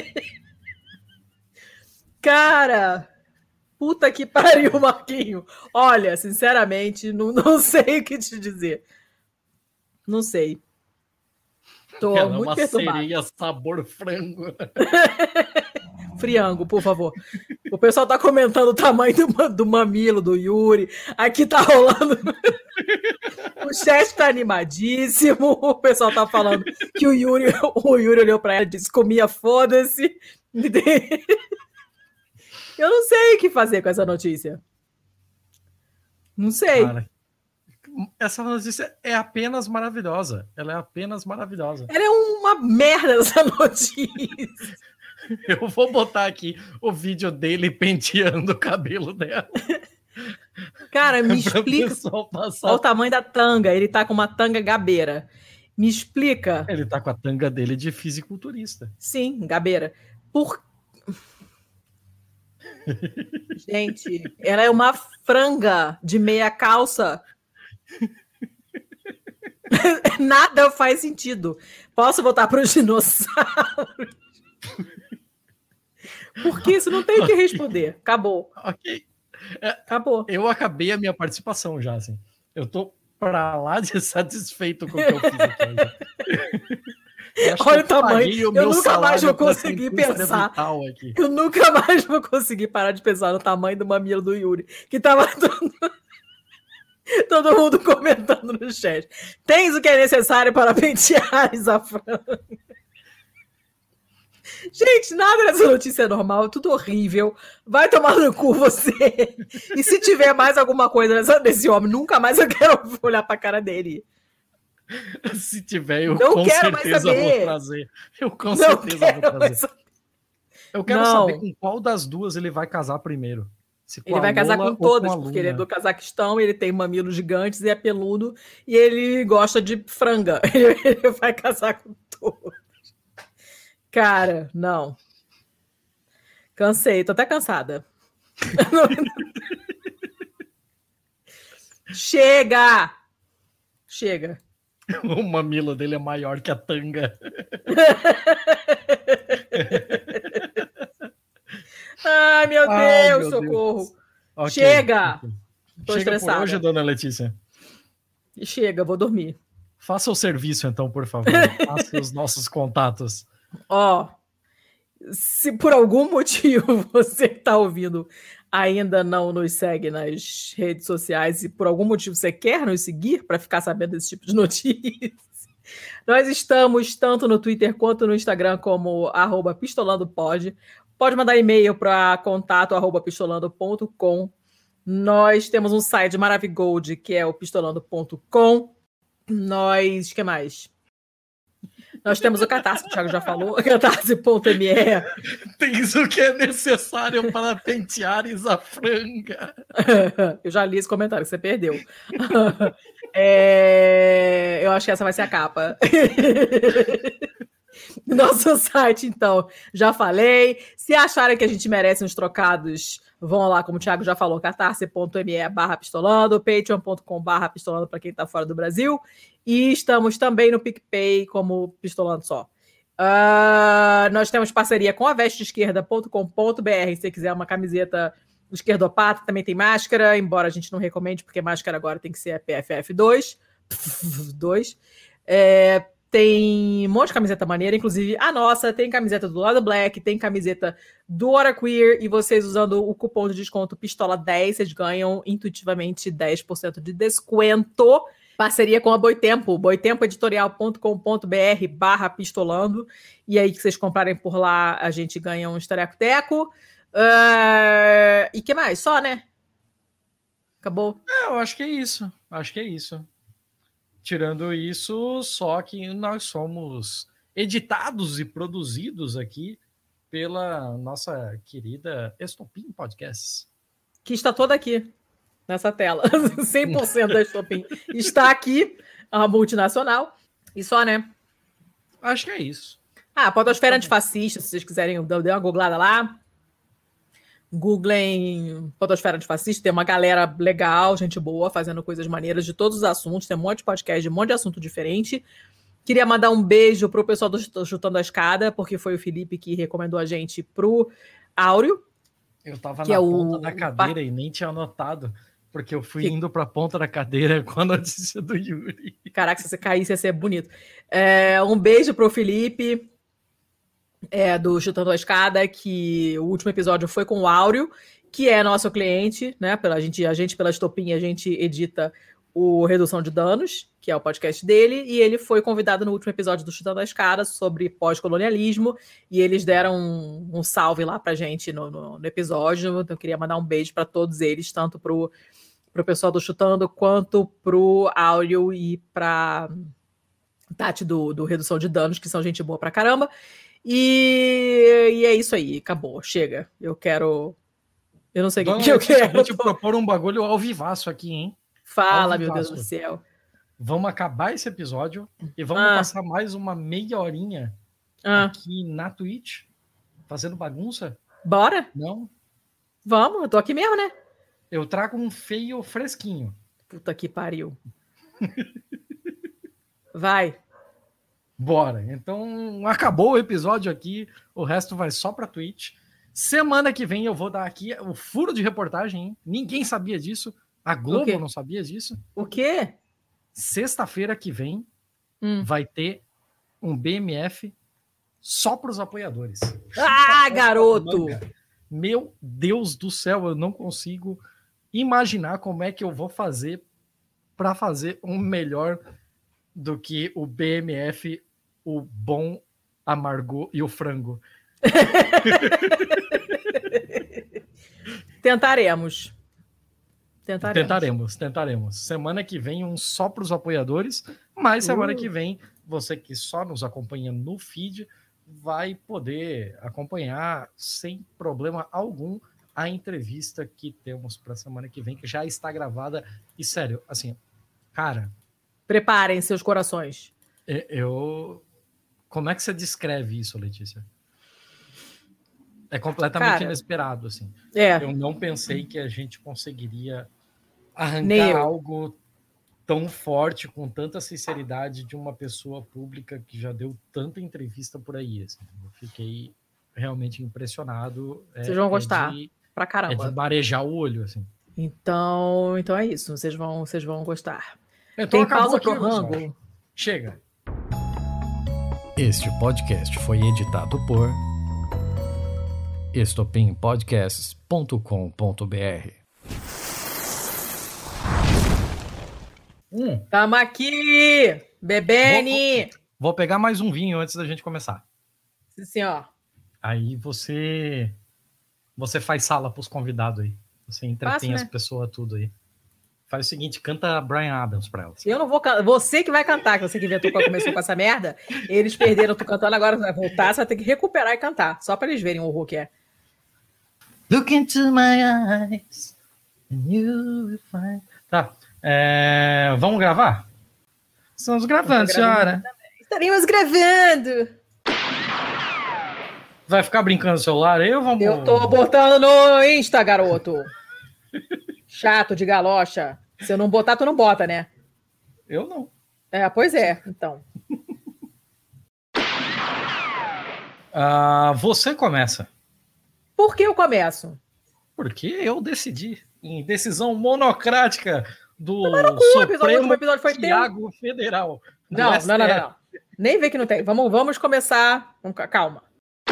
Cara, puta que pariu, Marquinho. Olha, sinceramente, não, não sei o que te dizer. Não sei. Tô Ela muito é uma perturbada. sereia sabor frango. Friango, por favor. O pessoal tá comentando o tamanho do, do mamilo do Yuri. Aqui tá rolando. O chat tá animadíssimo. O pessoal tá falando que o Yuri, o Yuri olhou pra ela e disse: comia, foda-se. Eu não sei o que fazer com essa notícia. Não sei. Cara, essa notícia é apenas maravilhosa. Ela é apenas maravilhosa. Ela é uma merda, essa notícia. Eu vou botar aqui o vídeo dele penteando o cabelo dela. Cara, me explica. Olha o tamanho da tanga. Ele tá com uma tanga gabeira. Me explica. Ele tá com a tanga dele de fisiculturista. Sim, gabeira. Por... Gente, ela é uma franga de meia calça. Nada faz sentido. Posso voltar para os dinossauros? Porque isso não tem o que responder. Acabou. Ok. É, Acabou. Eu acabei a minha participação já, assim. Eu tô pra lá de satisfeito com o que eu fiz aqui. Eu Olha o tamanho. O eu nunca mais vou conseguir pensar. Eu nunca mais vou conseguir parar de pensar no tamanho do mamilo do Yuri. Que tava todo, todo mundo comentando no chat. Tens o que é necessário para penteares a franga. Gente, nada dessa notícia é normal, tudo horrível. Vai tomar no cu você. E se tiver mais alguma coisa nessa, desse homem, nunca mais eu quero olhar pra cara dele. Se tiver, eu não com quero certeza mais vou trazer. Eu com não certeza vou trazer. Eu quero Não. saber com qual das duas ele vai casar primeiro. Se com Ele a vai casar Lola com ou todas, a porque ele é Luna. do Cazaquistão, ele tem mamilos gigantes e é peludo, e ele gosta de franga. Ele vai casar com todas. Cara, não. Cansei, tô até cansada. Chega! Chega. O mamilo dele é maior que a tanga. Ai, meu Ai, Deus, meu socorro. Deus. Ok, Chega! ok. Tô Chega por estressada. hoje, dona Letícia. Chega, vou dormir. Faça o serviço, então, por favor. Faça os nossos contatos. Ó, se por algum motivo você que tá ouvindo ainda não nos segue nas redes sociais e por algum motivo você quer nos seguir para ficar sabendo desse tipo de notícias, nós estamos tanto no Twitter quanto no Instagram como arroba pistolandopod. Pode mandar e-mail para contato arroba pistolando ponto com. Nós temos um site Maravigold, que é o pistolando ponto com. Nós, o que mais? Nós temos o Catarse, que o Thiago já falou, catarse ponto me e. Tens o que é necessário para penteares a franga. Eu já li esse comentário, você perdeu. É, eu acho que essa vai ser a capa. Nosso site, então, já falei. Se acharem que a gente merece uns trocados, vão lá, como o Thiago já falou, catarse ponto me barra pistolando, patreon ponto com barra pistolando para quem está fora do Brasil. E estamos também no PicPay como Pistolando Só. Uh, nós temos parceria com a veste esquerda ponto com ponto b r. Se você quiser uma camiseta esquerdopata, também tem máscara, embora a gente não recomende, porque máscara agora tem que ser a P F F dois. dois. É, tem um monte de camiseta maneira, inclusive a nossa, tem camiseta do Lado Black, tem camiseta do Hora Queer, e vocês usando o cupom de desconto Pistola dez, vocês ganham intuitivamente dez por cento de desconto. Parceria com a Boitempo, boitempo editorial ponto com ponto b r barra pistolando, e aí que vocês comprarem por lá, a gente ganha um estareco-teco. Uh, e que mais? Só, né? Acabou? É, eu acho que é isso. Acho que é isso. Tirando isso, só que nós somos editados e produzidos aqui pela nossa querida Estopim Podcasts. Que está toda aqui, nessa tela. cem por cento da Estopim está aqui, a multinacional. E só, né? Acho que é isso. Ah, Podosfera Antifascista, se vocês quiserem dar uma googlada lá. Googlem Podosfera Antifascista, tem uma galera legal, gente boa, fazendo coisas maneiras de todos os assuntos, tem um monte de podcast, de um monte de assunto diferente. Queria mandar um beijo pro pessoal do Chutando a Escada, porque foi o Felipe que recomendou a gente pro Áureo. Eu tava que na é ponta o... da cadeira e nem tinha anotado, porque eu fui que... indo pra ponta da cadeira com a notícia do Yuri. Caraca, se você caísse ia ser bonito. É, um beijo pro Felipe, é, do Chutando a Escada, que o último episódio foi com o Áureo, que é nosso cliente, né? Pela gente, a gente, pela Estopim, a gente edita o Redução de Danos, que é o podcast dele, e ele foi convidado no último episódio do Chutando a Escada sobre pós-colonialismo, e eles deram um, um salve lá pra gente no, no, no episódio. Então eu queria mandar um beijo para todos eles, tanto pro, pro pessoal do Chutando, quanto pro Áureo e pra Tati do, do Redução de Danos, que são gente boa pra caramba. E, e é isso aí, acabou, chega. Eu quero... Eu não sei o que, que eu quero. Vou te propor um bagulho ao vivaço aqui, hein? Fala, ao meu vivaço. Deus do céu. Vamos acabar esse episódio e vamos Ah. passar mais uma meia horinha Ah. aqui na Twitch, fazendo bagunça? Bora? Não? Vamos, eu tô aqui mesmo, né? Eu trago um feio fresquinho. Puta que pariu. Vai. Bora. Então, acabou o episódio aqui. O resto vai só pra Twitch. Semana que vem eu vou dar aqui o furo de reportagem, hein? Ninguém sabia disso. A Globo quê? não sabia disso. O quê? Sexta-feira que vem Hum. vai ter um B M F só para os apoiadores. Ah, garoto! Meu Deus do céu, eu não consigo imaginar como é que eu vou fazer para fazer um melhor do que o B M F, o bom, a Margot e o frango. Tentaremos. Tentaremos. Tentaremos, tentaremos. Semana que vem um só para os apoiadores, mas semana Uh. que vem, você que só nos acompanha no feed, vai poder acompanhar sem problema algum a entrevista que temos para a semana que vem, que já está gravada. E sério, assim, cara... Preparem seus corações. Eu... Como é que você descreve isso, Letícia? É completamente Cara, inesperado, assim. É. Eu não pensei que a gente conseguiria arrancar Nem eu. algo tão forte, com tanta sinceridade de uma pessoa pública que já deu tanta entrevista por aí. Assim. Eu fiquei realmente impressionado. Vocês é, vão gostar é de, pra é caramba. de marejar o olho, assim. Então, então é isso. Vocês vão, vocês vão gostar. Então Tem acabou pausa aqui, pro pessoal. rango? Chega. Este podcast foi editado por estopim podcasts ponto com ponto b r. Hum, Tamo aqui! Bebene! vou, vou pegar mais um vinho antes da gente começar. Sim, senhor. Aí você você faz sala para os convidados aí. Você entretém Faço, né? as pessoas tudo aí. Faz o seguinte, canta Bryan Adams para elas. Eu não vou cantar. Você que vai cantar, que você que inventou quando começou com essa merda. Eles perderam, tu cantando, agora vai voltar, você vai ter que recuperar e cantar. Só pra eles verem o horror que é. Look into my eyes and you will find... Tá. É, vamos gravar? Estamos gravando, senhora. Estaríamos gravando. Vai ficar brincando no celular aí ou vamos... Eu tô botando no Insta, garoto. Chato de galocha. Se eu não botar, tu não bota, né? Eu não. É, pois é, então. Ah, você começa. Por que eu começo? Porque eu decidi, em decisão monocrática do cu, o episódio- o Supremo último episódio foi teu. Tiago Federal. do Não, S T F. não, não, não, não. Nem vê que não tem. Vamos, vamos começar. Vamos, calma.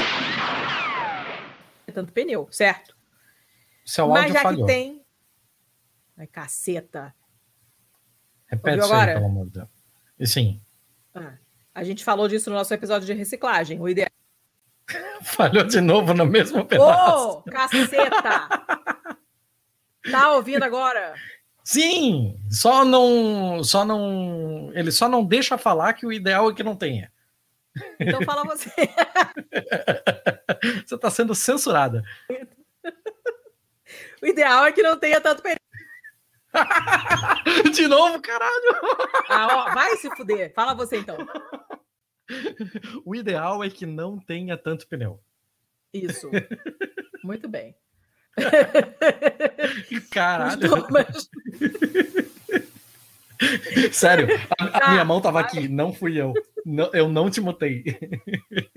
É tanto pneu, certo? Seu Mas áudio já falhou. que tem. Ai, caceta. Repete Ouviu isso aí, agora? pelo amor de Deus. E sim, Ah, a gente falou disso no nosso episódio de reciclagem. O ideal. falhou de novo no mesmo pedaço. Ô, caceta! Tá ouvindo agora? Sim, só não, só não, ele só não deixa falar que o ideal é que não tenha. Então fala você. Você está sendo censurada. O ideal é que não tenha tanto pneu. De novo, caralho. Ah, ó, vai se fuder. Fala você então. O ideal é que não tenha tanto pneu. Isso. Muito bem. Caralho. Gostou, mas- Sério, a, a Tá, minha mão tava vai. aqui, não fui eu. Não, eu não te mutei.